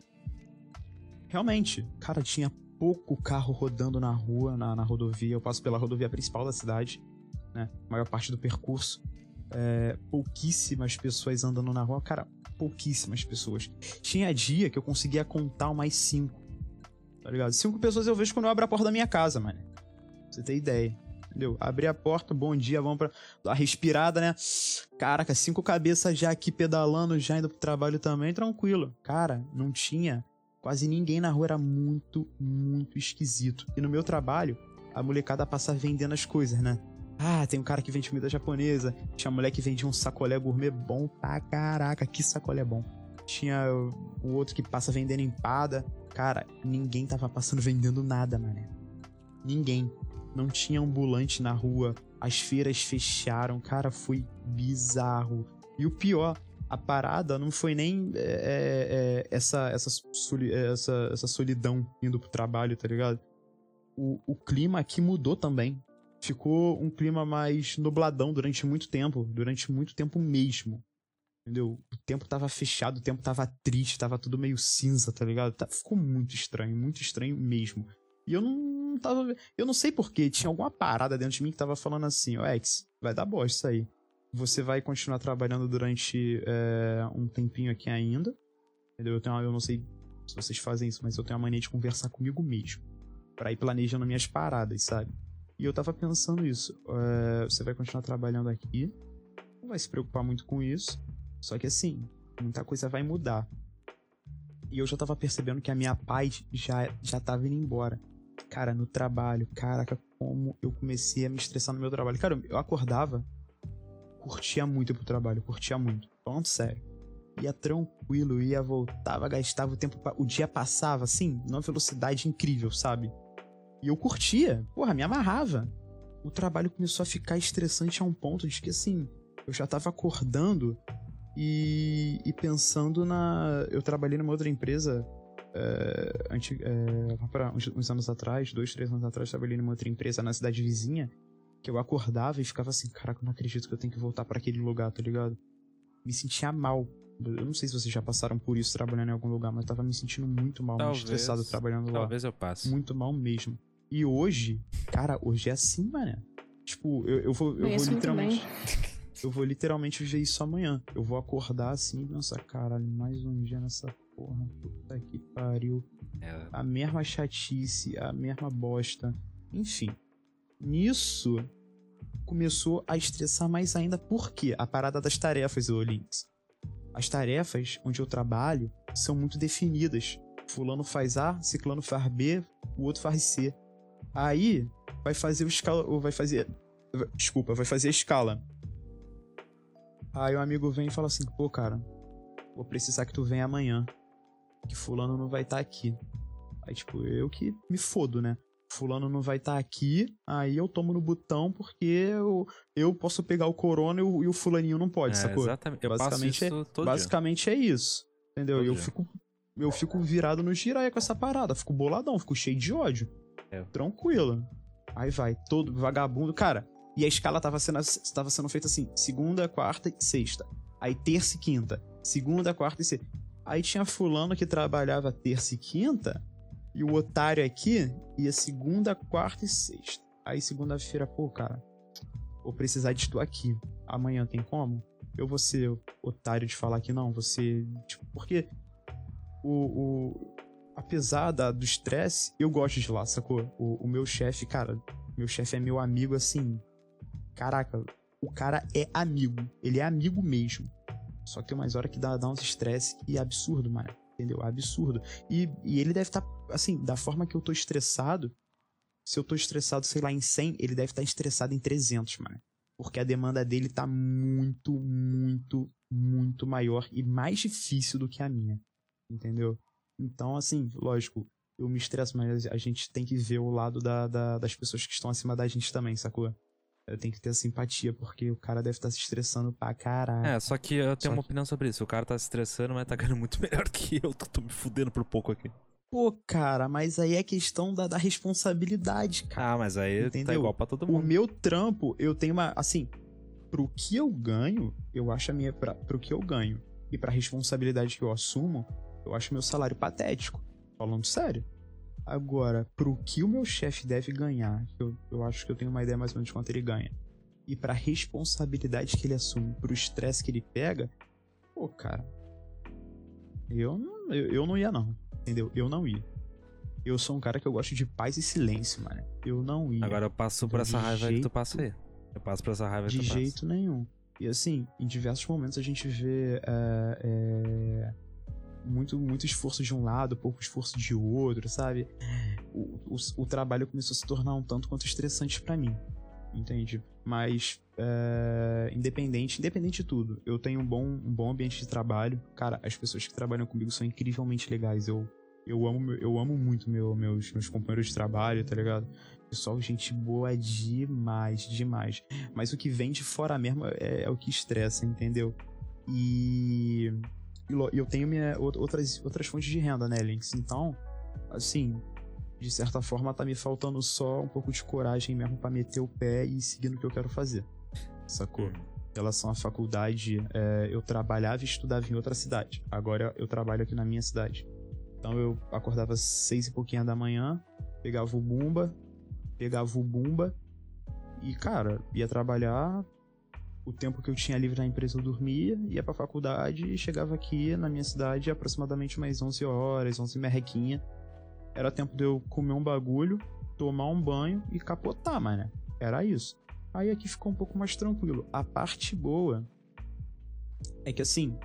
realmente, cara, tinha pouco carro rodando na rua, na rodovia. Eu passo pela rodovia principal da cidade, né? A maior parte do percurso. Pouquíssimas pessoas andando na rua. Cara, pouquíssimas pessoas. Tinha dia que eu conseguia contar umas 5. Tá ligado? 5 pessoas eu vejo quando eu abro a porta da minha casa, mano. Pra você ter ideia. Entendeu? Abri a porta, bom dia, vamos pra dar uma respirada, né? Caraca, 5 cabeças já aqui pedalando, já indo pro trabalho também, tranquilo. Cara, não tinha quase ninguém na rua, era muito, muito esquisito. E no meu trabalho, a molecada passa vendendo as coisas, né? Ah, tem um cara que vende comida japonesa, tinha mulher que vendia um sacolé gourmet bom pra caraca, que sacolé bom. Tinha o outro que passa vendendo empada. Cara, ninguém tava passando vendendo nada, mané. Ninguém. Não tinha ambulante na rua, as feiras fecharam, cara, foi bizarro. E o pior, a parada não foi nem essa solidão indo pro trabalho, tá ligado? O clima aqui mudou também. Ficou um clima mais nubladão durante muito tempo mesmo. Entendeu? O tempo tava fechado, o tempo tava triste, tava tudo meio cinza, tá ligado? Ficou muito estranho mesmo. E eu não sei porquê, tinha alguma parada dentro de mim que tava falando assim, X, vai dar bosta isso aí. Você vai continuar trabalhando durante um tempinho aqui ainda, entendeu? Eu não sei se vocês fazem isso, mas eu tenho a mania de conversar comigo mesmo, pra ir planejando minhas paradas, sabe? E eu tava pensando isso, você vai continuar trabalhando aqui, não vai se preocupar muito com isso, só que assim, muita coisa vai mudar. E eu já tava percebendo que a minha paz já tava indo embora. Cara, no trabalho, caraca, como eu comecei a me estressar no meu trabalho. Cara, eu acordava, curtia muito ir pro trabalho, curtia muito. Falando sério. Ia tranquilo, voltava, gastava o tempo, o dia passava, assim, numa velocidade incrível, sabe? E eu curtia, porra, me amarrava. O trabalho começou a ficar estressante a um ponto de que, assim, eu já tava acordando e pensando eu trabalhei numa outra empresa uns anos atrás, 2, 3 anos atrás, trabalhei numa outra empresa na cidade vizinha, que eu acordava e ficava assim, caraca, eu não acredito que eu tenho que voltar pra aquele lugar, tá ligado? Me sentia mal. Eu não sei se vocês já passaram por isso trabalhando em algum lugar, mas eu tava me sentindo muito mal, muito estressado trabalhando lá. Talvez eu passe. Muito mal mesmo. E hoje, cara, hoje é assim, mano. Tipo, eu vou literalmente... Eu vou literalmente ver isso amanhã. Eu vou acordar assim e pensar, caralho, mais um dia nessa porra. Puta que pariu. A mesma chatice, a mesma bosta. Enfim. Nisso, começou a estressar mais ainda. Por quê? A parada das tarefas, Links. As tarefas onde eu trabalho são muito definidas. Fulano faz A, ciclano faz B, o outro faz C. Aí, vai fazer a escala. Aí o amigo vem e fala assim, pô, cara, vou precisar que tu venha amanhã, que fulano não vai estar aqui. Aí, tipo, eu que me fodo, né? Fulano não vai estar aqui, aí eu tomo no botão porque eu posso pegar o corona e o fulaninho não pode, sacou? Exatamente. Basicamente é isso, entendeu? Todo E dia. eu fico virado no giraia com essa parada, fico boladão, fico cheio de ódio. Tranquilo. Aí vai, todo vagabundo, cara... E a escala tava sendo feita assim, segunda, quarta e sexta. Aí terça e quinta. Segunda, quarta e sexta. Aí tinha fulano que trabalhava terça e quinta, e o otário aqui ia segunda, quarta e sexta. Aí segunda-feira, pô, cara, vou precisar de tu aqui. Amanhã tem como? Eu vou ser otário de falar que não, você... Tipo, porque apesar do estresse, eu gosto de lá, sacou? O meu chefe, cara, meu chefe é meu amigo, assim... Caraca, o cara é amigo. Ele é amigo mesmo. Só que tem umas horas que dá uns estresse que é absurdo, mano. Entendeu? É absurdo. E ele deve estar, assim, da forma que eu tô estressado, se eu tô estressado, sei lá, em 100, ele deve estar estressado em 300, mano. Porque a demanda dele tá muito, muito, muito maior e mais difícil do que a minha. Entendeu? Então, assim, lógico, eu me estresso, mas a gente tem que ver o lado das pessoas que estão acima da gente também, sacou? eu tenho que ter simpatia, porque o cara deve estar se estressando pra caralho. Só que eu tenho uma opinião sobre isso. O cara tá se estressando, mas tá ganhando muito melhor que eu. Tô me fudendo por pouco aqui. Pô, cara, mas aí é questão da responsabilidade, cara. Mas aí entendeu? tá igual pra todo mundo. O meu trampo, eu tenho uma, assim, pro que eu ganho, eu acho pro que eu ganho e pra responsabilidade que eu assumo, eu acho meu salário patético. Falando sério. Agora, pro que o meu chefe deve ganhar, eu acho que eu tenho uma ideia mais ou menos de quanto ele ganha, e pra responsabilidade que ele assume, pro estresse que ele pega, pô, cara, eu não ia não, entendeu? Eu não ia. Eu sou um cara que eu gosto de paz e silêncio, mano. Eu não ia. Agora eu passo por essa raiva que tu passa aí. Eu passo por essa raiva que tu passa. De jeito nenhum. E assim, em diversos momentos a gente vê muito esforço de um lado, pouco esforço de outro, sabe? O trabalho começou a se tornar um tanto quanto estressante pra mim, entende? Mas, independente de tudo, eu tenho um bom ambiente de trabalho. Cara, as pessoas que trabalham comigo são incrivelmente legais. Eu amo muito meus companheiros de trabalho, tá ligado? Pessoal, gente boa demais. Mas o que vem de fora mesmo é o que estressa, entendeu? E eu tenho outras fontes de renda, né, Lynx? Então, assim, de certa forma tá me faltando só um pouco de coragem mesmo pra meter o pé e seguir no que eu quero fazer, sacou? Em relação à faculdade, eu trabalhava e estudava em outra cidade. Agora eu trabalho aqui na minha cidade. Então eu acordava às 6 e pouquinho da manhã, pegava o Bumba e, cara, ia trabalhar. O tempo que eu tinha livre na empresa eu dormia, ia pra faculdade e chegava aqui na minha cidade aproximadamente umas 11 horas, 11 merrequinha. Era tempo de eu comer um bagulho, tomar um banho e capotar, mano. Era isso. Aí aqui ficou um pouco mais tranquilo. A parte boa é que, assim,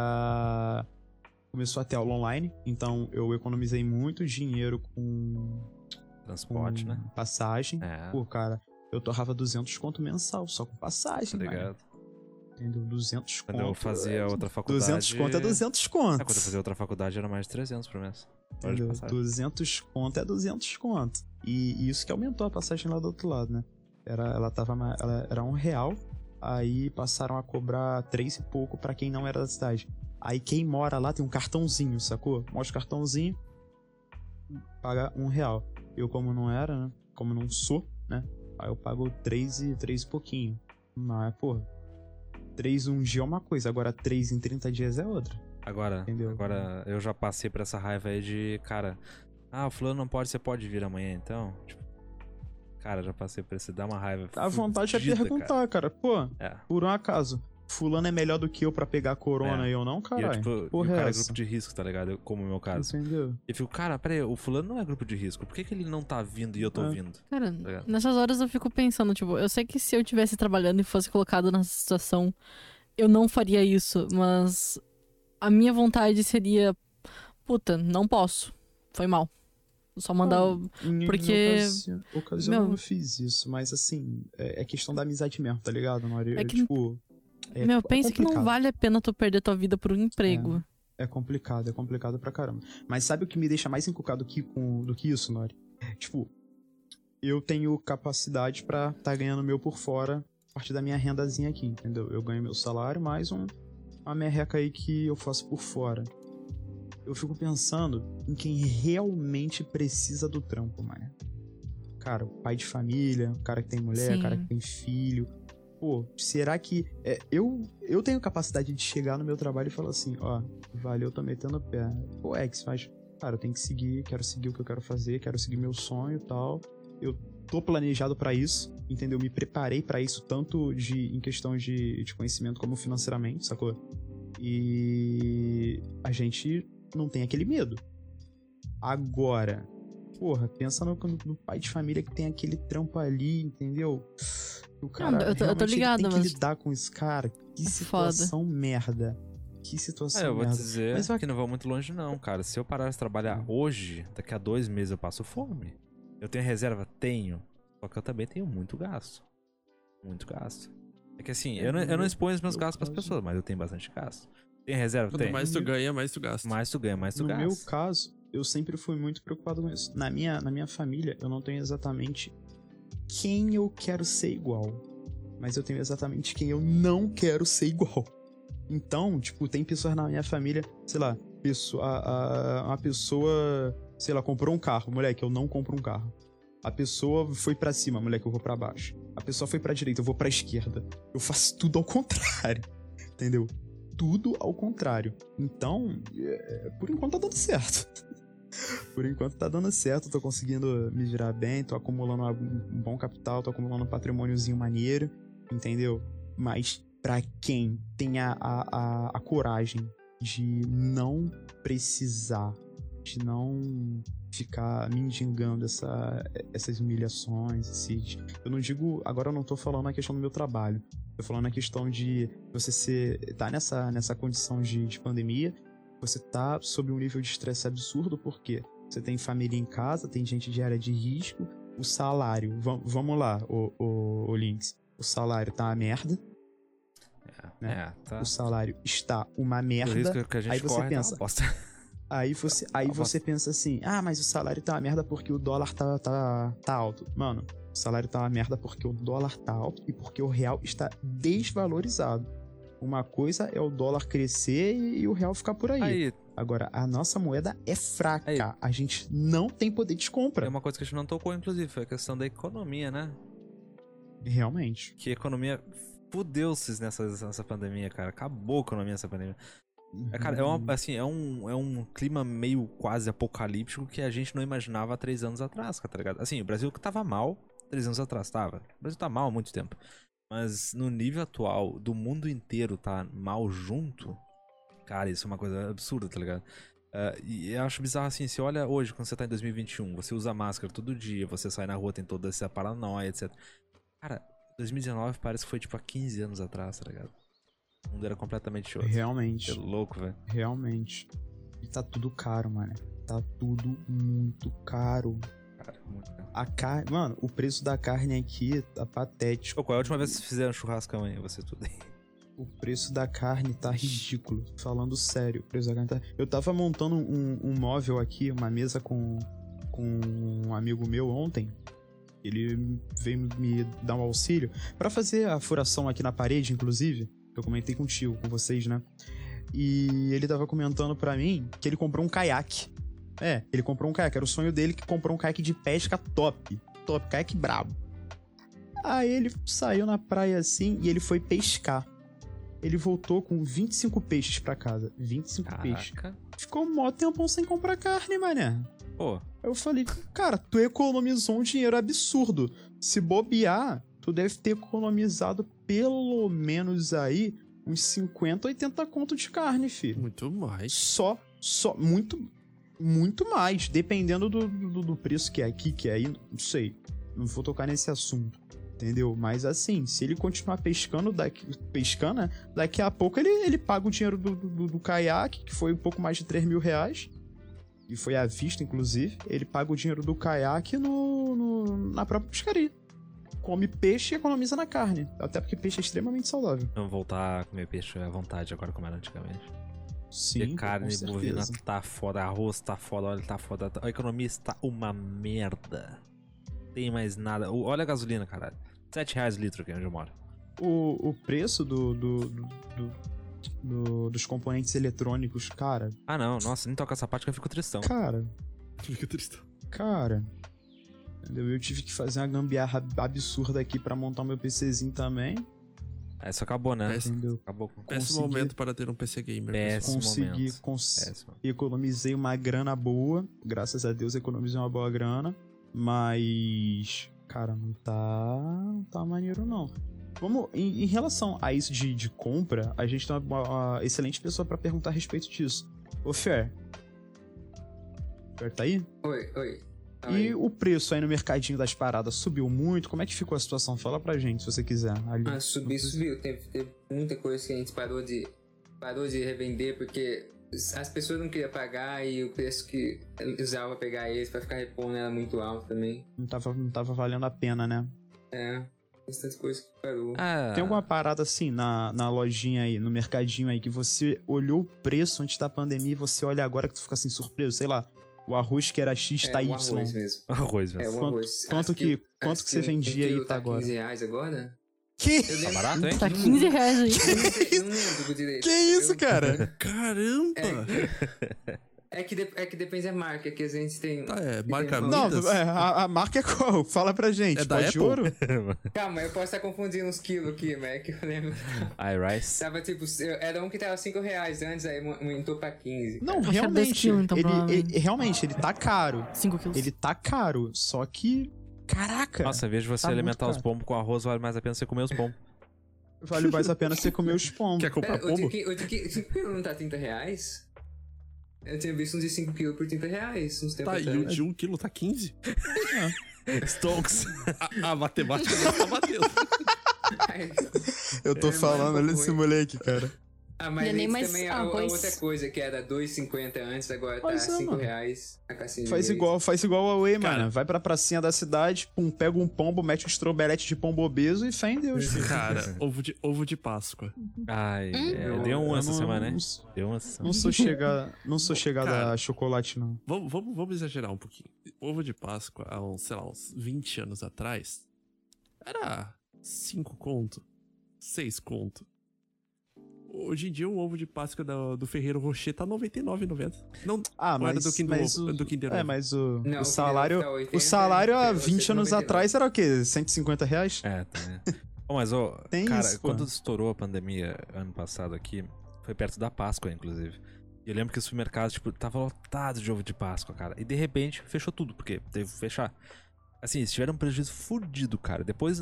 começou a ter aula online, então eu economizei muito dinheiro com transporte, né? Passagem. Pô, cara, eu torrava 200 conto mensal, só com passagem, tá ligado? Entendeu? 200 conto. Quando eu fazia outra faculdade... 200 conto é 200 conto. Quando eu fazia outra faculdade era mais de 300 por mês. 200 conto é 200 conto. E isso que aumentou a passagem lá do outro lado, né? Ela era R$1, aí passaram a cobrar 3 e pouco pra quem não era da cidade. Aí quem mora lá tem um cartãozinho, sacou? Mostra o cartãozinho, paga R$1. Eu, como não era, né? Como não sou, né? Aí eu pago 3 e pouquinho. Mas, pô, 3 um dia é uma coisa, agora 3 em 30 dias é outra. Agora eu já passei por essa raiva aí de, cara, o fulano não pode, você pode vir amanhã então? Tipo, cara, já passei por isso, dá uma raiva. A vontade é perguntar, cara. Pô, por um acaso, fulano é melhor do que eu pra pegar corona e eu não, caralho? Tipo, o cara é grupo de risco, tá ligado? Como o meu caso. Entendeu? Eu fico, cara, peraí, o fulano não é grupo de risco, por que ele não tá vindo e eu tô vindo? Cara, tá nessas horas eu fico pensando, tipo, eu sei que se eu tivesse trabalhando e fosse colocado nessa situação, eu não faria isso, mas a minha vontade seria, puta, não posso, foi mal. Só mandar porque... ocasião eu fiz isso, mas assim, é questão da amizade mesmo, tá ligado? Tipo... pensa que não vale a pena tu perder tua vida por um emprego. É complicado pra caramba. Mas sabe o que me deixa mais encucado do que isso, Nori? Tipo, eu tenho capacidade pra tá ganhando meu por fora, a partir da minha rendazinha aqui, entendeu? Eu ganho meu salário, mais uma merreca aí que eu faço por fora. Eu fico pensando em quem realmente precisa do trampo, mano. Cara, o pai de família, o cara que tem mulher, o cara que tem filho. Pô, será que... eu tenho capacidade de chegar no meu trabalho e falar assim, valeu, tô metendo o pé. Pô, faz... Cara, eu tenho que seguir, quero seguir o que eu quero fazer, quero seguir meu sonho e tal. Eu tô planejado pra isso, entendeu? Me preparei pra isso, tanto em questão de conhecimento como financeiramente, sacou? E a gente não tem aquele medo. Agora, porra, pensa no pai de família que tem aquele trampo ali, entendeu? O cara eu tô ligado, tem mas... que lidar com esse cara. Que situação merda. Que situação merda. Eu vou te dizer que não vou muito longe não, cara. Se eu parar de trabalhar hoje, daqui a 2 meses eu passo fome. Eu tenho reserva? Tenho. Só que eu também tenho muito gasto. Muito gasto. É que assim, eu não exponho os meus gastos pras pessoas, mas eu tenho bastante gasto. Tem reserva? Quanto tem. mais tu ganha, mais tu gasta. Mais tu ganha, mais tu gasta. No meu caso, eu sempre fui muito preocupado com isso. Na minha família, eu não tenho exatamente quem eu quero ser igual. mas eu tenho exatamente quem eu não quero ser igual. Então, tipo, tem pessoas na minha família, sei lá, uma pessoa, sei lá, comprou um carro. Moleque, eu não compro um carro. A pessoa foi pra cima, moleque, eu vou pra baixo. A pessoa foi pra direita, eu vou pra esquerda. Eu faço tudo ao contrário, entendeu? Tudo ao contrário. Então, por enquanto tá dando certo. Por enquanto tá dando certo, tô conseguindo me virar bem, tô acumulando um bom capital, tô acumulando um patrimôniozinho maneiro, entendeu? Mas pra quem tem a coragem de não precisar, de não ficar mendigando essas humilhações, eu não digo, agora eu não tô falando a questão do meu trabalho, tô falando a questão de você tá nessa condição de pandemia, você tá sob um nível de estresse absurdo, porque você tem família em casa, tem gente de área de risco, o salário, vamos lá, o Lynx, o salário tá uma merda, né? Tá. O salário está uma merda, que a gente aí você corre, pensa... Aí você pensa assim, mas o salário tá uma merda porque o dólar tá alto. Mano, o salário tá uma merda porque o dólar tá alto e porque o real está desvalorizado. Uma coisa é o dólar crescer e o real ficar por aí. Agora, a nossa moeda é fraca. A gente não tem poder de compra. É uma coisa que a gente não tocou, inclusive, foi a questão da economia, né? Realmente. Que a economia fudeu-se nessa pandemia, cara. Acabou a economia nessa pandemia. Cara, é um clima meio quase apocalíptico que a gente não imaginava há 3 anos atrás, tá ligado? Assim, o Brasil que tava mal 3 anos atrás, tava. O Brasil tá mal há muito tempo. Mas no nível atual, do mundo inteiro tá mal junto, cara, isso é uma coisa absurda, tá ligado? E eu acho bizarro assim, você olha hoje, quando você tá em 2021, você usa máscara todo dia, você sai na rua, tem toda essa paranoia, etc. Cara, 2019 parece que foi tipo há 15 anos atrás, tá ligado? O mundo era completamente outro. Realmente. É louco, velho. Realmente. E tá tudo caro, mano. Tá tudo muito caro. Cara, muito caro. A carne... Mano, o preço da carne aqui tá patético. Qual é a última vez que vocês fizeram churrascão aí? Você tudo aí. O preço da carne tá ridículo. Falando sério, o preço da carne tá... Eu tava montando um móvel aqui, uma mesa com um amigo meu ontem. Ele veio me dar um auxílio pra fazer a furação aqui na parede, inclusive. Eu comentei contigo, com vocês, né? E ele tava comentando pra mim que ele comprou um caiaque. Ele comprou um caiaque. Era o sonho dele, que comprou um caiaque de pesca top. Top, caiaque brabo. Aí ele saiu na praia assim e ele foi pescar. Ele voltou com 25 peixes pra casa. 25 peixes. Ficou mó tempão sem comprar carne, mané. Pô. Eu falei, cara, tu economizou um dinheiro absurdo. Se bobear, tu deve ter economizado pelo menos aí uns 50, 80 conto de carne, filho. Muito mais. Só, muito mais. Dependendo do preço que é aqui, que é aí, não sei. Não vou tocar nesse assunto, entendeu? Mas assim, se ele continuar pescando, daqui a pouco ele paga o dinheiro do caiaque, que foi um pouco mais de 3 mil reais. E foi à vista, inclusive. Ele paga o dinheiro do caiaque na própria pescaria. Come peixe e economiza na carne. Até porque peixe é extremamente saudável. Vamos voltar a comer peixe à vontade agora, como era antigamente. Sim, e carne bovina tá foda, arroz tá foda, óleo tá foda. A economia está uma merda. Tem mais nada. Olha a gasolina, caralho. R$7 litro aqui onde eu moro. O preço dos componentes eletrônicos, cara... Ah, não. Nossa, nem toca essa parte que eu fico tristão. Cara... Fica tristão. Cara... Entendeu? Eu tive que fazer uma gambiarra absurda aqui pra montar meu PCzinho também. Isso acabou, né? Entendeu? Acabou. Péssimo momento para ter um PC gamer. Economizei uma grana boa. Graças a Deus economizei uma boa grana. Mas... Cara, não tá maneiro, não. Vamos, em relação a isso de compra, a gente tem uma excelente pessoa pra perguntar a respeito disso. Ô, Fer. Fer, tá aí? Oi. E o preço aí no mercadinho das paradas subiu muito? Como é que ficou a situação? Fala pra gente, se você quiser. Ali. Subiu. Teve muita coisa que a gente parou de revender porque as pessoas não queriam pagar e o preço que usava pra pegar eles pra ficar repondo era muito alto também. Não tava valendo a pena, né? Essas coisas que parou. Tem alguma parada assim na lojinha aí, no mercadinho aí, que você olhou o preço antes da pandemia e você olha agora que tu fica assim surpreso, sei lá. O arroz que era X tá Y. Arroz mesmo. Arroz mesmo. O arroz. Quanto que você vendia aí tá agora? R$15 agora? Que? Tá barato, hein? Tá 15 reais aí. Eu não lembro direito. Que isso, cara? Caramba! É que depende da marca, que a gente tem... Tá, é marca tem- Não, Midas? a marca é qual? Fala pra gente. É da Pó de Apple? ouro? Calma, eu posso estar confundindo uns quilos aqui, mas é que eu lembro. iRice. Tava tipo, era um que tava 5 reais antes, aí aumentou pra 15. Não, Acho que é 2 realmente. quilos, então, provavelmente. Realmente, ele tá caro. 5 quilos. Ele tá caro, só que... Caraca! Nossa, em vez de você Tá muito alimentar os caro. pombos com arroz, vale mais a pena você comer os pombos. Vale mais a pena você comer os pombos. Quer comprar Pera, o pombo? de 5 quilos não tá 30 reais? Eu tinha visto uns de 5 quilos por 30 reais, uns tempos Tá, e o atrás. de 1 quilo tá 15? Stonks. A matemática não tá batendo. Eu tô É, falando, mano, olha esse moleque, cara. Ah, mas Não é nem isso mais também é arroz. outra coisa, que era 2,50 antes, agora tá Pois é, 5 mano. reais a caixinha de Faz leite. igual a Whey, Cara. mano. Vai pra pracinha da cidade, pum, pega um pombo, mete um estroberete de pombo obeso e fé em Deus. Cara, ovo de Páscoa. Ai, Eu deu um essa não- semana, né? não- Deu um essa semana. Não sou chegada Cara. a chocolate, não. Vamos exagerar um pouquinho. Ovo de Páscoa, há uns, sei lá, uns 20 anos atrás, era 5 conto, 6 conto. Hoje em dia, o ovo de Páscoa do Ferreiro Rocher tá R$ 99,90. Não, Ah, ou era mas, do Kinder mas Ovo, o, do Kinder é, Ovo. mas o, Não, o salário, tá 80, o salário há é, 20 anos 99. atrás era o quê? 150 reais? É, tá. Ô, mas, ô, Tem cara, isso, pô. quando estourou a pandemia ano passado aqui, foi perto da Páscoa, inclusive. E eu lembro que o supermercado, tipo, tava lotado de ovo de Páscoa, cara. E de repente, fechou tudo, porque teve que fechar. Assim, eles tiveram um prejuízo fudido, cara. Depois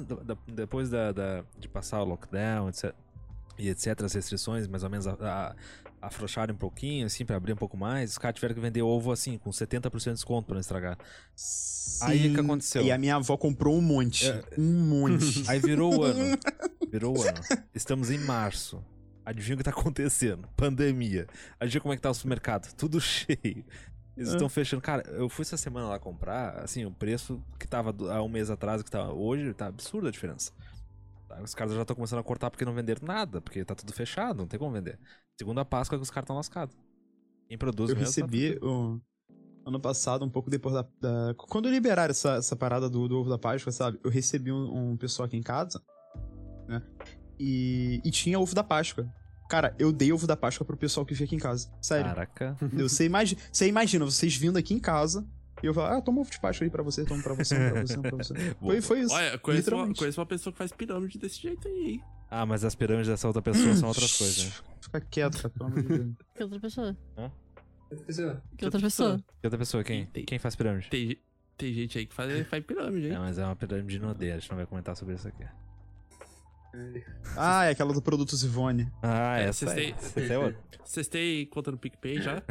de passar o lockdown, etc. E etc, as restrições mais ou menos afrouxaram um pouquinho, assim, pra abrir um pouco mais. Os caras tiveram que vender ovo, assim, com 70% de desconto pra não estragar. Aí o que aconteceu? E a minha avó comprou um monte. Um monte. Aí virou o ano. Virou o ano. Estamos em março. Adivinha o que tá acontecendo? Pandemia. Adivinha como é que tá o supermercado? Tudo cheio. Eles estão fechando. Cara, eu fui essa semana lá comprar, assim, o preço que tava há um mês atrás, que tá hoje, tá absurda a diferença. Tá? Os caras já estão começando a cortar porque não venderam nada, porque tá tudo fechado, não tem como vender. Segunda Páscoa que os caras estão lascados. Quem produz Eu mesmo, recebi ano passado, um pouco depois quando liberaram essa parada do ovo da Páscoa, sabe? Eu recebi um pessoal aqui em casa, né? E tinha ovo da Páscoa. Cara, eu dei ovo da Páscoa pro pessoal que veio aqui em casa. Sério. Caraca. Você imagina vocês vindo aqui em casa e eu falo, toma ovo de Páscoa aí pra você, toma pra você, pra você, pra você. Foi isso. Olha, literalmente. conheço uma pessoa que faz pirâmide desse jeito aí, hein? Ah, mas as pirâmides dessa outra pessoa são outras coisas, né? Fica quieto, cara, pelo amor de Deus. Que outra pessoa? Pessoal, Que outra pessoa? Que outra pessoa? Quem? Quem faz pirâmide? Tem gente aí que faz pirâmide, hein? Não, mas é uma pirâmide de nodeia, a gente não vai comentar sobre isso aqui. Ah, é aquela do Produtos Ivone. Ah, É, essa aí. Essa é outra. Vocês têm conta no PicPay já?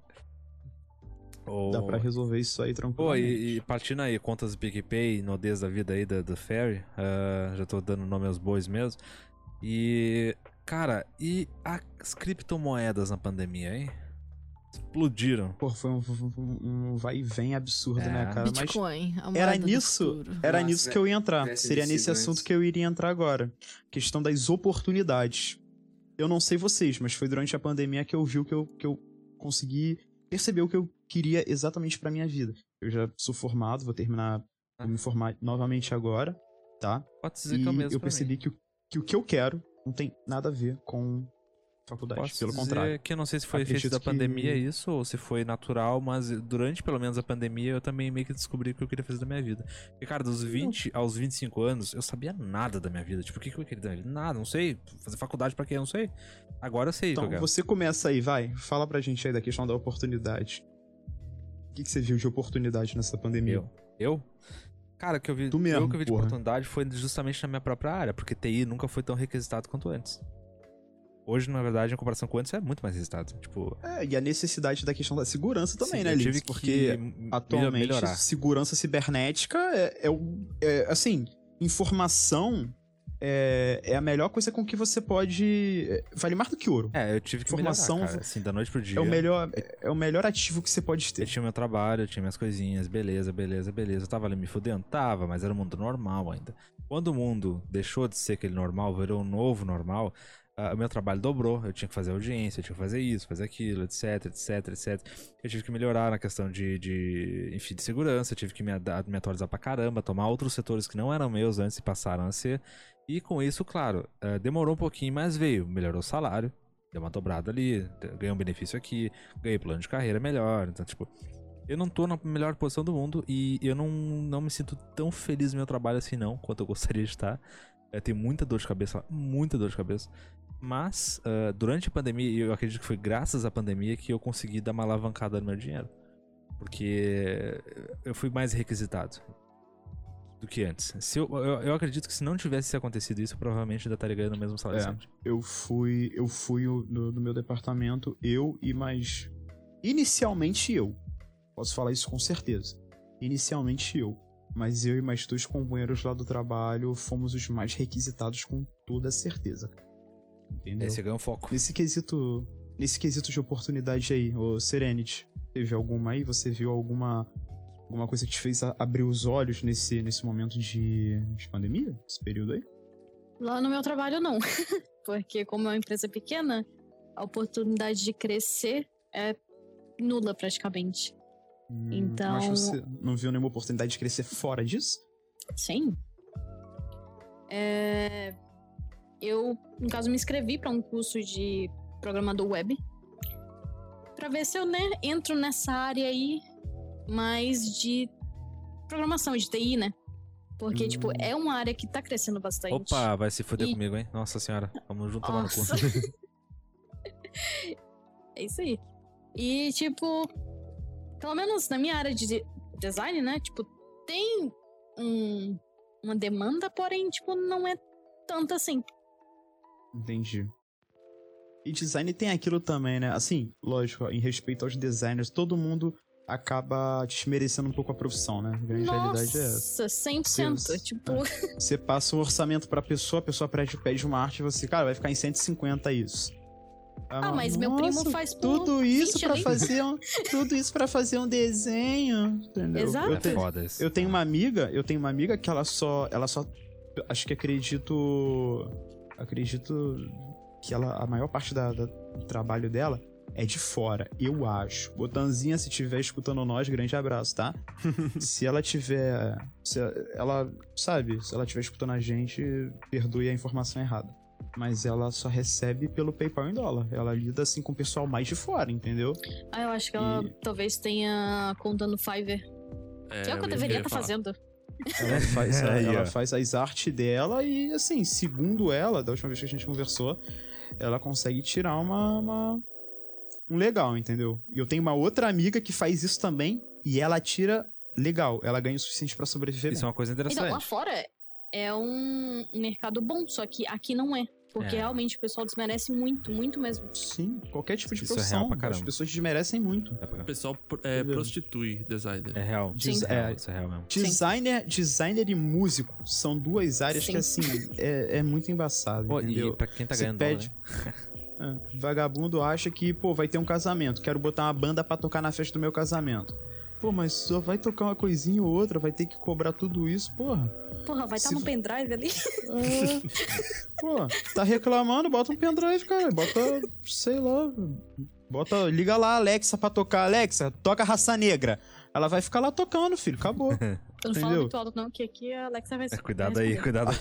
Dá pra resolver isso aí Pô, tranquilamente. e partindo aí, contas do PicPay, nodez da vida aí do Ferry, já tô dando nome aos bois mesmo. E, cara, e as criptomoedas na pandemia, hein? Explodiram. Pô, foi um vai e vem absurdo, né, cara? Mas Bitcoin, a moeda era do nisso, futuro. era Nossa, nisso que eu ia entrar. tivesse Seria sido nesse antes. assunto que eu iria entrar agora. Questão das oportunidades. Eu não sei vocês, mas foi durante a pandemia que eu vi o que eu consegui perceber o que eu queria exatamente pra minha vida. Eu já sou formado, vou me formar novamente agora, tá? Pode dizer E que é o mesmo eu pra mim. percebi que o que eu quero não tem nada a ver com faculdade, Posso pelo dizer contrário. que eu não sei se foi efeito Acredito da que- pandemia isso, ou se foi natural, mas durante pelo menos a pandemia eu também meio que descobri o que eu queria fazer da minha vida. Porque, cara, dos 20 aos 25 anos, eu sabia nada da minha vida. Tipo, o que eu queria da minha vida? Nada, não sei. Fazer faculdade pra quê? Eu não sei. Agora eu sei o que eu Então, quero. você começa aí, vai. Fala pra gente aí da questão da oportunidade. O que você viu de oportunidade nessa pandemia? Eu? Cara, o que eu vi, Tu mesmo, o que eu vi de porra. oportunidade foi justamente na minha própria área, porque TI nunca foi tão requisitado quanto antes. Hoje, na verdade, em comparação com antes, é muito mais requisitado. Tipo, E a necessidade da questão da segurança também, sim, né, eu Liz? tive Porque que atualmente melhorar. segurança cibernética assim, informação é a melhor coisa com que você pode... vale mais do que ouro. Eu tive que Informação melhorar, cara, assim, da noite pro dia. É o melhor ativo que você pode Eu ter. tinha meu trabalho, eu tinha minhas coisinhas, beleza. Eu tava ali me fudendo? Tava, mas era um mundo normal ainda. Quando o mundo deixou de ser aquele normal, virou um novo normal, o meu trabalho dobrou. Eu tinha que fazer audiência, eu tinha que fazer isso, fazer aquilo, etc, etc, etc. Eu tive que melhorar na questão enfim, de segurança, eu tive que me atualizar pra caramba, tomar outros setores que não eram meus antes e passaram a ser. E com isso, claro, demorou um pouquinho, mas veio. Melhorou o salário, deu uma dobrada ali, ganhei um benefício aqui, ganhei plano de carreira melhor. Então, tipo, eu não tô na melhor posição do mundo e eu não me sinto tão feliz no meu trabalho assim não, quanto eu gostaria de estar. Eu tenho muita dor de cabeça, muita dor de cabeça. Mas, durante a pandemia, e eu acredito que foi graças à pandemia que eu consegui dar uma alavancada no meu dinheiro. Porque eu fui mais requisitado do que antes. Eu acredito que se não tivesse acontecido isso, eu provavelmente ainda estaria ganhando o mesmo salário sempre. Eu fui no meu departamento, eu e mais... Inicialmente eu. Posso falar isso com certeza. Inicialmente eu. Mas eu e mais 2 companheiros lá do trabalho fomos os mais requisitados com toda certeza. Entendeu? Aí você ganha um foco. Nesse quesito de oportunidade aí, ô Serenity, teve alguma aí? Você viu alguma coisa que te fez abrir os olhos nesse momento de pandemia? Esse período aí? Lá no meu trabalho, não. Porque como é uma empresa pequena, a oportunidade de crescer é nula praticamente. Então... Mas você não viu nenhuma oportunidade de crescer fora disso? Sim. Eu, no caso, me inscrevi para um curso de programador web. Pra ver se eu, entro nessa área aí mais de programação, de TI, né? Porque, tipo, é uma área que tá crescendo bastante. Opa, vai se foder comigo, hein? Nossa senhora, vamos junto tomar no cu. É isso aí. E, tipo, pelo menos na minha área de design, né? Tipo, tem uma demanda, porém, tipo, não é tanto assim. Entendi. E design tem aquilo também, né? Assim, lógico, em respeito aos designers, todo mundo acaba desmerecendo um pouco a profissão, né? A grande realidade é essa. Nossa, 100%. Tipo... Você passa um orçamento pra pessoa, a pessoa pede uma arte e você, cara, vai ficar em 150 isso. Mas meu primo faz por tudo isso 20 pra ali. tudo isso para fazer um desenho, entendeu? Exato. É foda isso. Eu tenho uma amiga que ela só acho que acredito que a maior parte do trabalho dela é de fora, eu acho. Botanzinha, se estiver escutando nós, grande abraço, tá? Se ela estiver escutando a gente, perdoe a informação errada. Mas ela só recebe pelo PayPal em dólar. Ela lida assim com o pessoal mais de fora, entendeu? Eu acho que ela talvez tenha conta no Fiverr. Que é o que eu deveria estar fazendo. Ela faz as artes dela e, assim, segundo ela, da última vez que a gente conversou, ela consegue tirar um legal, entendeu? E eu tenho uma outra amiga que faz isso também e ela tira legal. Ela ganha o suficiente pra sobreviver. Isso é uma coisa interessante. Então, lá fora é um mercado bom, só que aqui não é. Porque realmente o pessoal desmerece muito, muito mesmo. Sim, qualquer tipo de Isso profissão. é real pra caramba. As pessoas desmerecem muito. O pessoal prostitui designer. É real. Sim. Isso é real mesmo. Designer e músico são duas áreas que, assim, é muito embaçado, entendeu? E pra quem tá Você ganhando pede... dólar, né? Vagabundo acha que, vai ter um casamento. Quero botar uma banda pra tocar na festa do meu casamento. Mas só vai tocar uma coisinha ou outra, vai ter que cobrar tudo isso, porra. Vai estar no pendrive ali. Tá reclamando, bota um pendrive, cara. Bota, sei lá. Liga lá a Alexa pra tocar. Alexa, toca Raça Negra. Ela vai ficar lá tocando, filho. Acabou. Eu não falo muito alto, não, que aqui a Alexa vai Cuidado aí.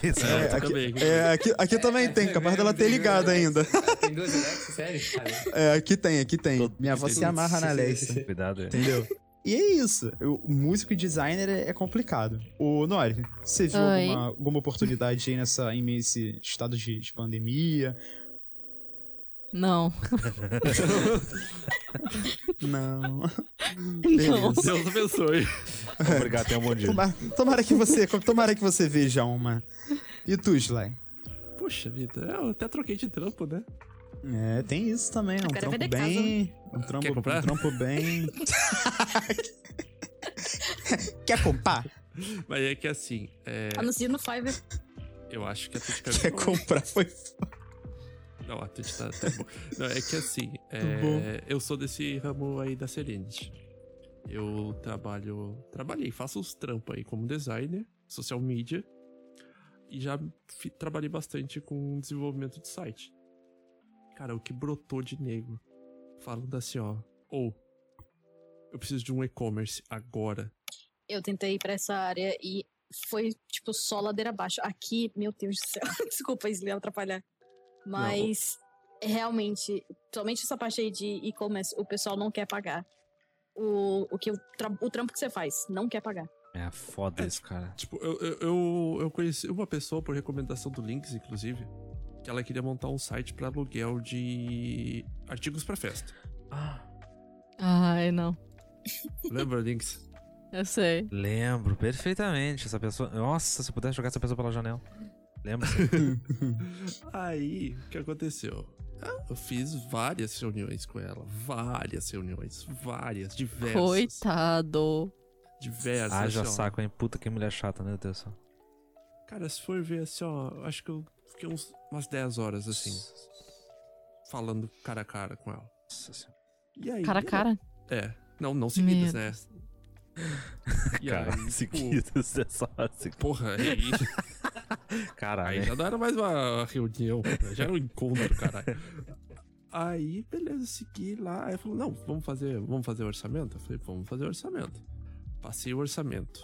Aqui também tem, capaz dela ter ligado ainda. Tem duas Alexa, sério? Cara? Aqui tem. Minha avó se amarra na Alexa. Cuidado aí. Entendeu? E é isso. O músico e designer é complicado. Ô, Nori, você viu alguma oportunidade aí nesse estado de pandemia? Não. Não. Não. Deus abençoe. Obrigado, tenha um bom dia. Tomara que você veja uma. E tu, Sly? Puxa vida, eu até troquei de trampo, né? Tem isso também, um trampo bem... Um trampo bem... Quer comprar? Mas é que assim... Anuncia no Fiverr. Eu acho que a Twitch... Quer comprar foi... Não, a Twitch tá bom. Não, é que assim... eu sou desse ramo aí da Serenity. Eu trabalhei, faço uns trampos aí como designer, social media, e já trabalhei bastante com desenvolvimento de site. Cara, o que brotou de nego falando assim, ó, eu preciso de um e-commerce agora. Eu tentei ir pra essa área e foi, tipo, só ladeira abaixo. Aqui, meu Deus do céu. Desculpa, Isle, atrapalhar. Mas, realmente, somente essa parte aí de e-commerce, o pessoal não quer pagar. O trampo que você faz, não quer pagar. É foda isso, cara. Tipo, eu conheci uma pessoa, por recomendação do Links, inclusive, que ela queria montar um site pra aluguel de artigos pra festa. Ai, não. Lembra, Links? Eu sei. Lembro perfeitamente essa pessoa. Nossa, se eu pudesse jogar essa pessoa pela janela. Lembro sim. Aí, o que aconteceu? Eu fiz várias reuniões com ela. Diversas. Coitado. Diversas. Haja assim, ó. saco, hein? Puta, que mulher chata, né, Deus do céu. Cara, se for ver assim, ó, acho que eu fiquei umas 10 horas, assim, falando cara a cara com ela. Nossa senhora. E aí, Cara a cara? Não seguidas, né? E Cara, aí, seguidas dessa hora. porra, aí Caralho. já não era mais uma reunião, já era um encontro, caralho. Aí, beleza, segui lá. Aí falou, não, vamos fazer orçamento? Eu falei, vamos fazer orçamento. Passei o orçamento.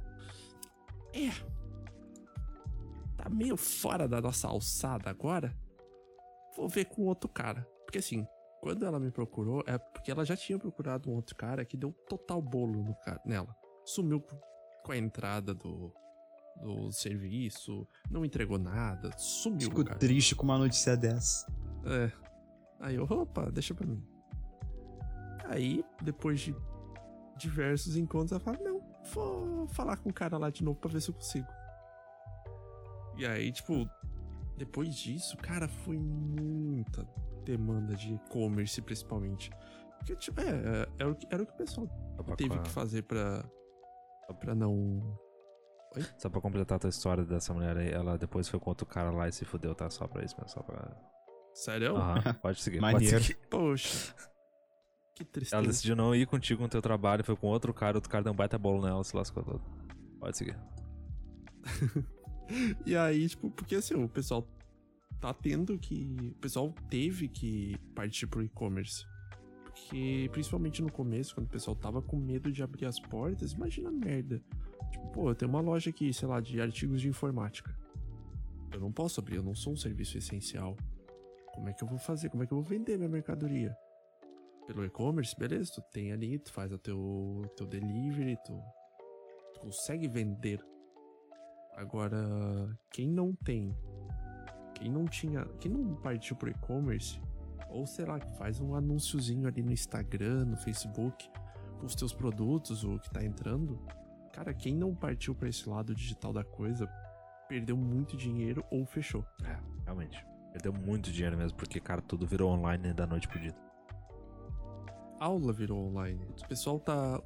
Tá meio fora da nossa alçada agora. Vou ver com outro cara. Porque assim, quando ela me procurou, é porque ela já tinha procurado um outro cara que deu total bolo nela. Sumiu com a entrada do serviço, não entregou nada, sumiu. Fico cara. triste com uma notícia dessa. Aí eu, opa, deixa pra mim. Aí, depois de diversos encontros, ela fala, não, vou falar com o cara lá de novo pra ver se eu consigo. E aí, tipo, depois disso, cara, foi muita demanda de e-commerce, principalmente. Porque, tipo, era o que o pessoal teve que fazer pra não... Oi? Só pra completar a tua história dessa mulher aí, ela depois foi com outro cara lá e se fudeu, tá? Só pra isso, mas só pra... Sério? Aham, pode seguir. Maneiro. Pode seguir. Poxa. Que tristeza. Ela decidiu não ir contigo no teu trabalho, foi com outro cara deu um baita bolo nela, se lascou todo. Pode seguir. E aí, tipo, porque assim, o pessoal o pessoal teve que partir pro e-commerce. Porque, principalmente no começo, quando o pessoal tava com medo de abrir as portas, imagina a merda. Tipo, pô, eu tenho uma loja aqui, sei lá, de artigos de informática. Eu não posso abrir, eu não sou um serviço essencial. Como é que eu vou fazer? Como é que eu vou vender minha mercadoria? Pelo e-commerce, beleza, tu tem ali, tu faz o teu delivery, tu consegue vender. Agora, quem não partiu pro e-commerce, ou sei lá, que faz um anúnciozinho ali no Instagram, no Facebook, com os teus produtos, o que tá entrando, cara, quem não partiu pra esse lado digital da coisa, perdeu muito dinheiro ou fechou. É, realmente. Perdeu muito dinheiro mesmo, porque, cara, tudo virou online da noite pro dia. Aula virou online. O pessoal tá...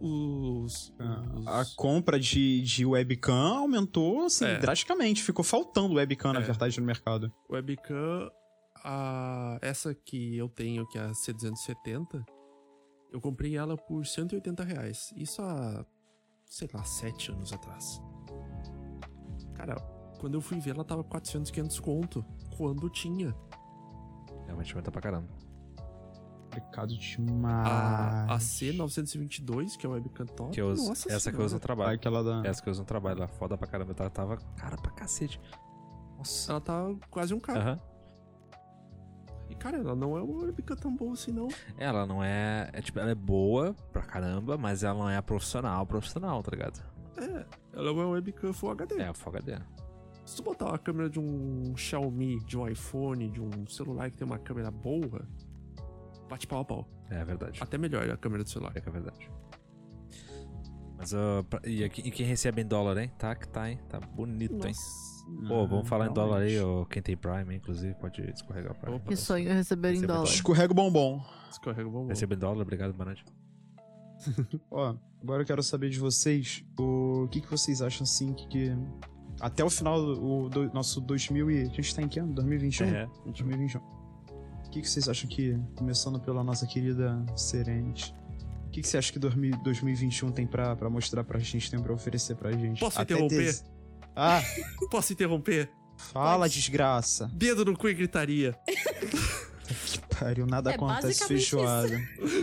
A compra de webcam aumentou, assim, drasticamente. Ficou faltando webcam, na verdade, no mercado. Webcam, essa que eu tenho, que é a C270, eu comprei ela por R$180. Isso há, sei lá, 7 anos atrás. Cara, quando eu fui ver, ela tava 400, 500 conto. Quando tinha. Realmente aumenta pra caramba. Complicado demais. A C922, que é a webcam top. Essa que eu uso no trabalho. Aquela Essa que eu uso no trabalho lá. Foda pra caramba. Ela tava cara pra cacete. Nossa. Ela tava quase um carro. Aham. E, cara, ela não é uma webcam tão boa assim, não. Ela não é... Tipo, ela é boa pra caramba, mas ela não é profissional, tá ligado? Ela é uma webcam Full HD. É, Full HD. Se tu botar uma câmera de um Xiaomi, de um iPhone, de um celular que tem uma câmera boa, bate pau a pau. É verdade. Até melhor a câmera do celular. É que é verdade. Mas, e quem recebe em dólar, hein? Tá, hein? Tá bonito, hein? Pô, vamos falar em dólar aí, ou quem tem Prime, inclusive, pode escorregar o Prime. Que sonho receber em dólar. Escorrega o bombom. Escorrega o bombom. Recebe em dólar, obrigado, boa noite. Ó, agora eu quero saber de vocês, o que vocês acham, assim, que até o final do nosso 2000 e... A gente tá em que ano? 2021? 2021. O que vocês acham que, começando pela nossa querida Serenity, o que você acha que 2021 tem pra mostrar pra gente, tem pra oferecer pra gente? Posso interromper? Posso interromper? Fala, desgraça. Dedo no cu e gritaria. Que pariu, nada acontece basicamente feijoada.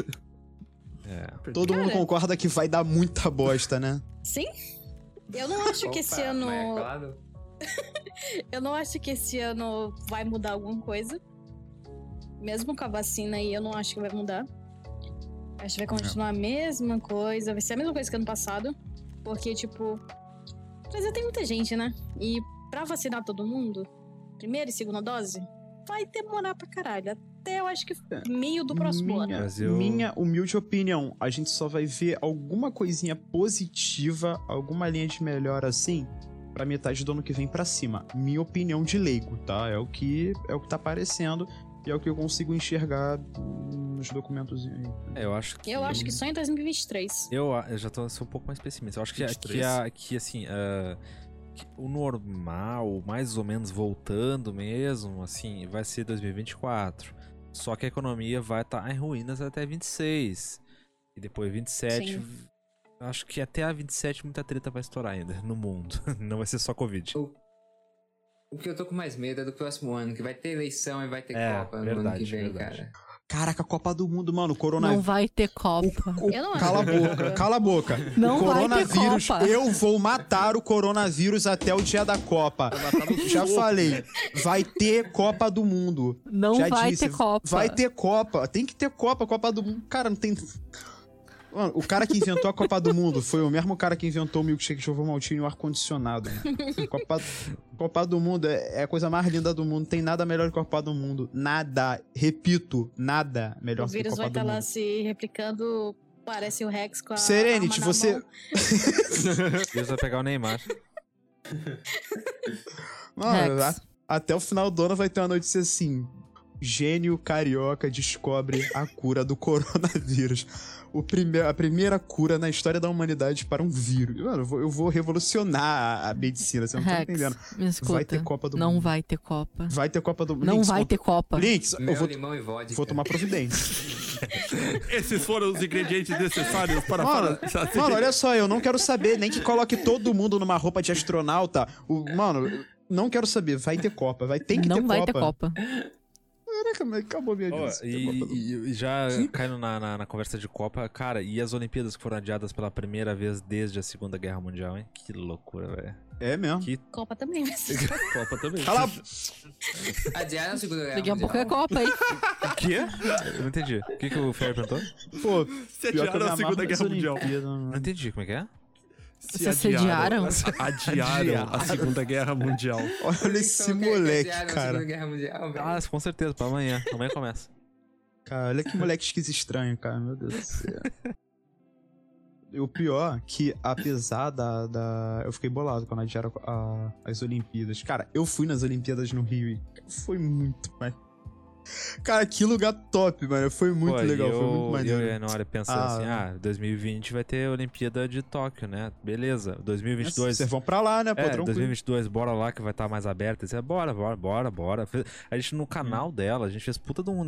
É. Todo mundo Cara. concorda que vai dar muita bosta, né? Sim? Eu não acho que esse Opa, ano. mas é claro. Eu não acho que esse ano vai mudar alguma coisa. Mesmo com a vacina aí, eu não acho que vai mudar. Acho que vai continuar a mesma coisa. Vai ser a mesma coisa que ano passado. Porque, tipo. Mas tem muita gente, né? E pra vacinar todo mundo, primeira e segunda dose, vai demorar pra caralho. Até eu acho que meio do próximo ano. Mas Minha humilde opinião, a gente só vai ver alguma coisinha positiva, alguma linha de melhora assim, pra metade do ano que vem pra cima. Minha opinião de leigo, tá? É o que tá aparecendo e é o que eu consigo enxergar nos documentos aí. Eu acho que. Eu acho que só em 2023. Eu já sou um pouco mais pessimista. Eu acho que 23. que assim, que o normal, mais ou menos voltando mesmo, assim, vai ser 2024. Só que a economia vai estar em ruínas até 26. E depois 27. Sim. Acho que até a 27 muita treta vai estourar ainda no mundo. Não vai ser só Covid. O que eu tô com mais medo é do próximo ano, que vai ter eleição e vai ter É, Copa no verdade, ano que vem, verdade. cara. Caraca, Copa do Mundo, mano, Não coronavírus. vai ter Copa. Eu não Cala a acho. boca, cala a boca. Não vai ter Coronavírus, Copa. eu vou matar o coronavírus até o dia da Copa. Já falei, vai ter Copa do Mundo. Não Já vai disse, ter Copa. Vai ter Copa, tem que ter Copa do Mundo. Cara, não tem... Mano, o cara que inventou a Copa do Mundo foi o mesmo cara que inventou o milkshake de ovo maltine e o ar-condicionado. Copa do Mundo é a coisa mais linda do mundo. Tem nada melhor que a Copa do Mundo. Nada. Repito, nada melhor O que a vírus Copa vai do estar lá Mundo. se replicando. Parece o Rex com a. Serenity, arma na você... mão. Deus vai pegar o Neymar. Mano, Rex. até o final do ano vai ter uma notícia assim. Gênio carioca descobre a cura do coronavírus. A primeira cura na história da humanidade para um vírus. Mano, eu vou revolucionar a medicina, você não tá Rex, entendendo. me escuta. Vai ter Copa do Não Mundo. vai ter Copa. Vai ter Copa do Mundo. Não Links, vai ter Copa. Links, eu Mel, limão e vodka. vou tomar providência. Esses foram os ingredientes necessários para Mano, fazer. mano, olha só, eu não quero saber nem que coloque todo mundo numa roupa de astronauta. Mano, não quero saber. Vai ter Copa. Tem que ter Não vai Copa. ter Copa. Caraca, mas acabou minha Ó, dica. e já caindo na conversa de Copa, cara, e as Olimpíadas que foram adiadas pela primeira vez desde a Segunda Guerra Mundial, hein? Que loucura, velho. É mesmo. Que Copa também vai ser. Copa também. Cala a... Adiaram a Segunda Guerra Daqui a pouco é Mundial. Copa, hein? O quê? Eu não entendi. O que o Fer perguntou? Pô, Se pior que eu adiaram me a Segunda amarro Guerra nas Mundial. Olimpíadas, Não mano. entendi, como é que é? Se assediaram? Adiaram a Segunda Guerra Mundial. Olha esse Então, que moleque, adiaram a cara. Segunda Guerra Mundial, velho. Ah, com certeza, pra amanhã. Amanhã começa. Cara, olha que moleque esquisito estranho, cara. Meu Deus do céu. E o pior que, apesar da... Eu fiquei bolado quando adiaram as Olimpíadas. Cara, eu fui nas Olimpíadas no Rio e foi muito... Cara, que lugar top, mano. Foi muito Pô, legal, e foi muito maneiro. Eu e a Nora pensando Ah, assim, 2020 vai ter a Olimpíada de Tóquio, né? Beleza. 2022... Vocês vão pra lá, né, pô, tranquilo. 2022, bora lá que vai estar mais aberto. Eu disse, bora. A gente no canal dela, a gente fez puta de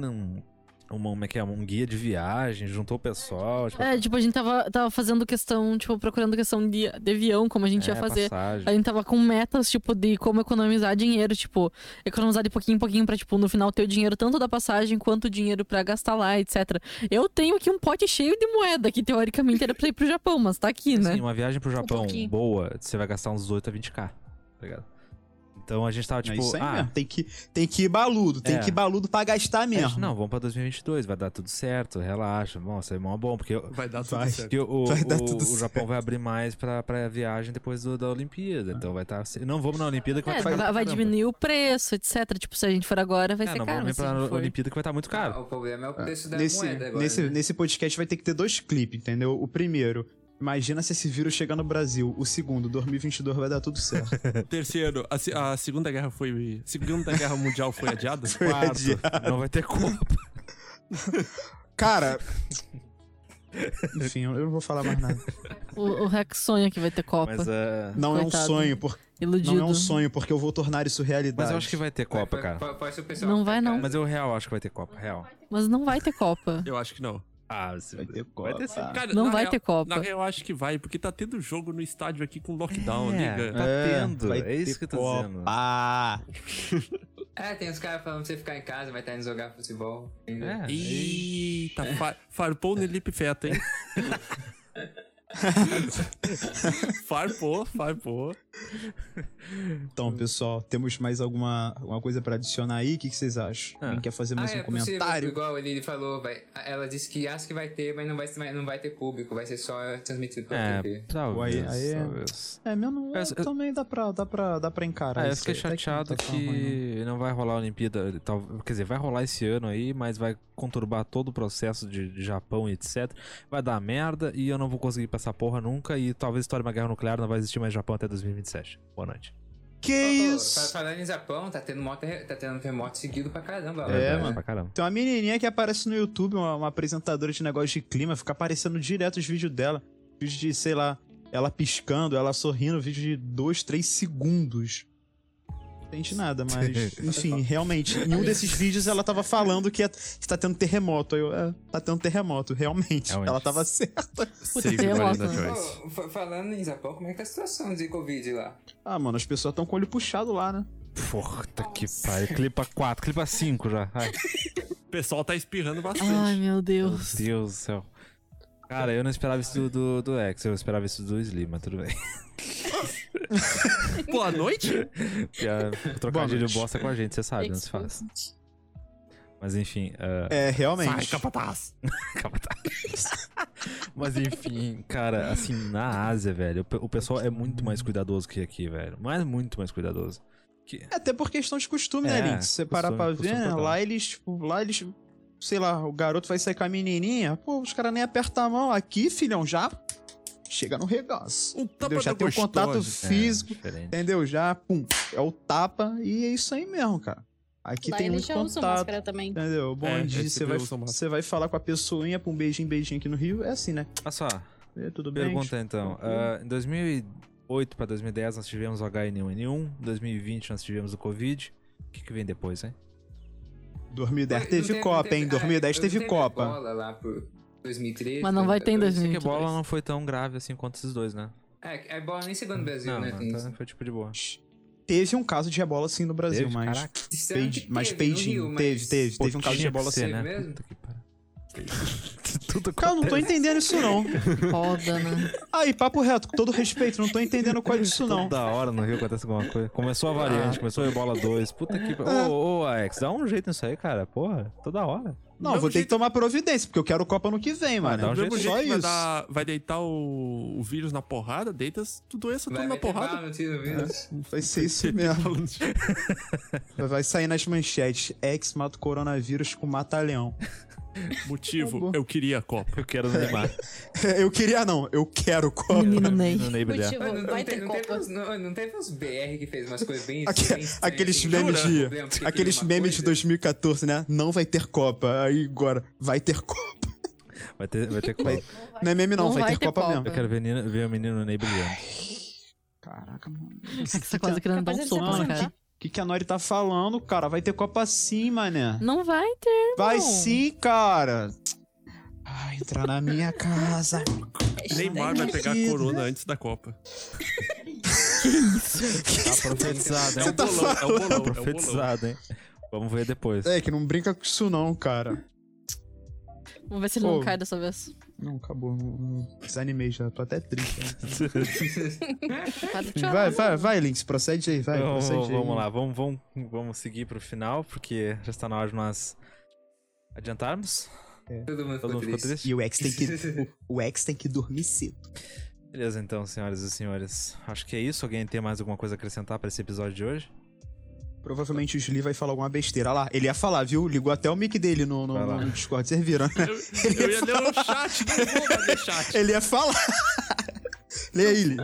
um guia de viagem, juntou o pessoal. Tipo, É, tipo, a gente tava fazendo questão, tipo, procurando questão de avião, como a gente ia fazer. passagem. A gente tava com metas, tipo, de como economizar dinheiro, tipo, economizar de pouquinho em pouquinho pra, tipo, no final ter o dinheiro tanto da passagem quanto o dinheiro pra gastar lá, etc. Eu tenho aqui um pote cheio de moeda, que teoricamente era pra ir pro Japão, mas tá aqui, né? Assim, uma viagem pro Japão pouquinho. boa, você vai gastar uns 18 a 20k, tá ligado? Então a gente tava É tipo, isso aí mesmo. Tem que ir baludo. Tem É. que ir baludo pra gastar a gente, mesmo. não, vamos pra 2022, vai dar tudo certo, relaxa. Bom, isso aí é mó bom, porque Vai dar tudo Vai. certo. porque Vai dar tudo o Japão vai abrir mais pra viagem depois da Olimpíada. Então vai estar. Não vamos na Olimpíada que vai É, estar caro pra vai caramba. diminuir o preço, etc. Tipo, se a gente for agora, vai ser Não caro. vamos Mas nem se a pra gente for... Olimpíada que vai estar muito caro. O problema é o preço da Nesse, moeda agora. né? nesse podcast vai ter que ter 2 clipes, entendeu? O primeiro, imagina se esse vírus chegar no Brasil. O segundo, 2022 vai dar tudo certo. Terceiro, a Segunda Guerra Mundial foi adiada? Quarto, adiado. não vai ter Copa. Cara... Enfim, eu não vou falar mais nada. O Rex sonha que vai ter Copa. Mas, Não é um Coitado. sonho, Iludido. não é um sonho, porque eu vou tornar isso realidade. mas eu acho que vai ter Copa, Vai- cara. vai ser o pessoal Não ficar vai, em não. casa. Mas eu real acho que vai ter Copa, real. Mas não vai ter Copa. Eu acho que não. Ah, você Vai ter Vai ter Copa. sim. Cara, Não na vai real- ter Copa. Na real, eu acho que vai, porque tá tendo jogo no estádio aqui com lockdown, É, liga. tá tendo. vai É isso ter que eu tô dizendo. Copa. Tem os caras falando pra você ficar em casa, vai estar indo jogar futebol. Eita, farpou o Nelipe Feto, hein? Farpou. Então, pessoal, temos mais alguma coisa pra adicionar aí? O que vocês acham? Quem quer fazer mais um comentário? Igual ele falou, ela disse que acha que vai ter, mas não vai ter público, vai ser só transmitido pela TV. Talvez. Mesmo também dá pra encarar. Eu fiquei chateado que não vai rolar a Olimpíada. Quer dizer, vai rolar esse ano aí, mas vai conturbar todo o processo de Japão e etc. Vai dar merda e eu não vou conseguir passar porra nunca. E talvez estoure uma guerra nuclear, não vai existir mais Japão até 2027. Boa noite. Que isso? Falando em Japão, tá tendo terremoto seguido pra caramba. Mano. Pra caramba. Tem uma menininha que aparece no YouTube, uma apresentadora de negócio de clima, fica aparecendo direto os vídeos dela. Vídeos de, sei lá, ela piscando, ela sorrindo, vídeo de 2, 3 segundos. Não entende nada, mas... Enfim, realmente, em um desses vídeos ela tava falando que tá tendo terremoto. Aí eu, tá tendo terremoto, realmente. Ela tava certa. Falando em Japão, como é que tá a situação de Covid lá? Mano, as pessoas tão com o olho puxado lá, né? Puta que pariu. Clipa 4, clipa 5 já. Ai. O pessoal tá espirrando bastante. Ai, meu Deus. Meu Deus do céu. Cara, eu não esperava isso do X, eu esperava isso do Slim, mas tudo bem. Boa noite? O trocadilho bosta com a gente, você sabe, não se faz. Mas enfim. Realmente. Sai, capataz. Mas enfim, cara, assim, na Ásia, velho, o pessoal é muito mais cuidadoso que aqui, velho. Mas muito mais cuidadoso. Até por questão de costume, né, Link? Se você parar pra ver, lá eles, sei lá, o garoto vai sair com a menininha, os caras nem apertam a mão. Aqui, filhão, já chega no regaço. Entendeu? Já tem o contato físico, entendeu? Já, é o tapa e é isso aí mesmo, cara. Aqui lá tem eles muito já contato, usam máscara também. entendeu? Bom dia, você vai falar com a pessoinha, um beijinho aqui no Rio, é assim, né? Olha só, tudo bem? Pergunta então, em 2008 pra 2010 nós tivemos o H1N1, em 2020 nós tivemos o Covid, o que vem depois, hein? 2010 teve Copa, hein? 2010 teve Copa. Bola lá por 2013. Mas não vai ter em 2022. Porque a bola não foi tão grave assim quanto esses dois, né? A bola nem chegou no Brasil, né? Então foi tipo de boa. Teve um caso de ebola sim no Brasil, teve? mas... Caraca. Mas Beijing, teve um caso de ebola sim. Né? Mesmo? Puta que pariu. Cara, eu não tô entendendo isso não. Foda, né? Aí, papo reto, com todo respeito, não tô entendendo qual é disso não. Toda hora no Rio acontece alguma coisa. Começou a variante, começou a ebola 2. Puta que pariu. Ô, Alex, dá um jeito nisso aí, cara. Porra, toda hora. Não, vou ter que tomar providência, porque eu quero Copa no que vem, mano. Dá um jeito só isso. Vai deitar o vírus na porrada, deita doença tudo na porrada. Vai ser isso mesmo. Vai sair nas manchetes. Ex mata o coronavírus com mata-leão. Motivo, eu queria a Copa. Eu quero Neymar. Eu queria não, eu quero Copa. Menino Ney. Motivo, vai ter Copa. Não teve uns BR que fez umas coisas bem... Aqueles memes de 2014, né? Não vai ter Copa. Aí agora, vai ter Copa. Vai ter Copa. Não é meme não, vai ter Copa mesmo. Eu quero ver o menino Ney brilhando. Caraca, mano. Você tá quase querendo dar um soco na cara. O que a Nori tá falando, cara? Vai ter Copa sim, mané. Não vai ter, Vai não. sim, cara. Vai entrar na minha casa. Neymar vai pegar a corona antes da Copa. Que isso? Tá profetizado, hein? Você tá falando? Tá profetizado, hein? Vamos ver depois. Que não brinca com isso não, cara. Vamos ver se ele não cai dessa vez. Não, acabou. Não desanimei já. Tô até triste. Vai, Lynx. Procede aí, vai. Vamos lá. Vamos seguir pro final, porque já está na hora de nós adiantarmos. Todo mundo ficou triste. E o X tem que dormir cedo. Beleza, então, senhoras e senhores. Acho que é isso. Alguém tem mais alguma coisa a acrescentar pra esse episódio de hoje? Provavelmente o Sli vai falar alguma besteira. Olha lá, ele ia falar, viu? Ligou até o mic dele no Discord, vocês viram? Eu ia ler o chat, não vou ler chat. Ele ia falar. Lê aí, Li.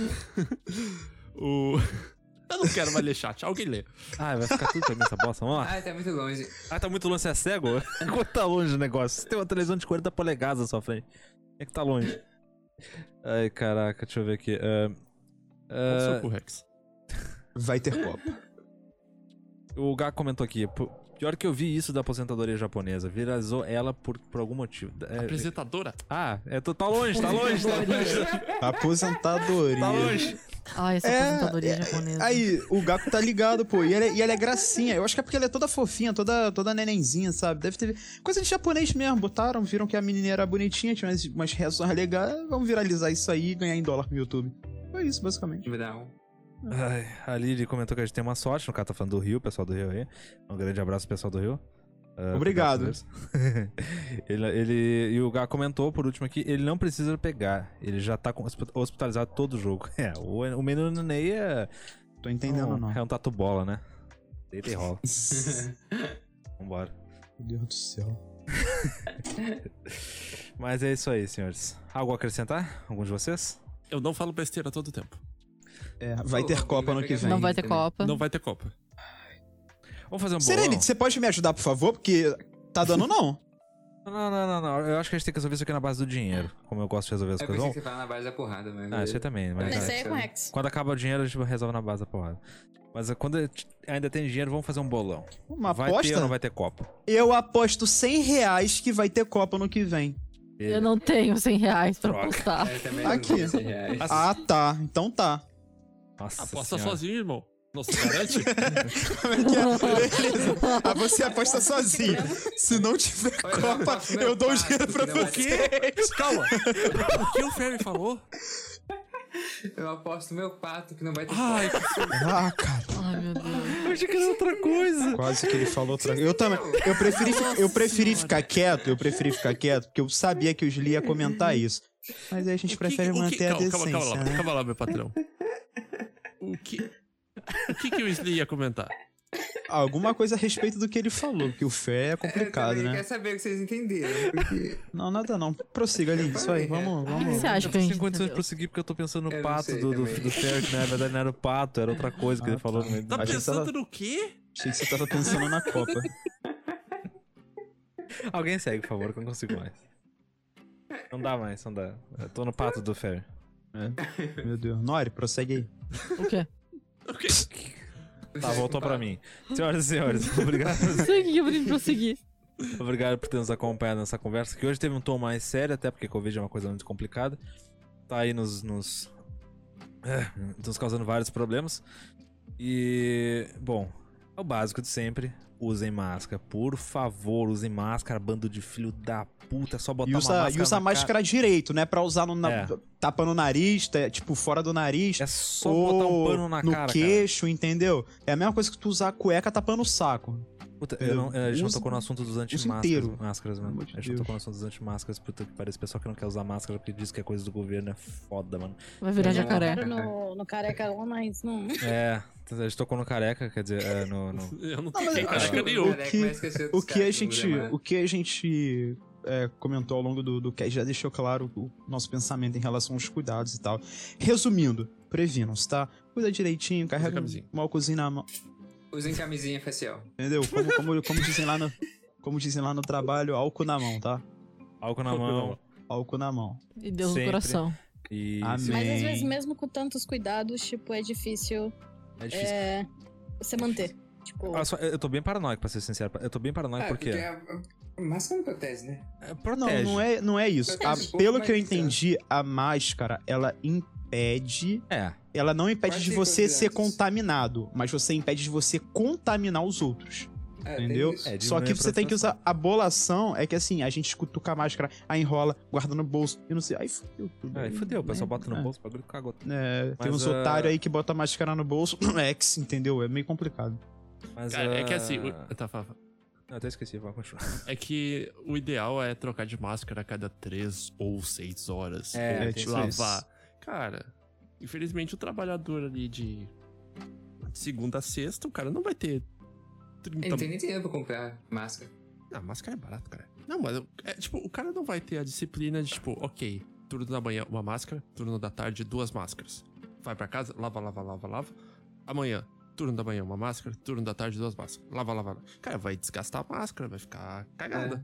Eu não quero mais ler chat, alguém lê. Vai ficar tudo pra mim essa bosta, vamos lá. Tá muito longe. Tá muito longe, você é cego? Quanto tá longe o negócio? Você tem uma televisão de 40 polegadas na sua frente. É que tá longe. Ai, caraca, deixa eu ver aqui. Soco Rex. Vai ter Copa. O Gá comentou aqui. Pior que eu vi isso da aposentadoria japonesa. Viralizou ela por algum motivo. Apresentadora? Tá longe. Aposentadoria. Tá longe. Ai, essa aposentadoria japonesa. Aí, o Gaku tá ligado, pô. E ela é gracinha. Eu acho que é porque ela é toda fofinha, toda nenenzinha, sabe? Deve ter... Coisa de japonês mesmo. Botaram, viram que a menininha era bonitinha, tinha umas reações legais. Vamos viralizar isso aí e ganhar em dólar no YouTube. Foi isso, basicamente. Ai, a Lili comentou que a gente tem uma sorte. No caso, tá falando do Rio, pessoal do Rio aí. Um grande abraço, pessoal do Rio. Obrigado. E o Gá comentou por último aqui, ele não precisa pegar, ele já tá hospitalizado todo o jogo. O menino Ney é... Tô entendendo, não. É um tatu bola, né? Deita e rola. Vambora. Meu Deus do céu. Mas é isso aí, senhores. Algo a acrescentar? Algum de vocês? Eu não falo besteira todo tempo. Vai ter Copa ano que vem. Não vai ter Copa. Não vai ter Copa. Vamos fazer um bolão? Serenity, você pode me ajudar, por favor? Porque tá dando não. Não. Eu acho que a gente tem que resolver isso aqui na base do dinheiro. Como eu gosto de resolver as coisas. Eu pensei que você fala na base da porrada, mas... Isso aí também. Mas Isso aí é com Rex. quando acaba o dinheiro, a gente resolve na base da porrada. Mas quando ainda tem dinheiro, vamos fazer um bolão. Uma vai aposta? ter ou não vai ter Copa? Eu aposto R$100 que vai ter Copa ano que vem. Eu não tenho R$100 pra Droga. apostar. Aqui. Ah, tá. Então tá. Nossa Aposta senhora. sozinho, irmão. Não se garante? Como é que é? Beleza. Você aposta sozinho. Se não tiver Copa, eu dou o dinheiro pra você. Calma. O que o Ferry falou? Eu aposto meu pato que não vai ter Ai, Copa. Ah, cara. Ai, meu Deus. Eu achei que era outra coisa. Quase que ele falou outra coisa. Eu também. Eu preferi ficar quieto. Porque eu sabia que o Sli ia comentar isso. Mas aí a gente prefere manter a decência, né? Calma lá, meu patrão. O que o Sli ia comentar? Alguma coisa a respeito do que ele falou, porque o fé é complicado, eu né? quero saber o que vocês entenderam. Porque... Não, nada não. Prossiga ali, isso aí, vamos. O que você acha Eu que a tô gente sem condições de entendeu? prosseguir porque eu tô pensando no Eu não pato sei do também. Ferry, que na verdade não era o pato, era outra coisa que ele falou. No meio do- Tá Achei que pensando tava- no quê? Achei que você tava pensando na Copa. Alguém segue, por favor, que eu não consigo mais. Não dá mais, não dá. Eu tô no pato do Ferry. Meu Deus. Nori, prossegue aí. O quê? Tá, voltou pra mim. Senhoras e senhores, obrigado. Não sei o que eu vou prosseguir. Obrigado por ter nos acompanhado nessa conversa, que hoje teve um tom mais sério, até porque Covid é uma coisa muito complicada. Tá aí nos causando vários problemas. E, bom, é o básico de sempre. Usem máscara, por favor, usem máscara, bando de filho da puta, é só botar E uma usa máscara a na máscara direito, né? Pra usar É. tapa no nariz, tipo, fora do nariz. cara. É só ou botar um pano na no cara, queixo, entendeu? É a mesma coisa que tu usar a cueca tapando o saco. cara. Puta, a gente não Usa- tocou no assunto dos inteiro. anti-máscaras, mano. Pelo amor de A gente não Deus. tocou no assunto dos anti-máscaras, puta que parece. Pessoal que não quer usar máscara porque diz que é coisa do governo, é foda, mano. Vai virar jacaré. No careca, mas não. É, a gente tocou no careca, quer dizer, Eu no... não mas tenho eu acho careca que nenhum. O que a gente comentou ao longo do cast já deixou claro o nosso pensamento em relação aos cuidados e tal. Resumindo, previnam-se, tá? Cuida direitinho, carrega camisinha. um álcoolzinho na mão. Usem camisinha facial. Entendeu? Como dizem lá no trabalho, álcool na mão, tá? Álcool na mão. Álcool na mão. E Deus Sempre. no coração. E Amém. Mas às vezes, mesmo com tantos cuidados, tipo, é difícil é difícil. você manter. Tipo, Eu tô bem paranoico, pra ser sincero. Eu tô bem paranoico porque... a máscara não protege, né? Protege. Não é isso. Protege um pouco, Pelo que eu mas, entendi, a máscara, ela impede... É. Ela não impede Quase de você ser confiantes. contaminado, mas você impede de você contaminar os outros. Entendeu? Tem isso. Só que diminui a você tem que proliferação. usar a bolação, é que assim, a gente cutuca a máscara, aí enrola, guarda no bolso, e não sei. Aí fudeu tudo. Aí fudeu, o pessoal né? bota no bolso, o bagulho cagou. Tem Mas, uns otários aí que botam a máscara no bolso, ex, entendeu? É meio complicado. Mas, Cara, é que assim. Tá, Não, até esqueci, vou continuar. é que o ideal é trocar de máscara a cada 3 ou 6 horas. É, ou tipo lavar. isso. Cara, infelizmente o trabalhador ali de segunda a sexta, o cara não vai ter 30. Ele não tem nem dinheiro pra comprar máscara. Ah, máscara é barato, cara. Não, mas tipo, o cara não vai ter a disciplina de, tipo, ok, turno da manhã, uma máscara, turno da tarde, 2 máscaras. Vai pra casa, lava. Amanhã, turno da manhã, uma máscara, turno da tarde, 2 máscaras. Lava. Cara, vai desgastar a máscara, vai ficar cagada.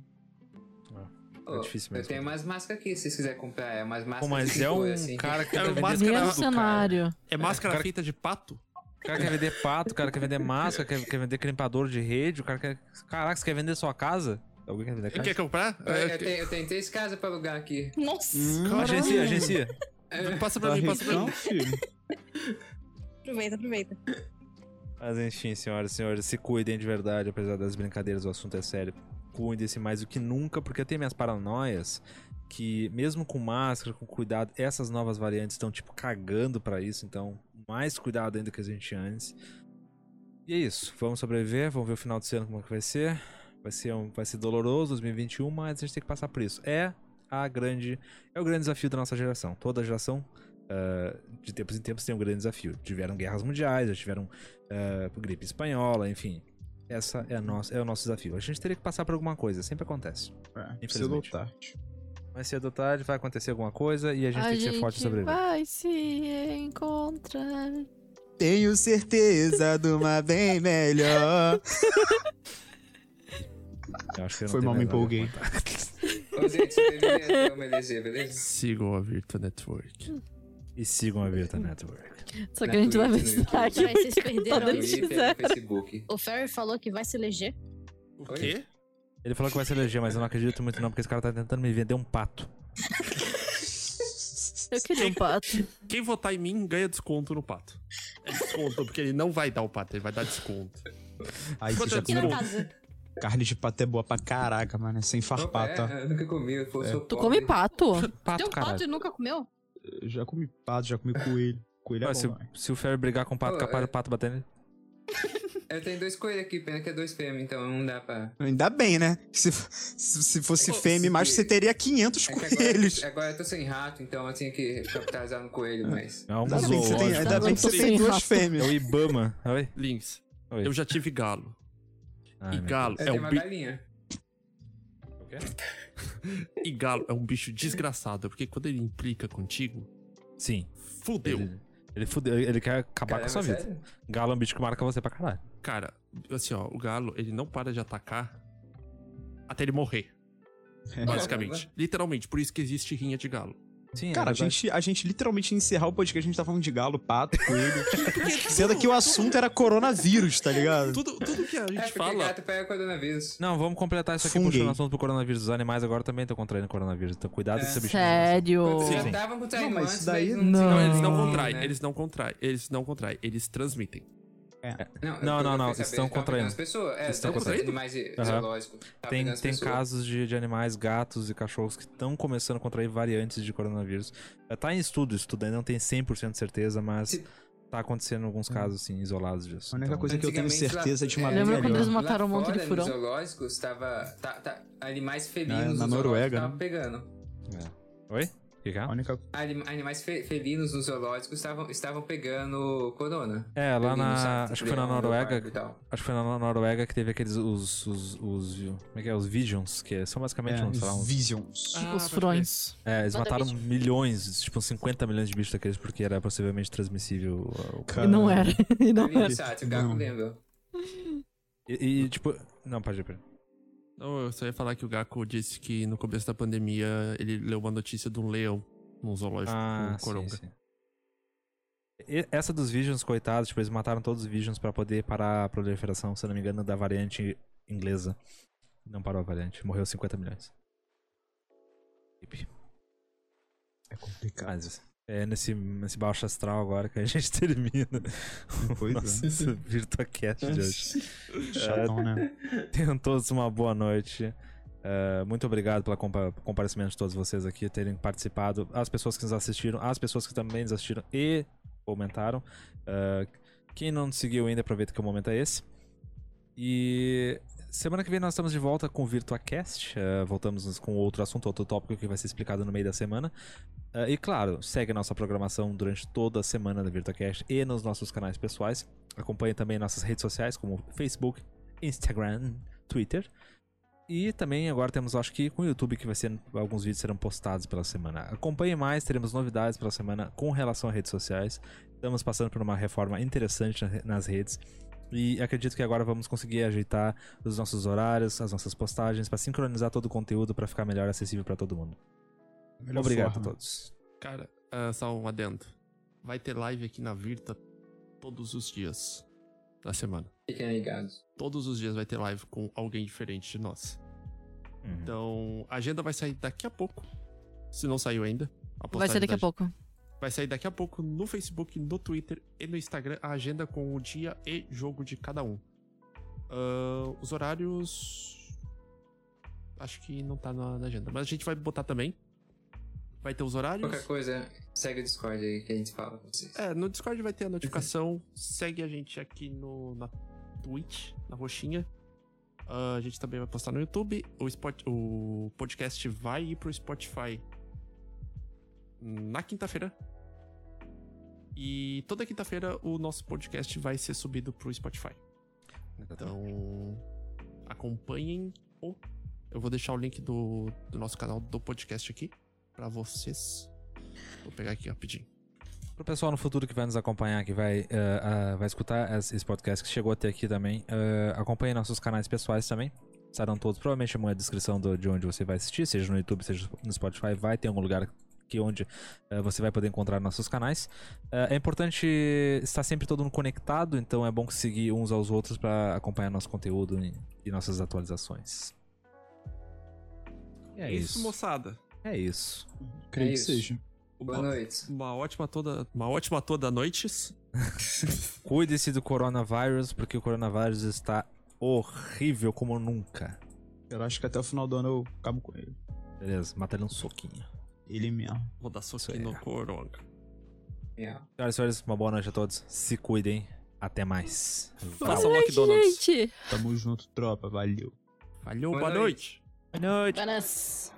É difícil mesmo. Eu tenho umas máscaras aqui, se vocês quiserem comprar. É umas máscaras Pô, mas de é cor, um assim. cara que É quer vender máscara Mesmo tudo, cara. cenário. É máscara cara- feita de pato? O cara quer vender pato, o cara quer vender máscara, quer vender crimpador de rede, o cara quer... Caraca, você quer vender sua casa? Alguém quer vender casa? Quer comprar? Eu tenho 3 casas pra alugar aqui. nossa! Agencia. Passa pra mim. Então, filho. Aproveita. Mas enfim, senhoras e senhores, se cuidem de verdade, apesar das brincadeiras, o assunto é sério. Cuidem-se mais do que nunca, porque eu tenho minhas paranoias que, mesmo com máscara, com cuidado, essas novas variantes estão, tipo, cagando pra isso. Então, mais cuidado ainda que a gente tinha antes. E é isso. Vamos sobreviver, vamos ver o final de ano como é que vai ser. Vai ser doloroso 2021, mas a gente tem que passar por isso. É o grande desafio da nossa geração. Toda geração, de tempos em tempos, tem um grande desafio. Tiveram guerras mundiais, já tiveram gripe espanhola, enfim. Essa é o nosso desafio. A gente teria que passar por alguma coisa, sempre acontece. Cedo ou tarde. Mais cedo ou tarde vai acontecer alguma coisa e a gente tem que ser forte e sobreviver. Vai se encontrar. Tenho certeza de uma bem melhor. Eu acho que eu não Foi tenho mal, me mais nada a empolguei. contar. Ô, gente, deveria ter uma LG, beleza? Sigam a Virtua Network. E sigam a Virtua Network. Só que Na a gente vai ver Twitch, se no tá YouTube. aqui. Peraí, vocês perderam Quando No eles isso? Twitter, no fizeram. Facebook. O Ferry falou que vai se eleger. O quê? Ele falou que vai se eleger, mas eu não acredito muito não, porque esse cara tá tentando me vender um pato. Eu queria um pato. Quem votar em mim ganha desconto no pato. É desconto, porque ele não vai dar o pato, ele vai dar desconto. Aí você Quanto já é E na comeu. casa? Carne de pato é boa pra caraca, mano. É sem farpar, tá? Eu nunca comi, eu sou Tu pobre. come pato? Tem Pato, um pato caralho. e nunca comeu? Eu já comi pato, já comi coelho. Coelho é Ué, bom, mano. se o Ferry brigar com o pato, Pô, capaz do pato bater nele. Eu tenho 2 coelhos aqui, pena que é 2 fêmeas, então não dá pra... Ainda bem, né? Se fosse fêmea, macho, você teria 500 É que coelhos. agora eu tô sem rato, então eu tinha que capitalizar no coelho, mas... É um Ainda bem que você tem, zoológico. ainda bem que você Sem tem duas rato. É fêmeas. o Ibama. Oi? Links, Oi. eu já tive galo. Ai, E meu galo Eu é tenho um uma bicho. galinha. E galo é um bicho desgraçado, porque quando ele implica contigo, Deus. Sim. fudeu. Ele quer acabar com a sua vida. Sério? Galo é um bicho que marca você pra caralho. Cara, assim, ó, o galo, ele não para de atacar até ele morrer, basicamente. Literalmente, por isso que existe rinha de galo. Sim, Cara, é verdade. a gente literalmente ia encerrar o podcast, a gente tá falando de galo, pato, coelho. Sendo que o assunto era coronavírus, tá ligado? Tudo que a É gente porque fala... gato pega coronavírus. Não, vamos completar isso aqui Funguei. puxando o assunto pro coronavírus. Os animais agora também estão contraindo coronavírus. Então cuidado com esse bicho. Sério? Já Sim. estavam contraindo Não, mas antes, isso daí mas não. Não, eles não Não, contraem, né? eles não contraem, eles transmitem. Não, estão contraindo. As pessoas, Estão estão contraindo? animais Aham. zoológicos. Tá Tem pegando as pessoas. casos de animais, gatos e cachorros que estão começando a contrair variantes de coronavírus. Tá em estudo, ainda não tem 100% de certeza, mas Se- tá acontecendo alguns casos, assim, isolados disso. A única Então, coisa que eu tenho Antigamente, certeza é de uma lá- bem Lembra quando melhor. eles mataram um Lá monte de fora, furão? Nos zoológicos, animais felinos Na nos Noruega, zoológicos estavam né? pegando. Oi? O que é? A única... Animais felinos nos zoológicos estavam pegando corona. É, lá Felinos, na. sabe? Acho que foi na Leão, Noruega. leopardo e tal. Acho que foi na Noruega que teve aqueles. Como é que é? Os Visions, que são basicamente uns, sei lá, uns. Visions. Tipo os furões. É, eles Manda mataram vídeo. milhões, tipo uns 50 milhões de bichos daqueles, porque era possivelmente transmissível. E não era. E não Ali no era. site, o Gago Não. lembra. Tipo. Não, pode ir. Não, eu só ia falar que o Gaku disse que no começo da pandemia ele leu uma notícia de um leão num zoológico com Sim, coronga. sim. Essa dos Visions, coitados, tipo, eles mataram todos os Visions pra poder parar a proliferação, se eu não me engano, da variante inglesa. Não parou a variante, morreu 50 milhões. É complicado. Mas é nesse baixo astral agora que a gente termina Pois o é. nosso VirtuaCast de hoje. Chatão, né? Tenham todos uma boa noite. Muito obrigado pelo comparecimento de todos vocês aqui, terem participado. As pessoas que nos assistiram, as pessoas que também nos assistiram e comentaram. Quem não nos seguiu ainda, aproveita que o momento é esse. E semana que vem nós estamos de volta com o VirtuaCast. Voltamos com outro assunto, outro tópico que vai ser explicado no meio da semana. E claro, segue a nossa programação durante toda a semana da VirtuaCast e nos nossos canais pessoais. Acompanhe também nossas redes sociais como Facebook, Instagram, Twitter. E também agora temos, acho que com o YouTube, que vai ser, alguns vídeos serão postados pela semana. Acompanhe mais, teremos novidades pela semana com relação a redes sociais. Estamos passando por uma reforma interessante nas redes. E acredito que agora vamos conseguir ajeitar os nossos horários, as nossas postagens, para sincronizar todo o conteúdo para ficar melhor acessível para todo mundo. Melhor Obrigado forma. a todos. Cara, só um adendo. Vai ter live aqui na Virta todos os dias da semana. Fiquem ligados. Todos os dias vai ter live com alguém diferente de nós. Então, a agenda vai sair daqui a pouco. Se não saiu ainda. A Vai ser daqui a postagem pouco. Vai sair daqui a pouco no Facebook, no Twitter e no Instagram a agenda com o dia e jogo de cada um. Os horários... Acho que não tá na agenda, mas a gente vai botar também. Vai ter os horários. Qualquer coisa, segue o Discord aí que a gente fala com vocês. No Discord vai ter a notificação. Segue a gente aqui na Twitch, na roxinha. A gente também vai postar no YouTube. O podcast vai ir pro Spotify na quinta-feira. E toda quinta-feira o nosso podcast vai ser subido pro Spotify. Então, acompanhem. Eu vou deixar o link do nosso canal do podcast aqui pra vocês. Vou pegar aqui rapidinho. Pro pessoal no futuro que vai nos acompanhar, que vai escutar esse podcast que chegou até aqui também, acompanhe nossos canais pessoais também. Estarão todos, provavelmente na descrição de onde você vai assistir, seja no YouTube, seja no Spotify, vai ter algum lugar onde você vai poder encontrar nossos canais. É importante estar sempre todo mundo conectado, então é bom seguir uns aos outros para acompanhar nosso conteúdo e nossas atualizações. É isso, moçada. É isso. Creio que seja. Boa noite. Uma ótima toda noites. Cuide-se do coronavírus, porque o coronavírus está horrível como nunca. Eu acho que até o final do ano eu acabo com ele. Beleza, mata ele um soquinho. Ele mesmo. Vou dar soquinho no corona. Senhoras e senhores, uma boa noite a todos. Se cuidem. Até mais. Faça McDonald's. Gente. Tamo junto, tropa. Valeu. Valeu, boa noite. Boa noite. Buenas.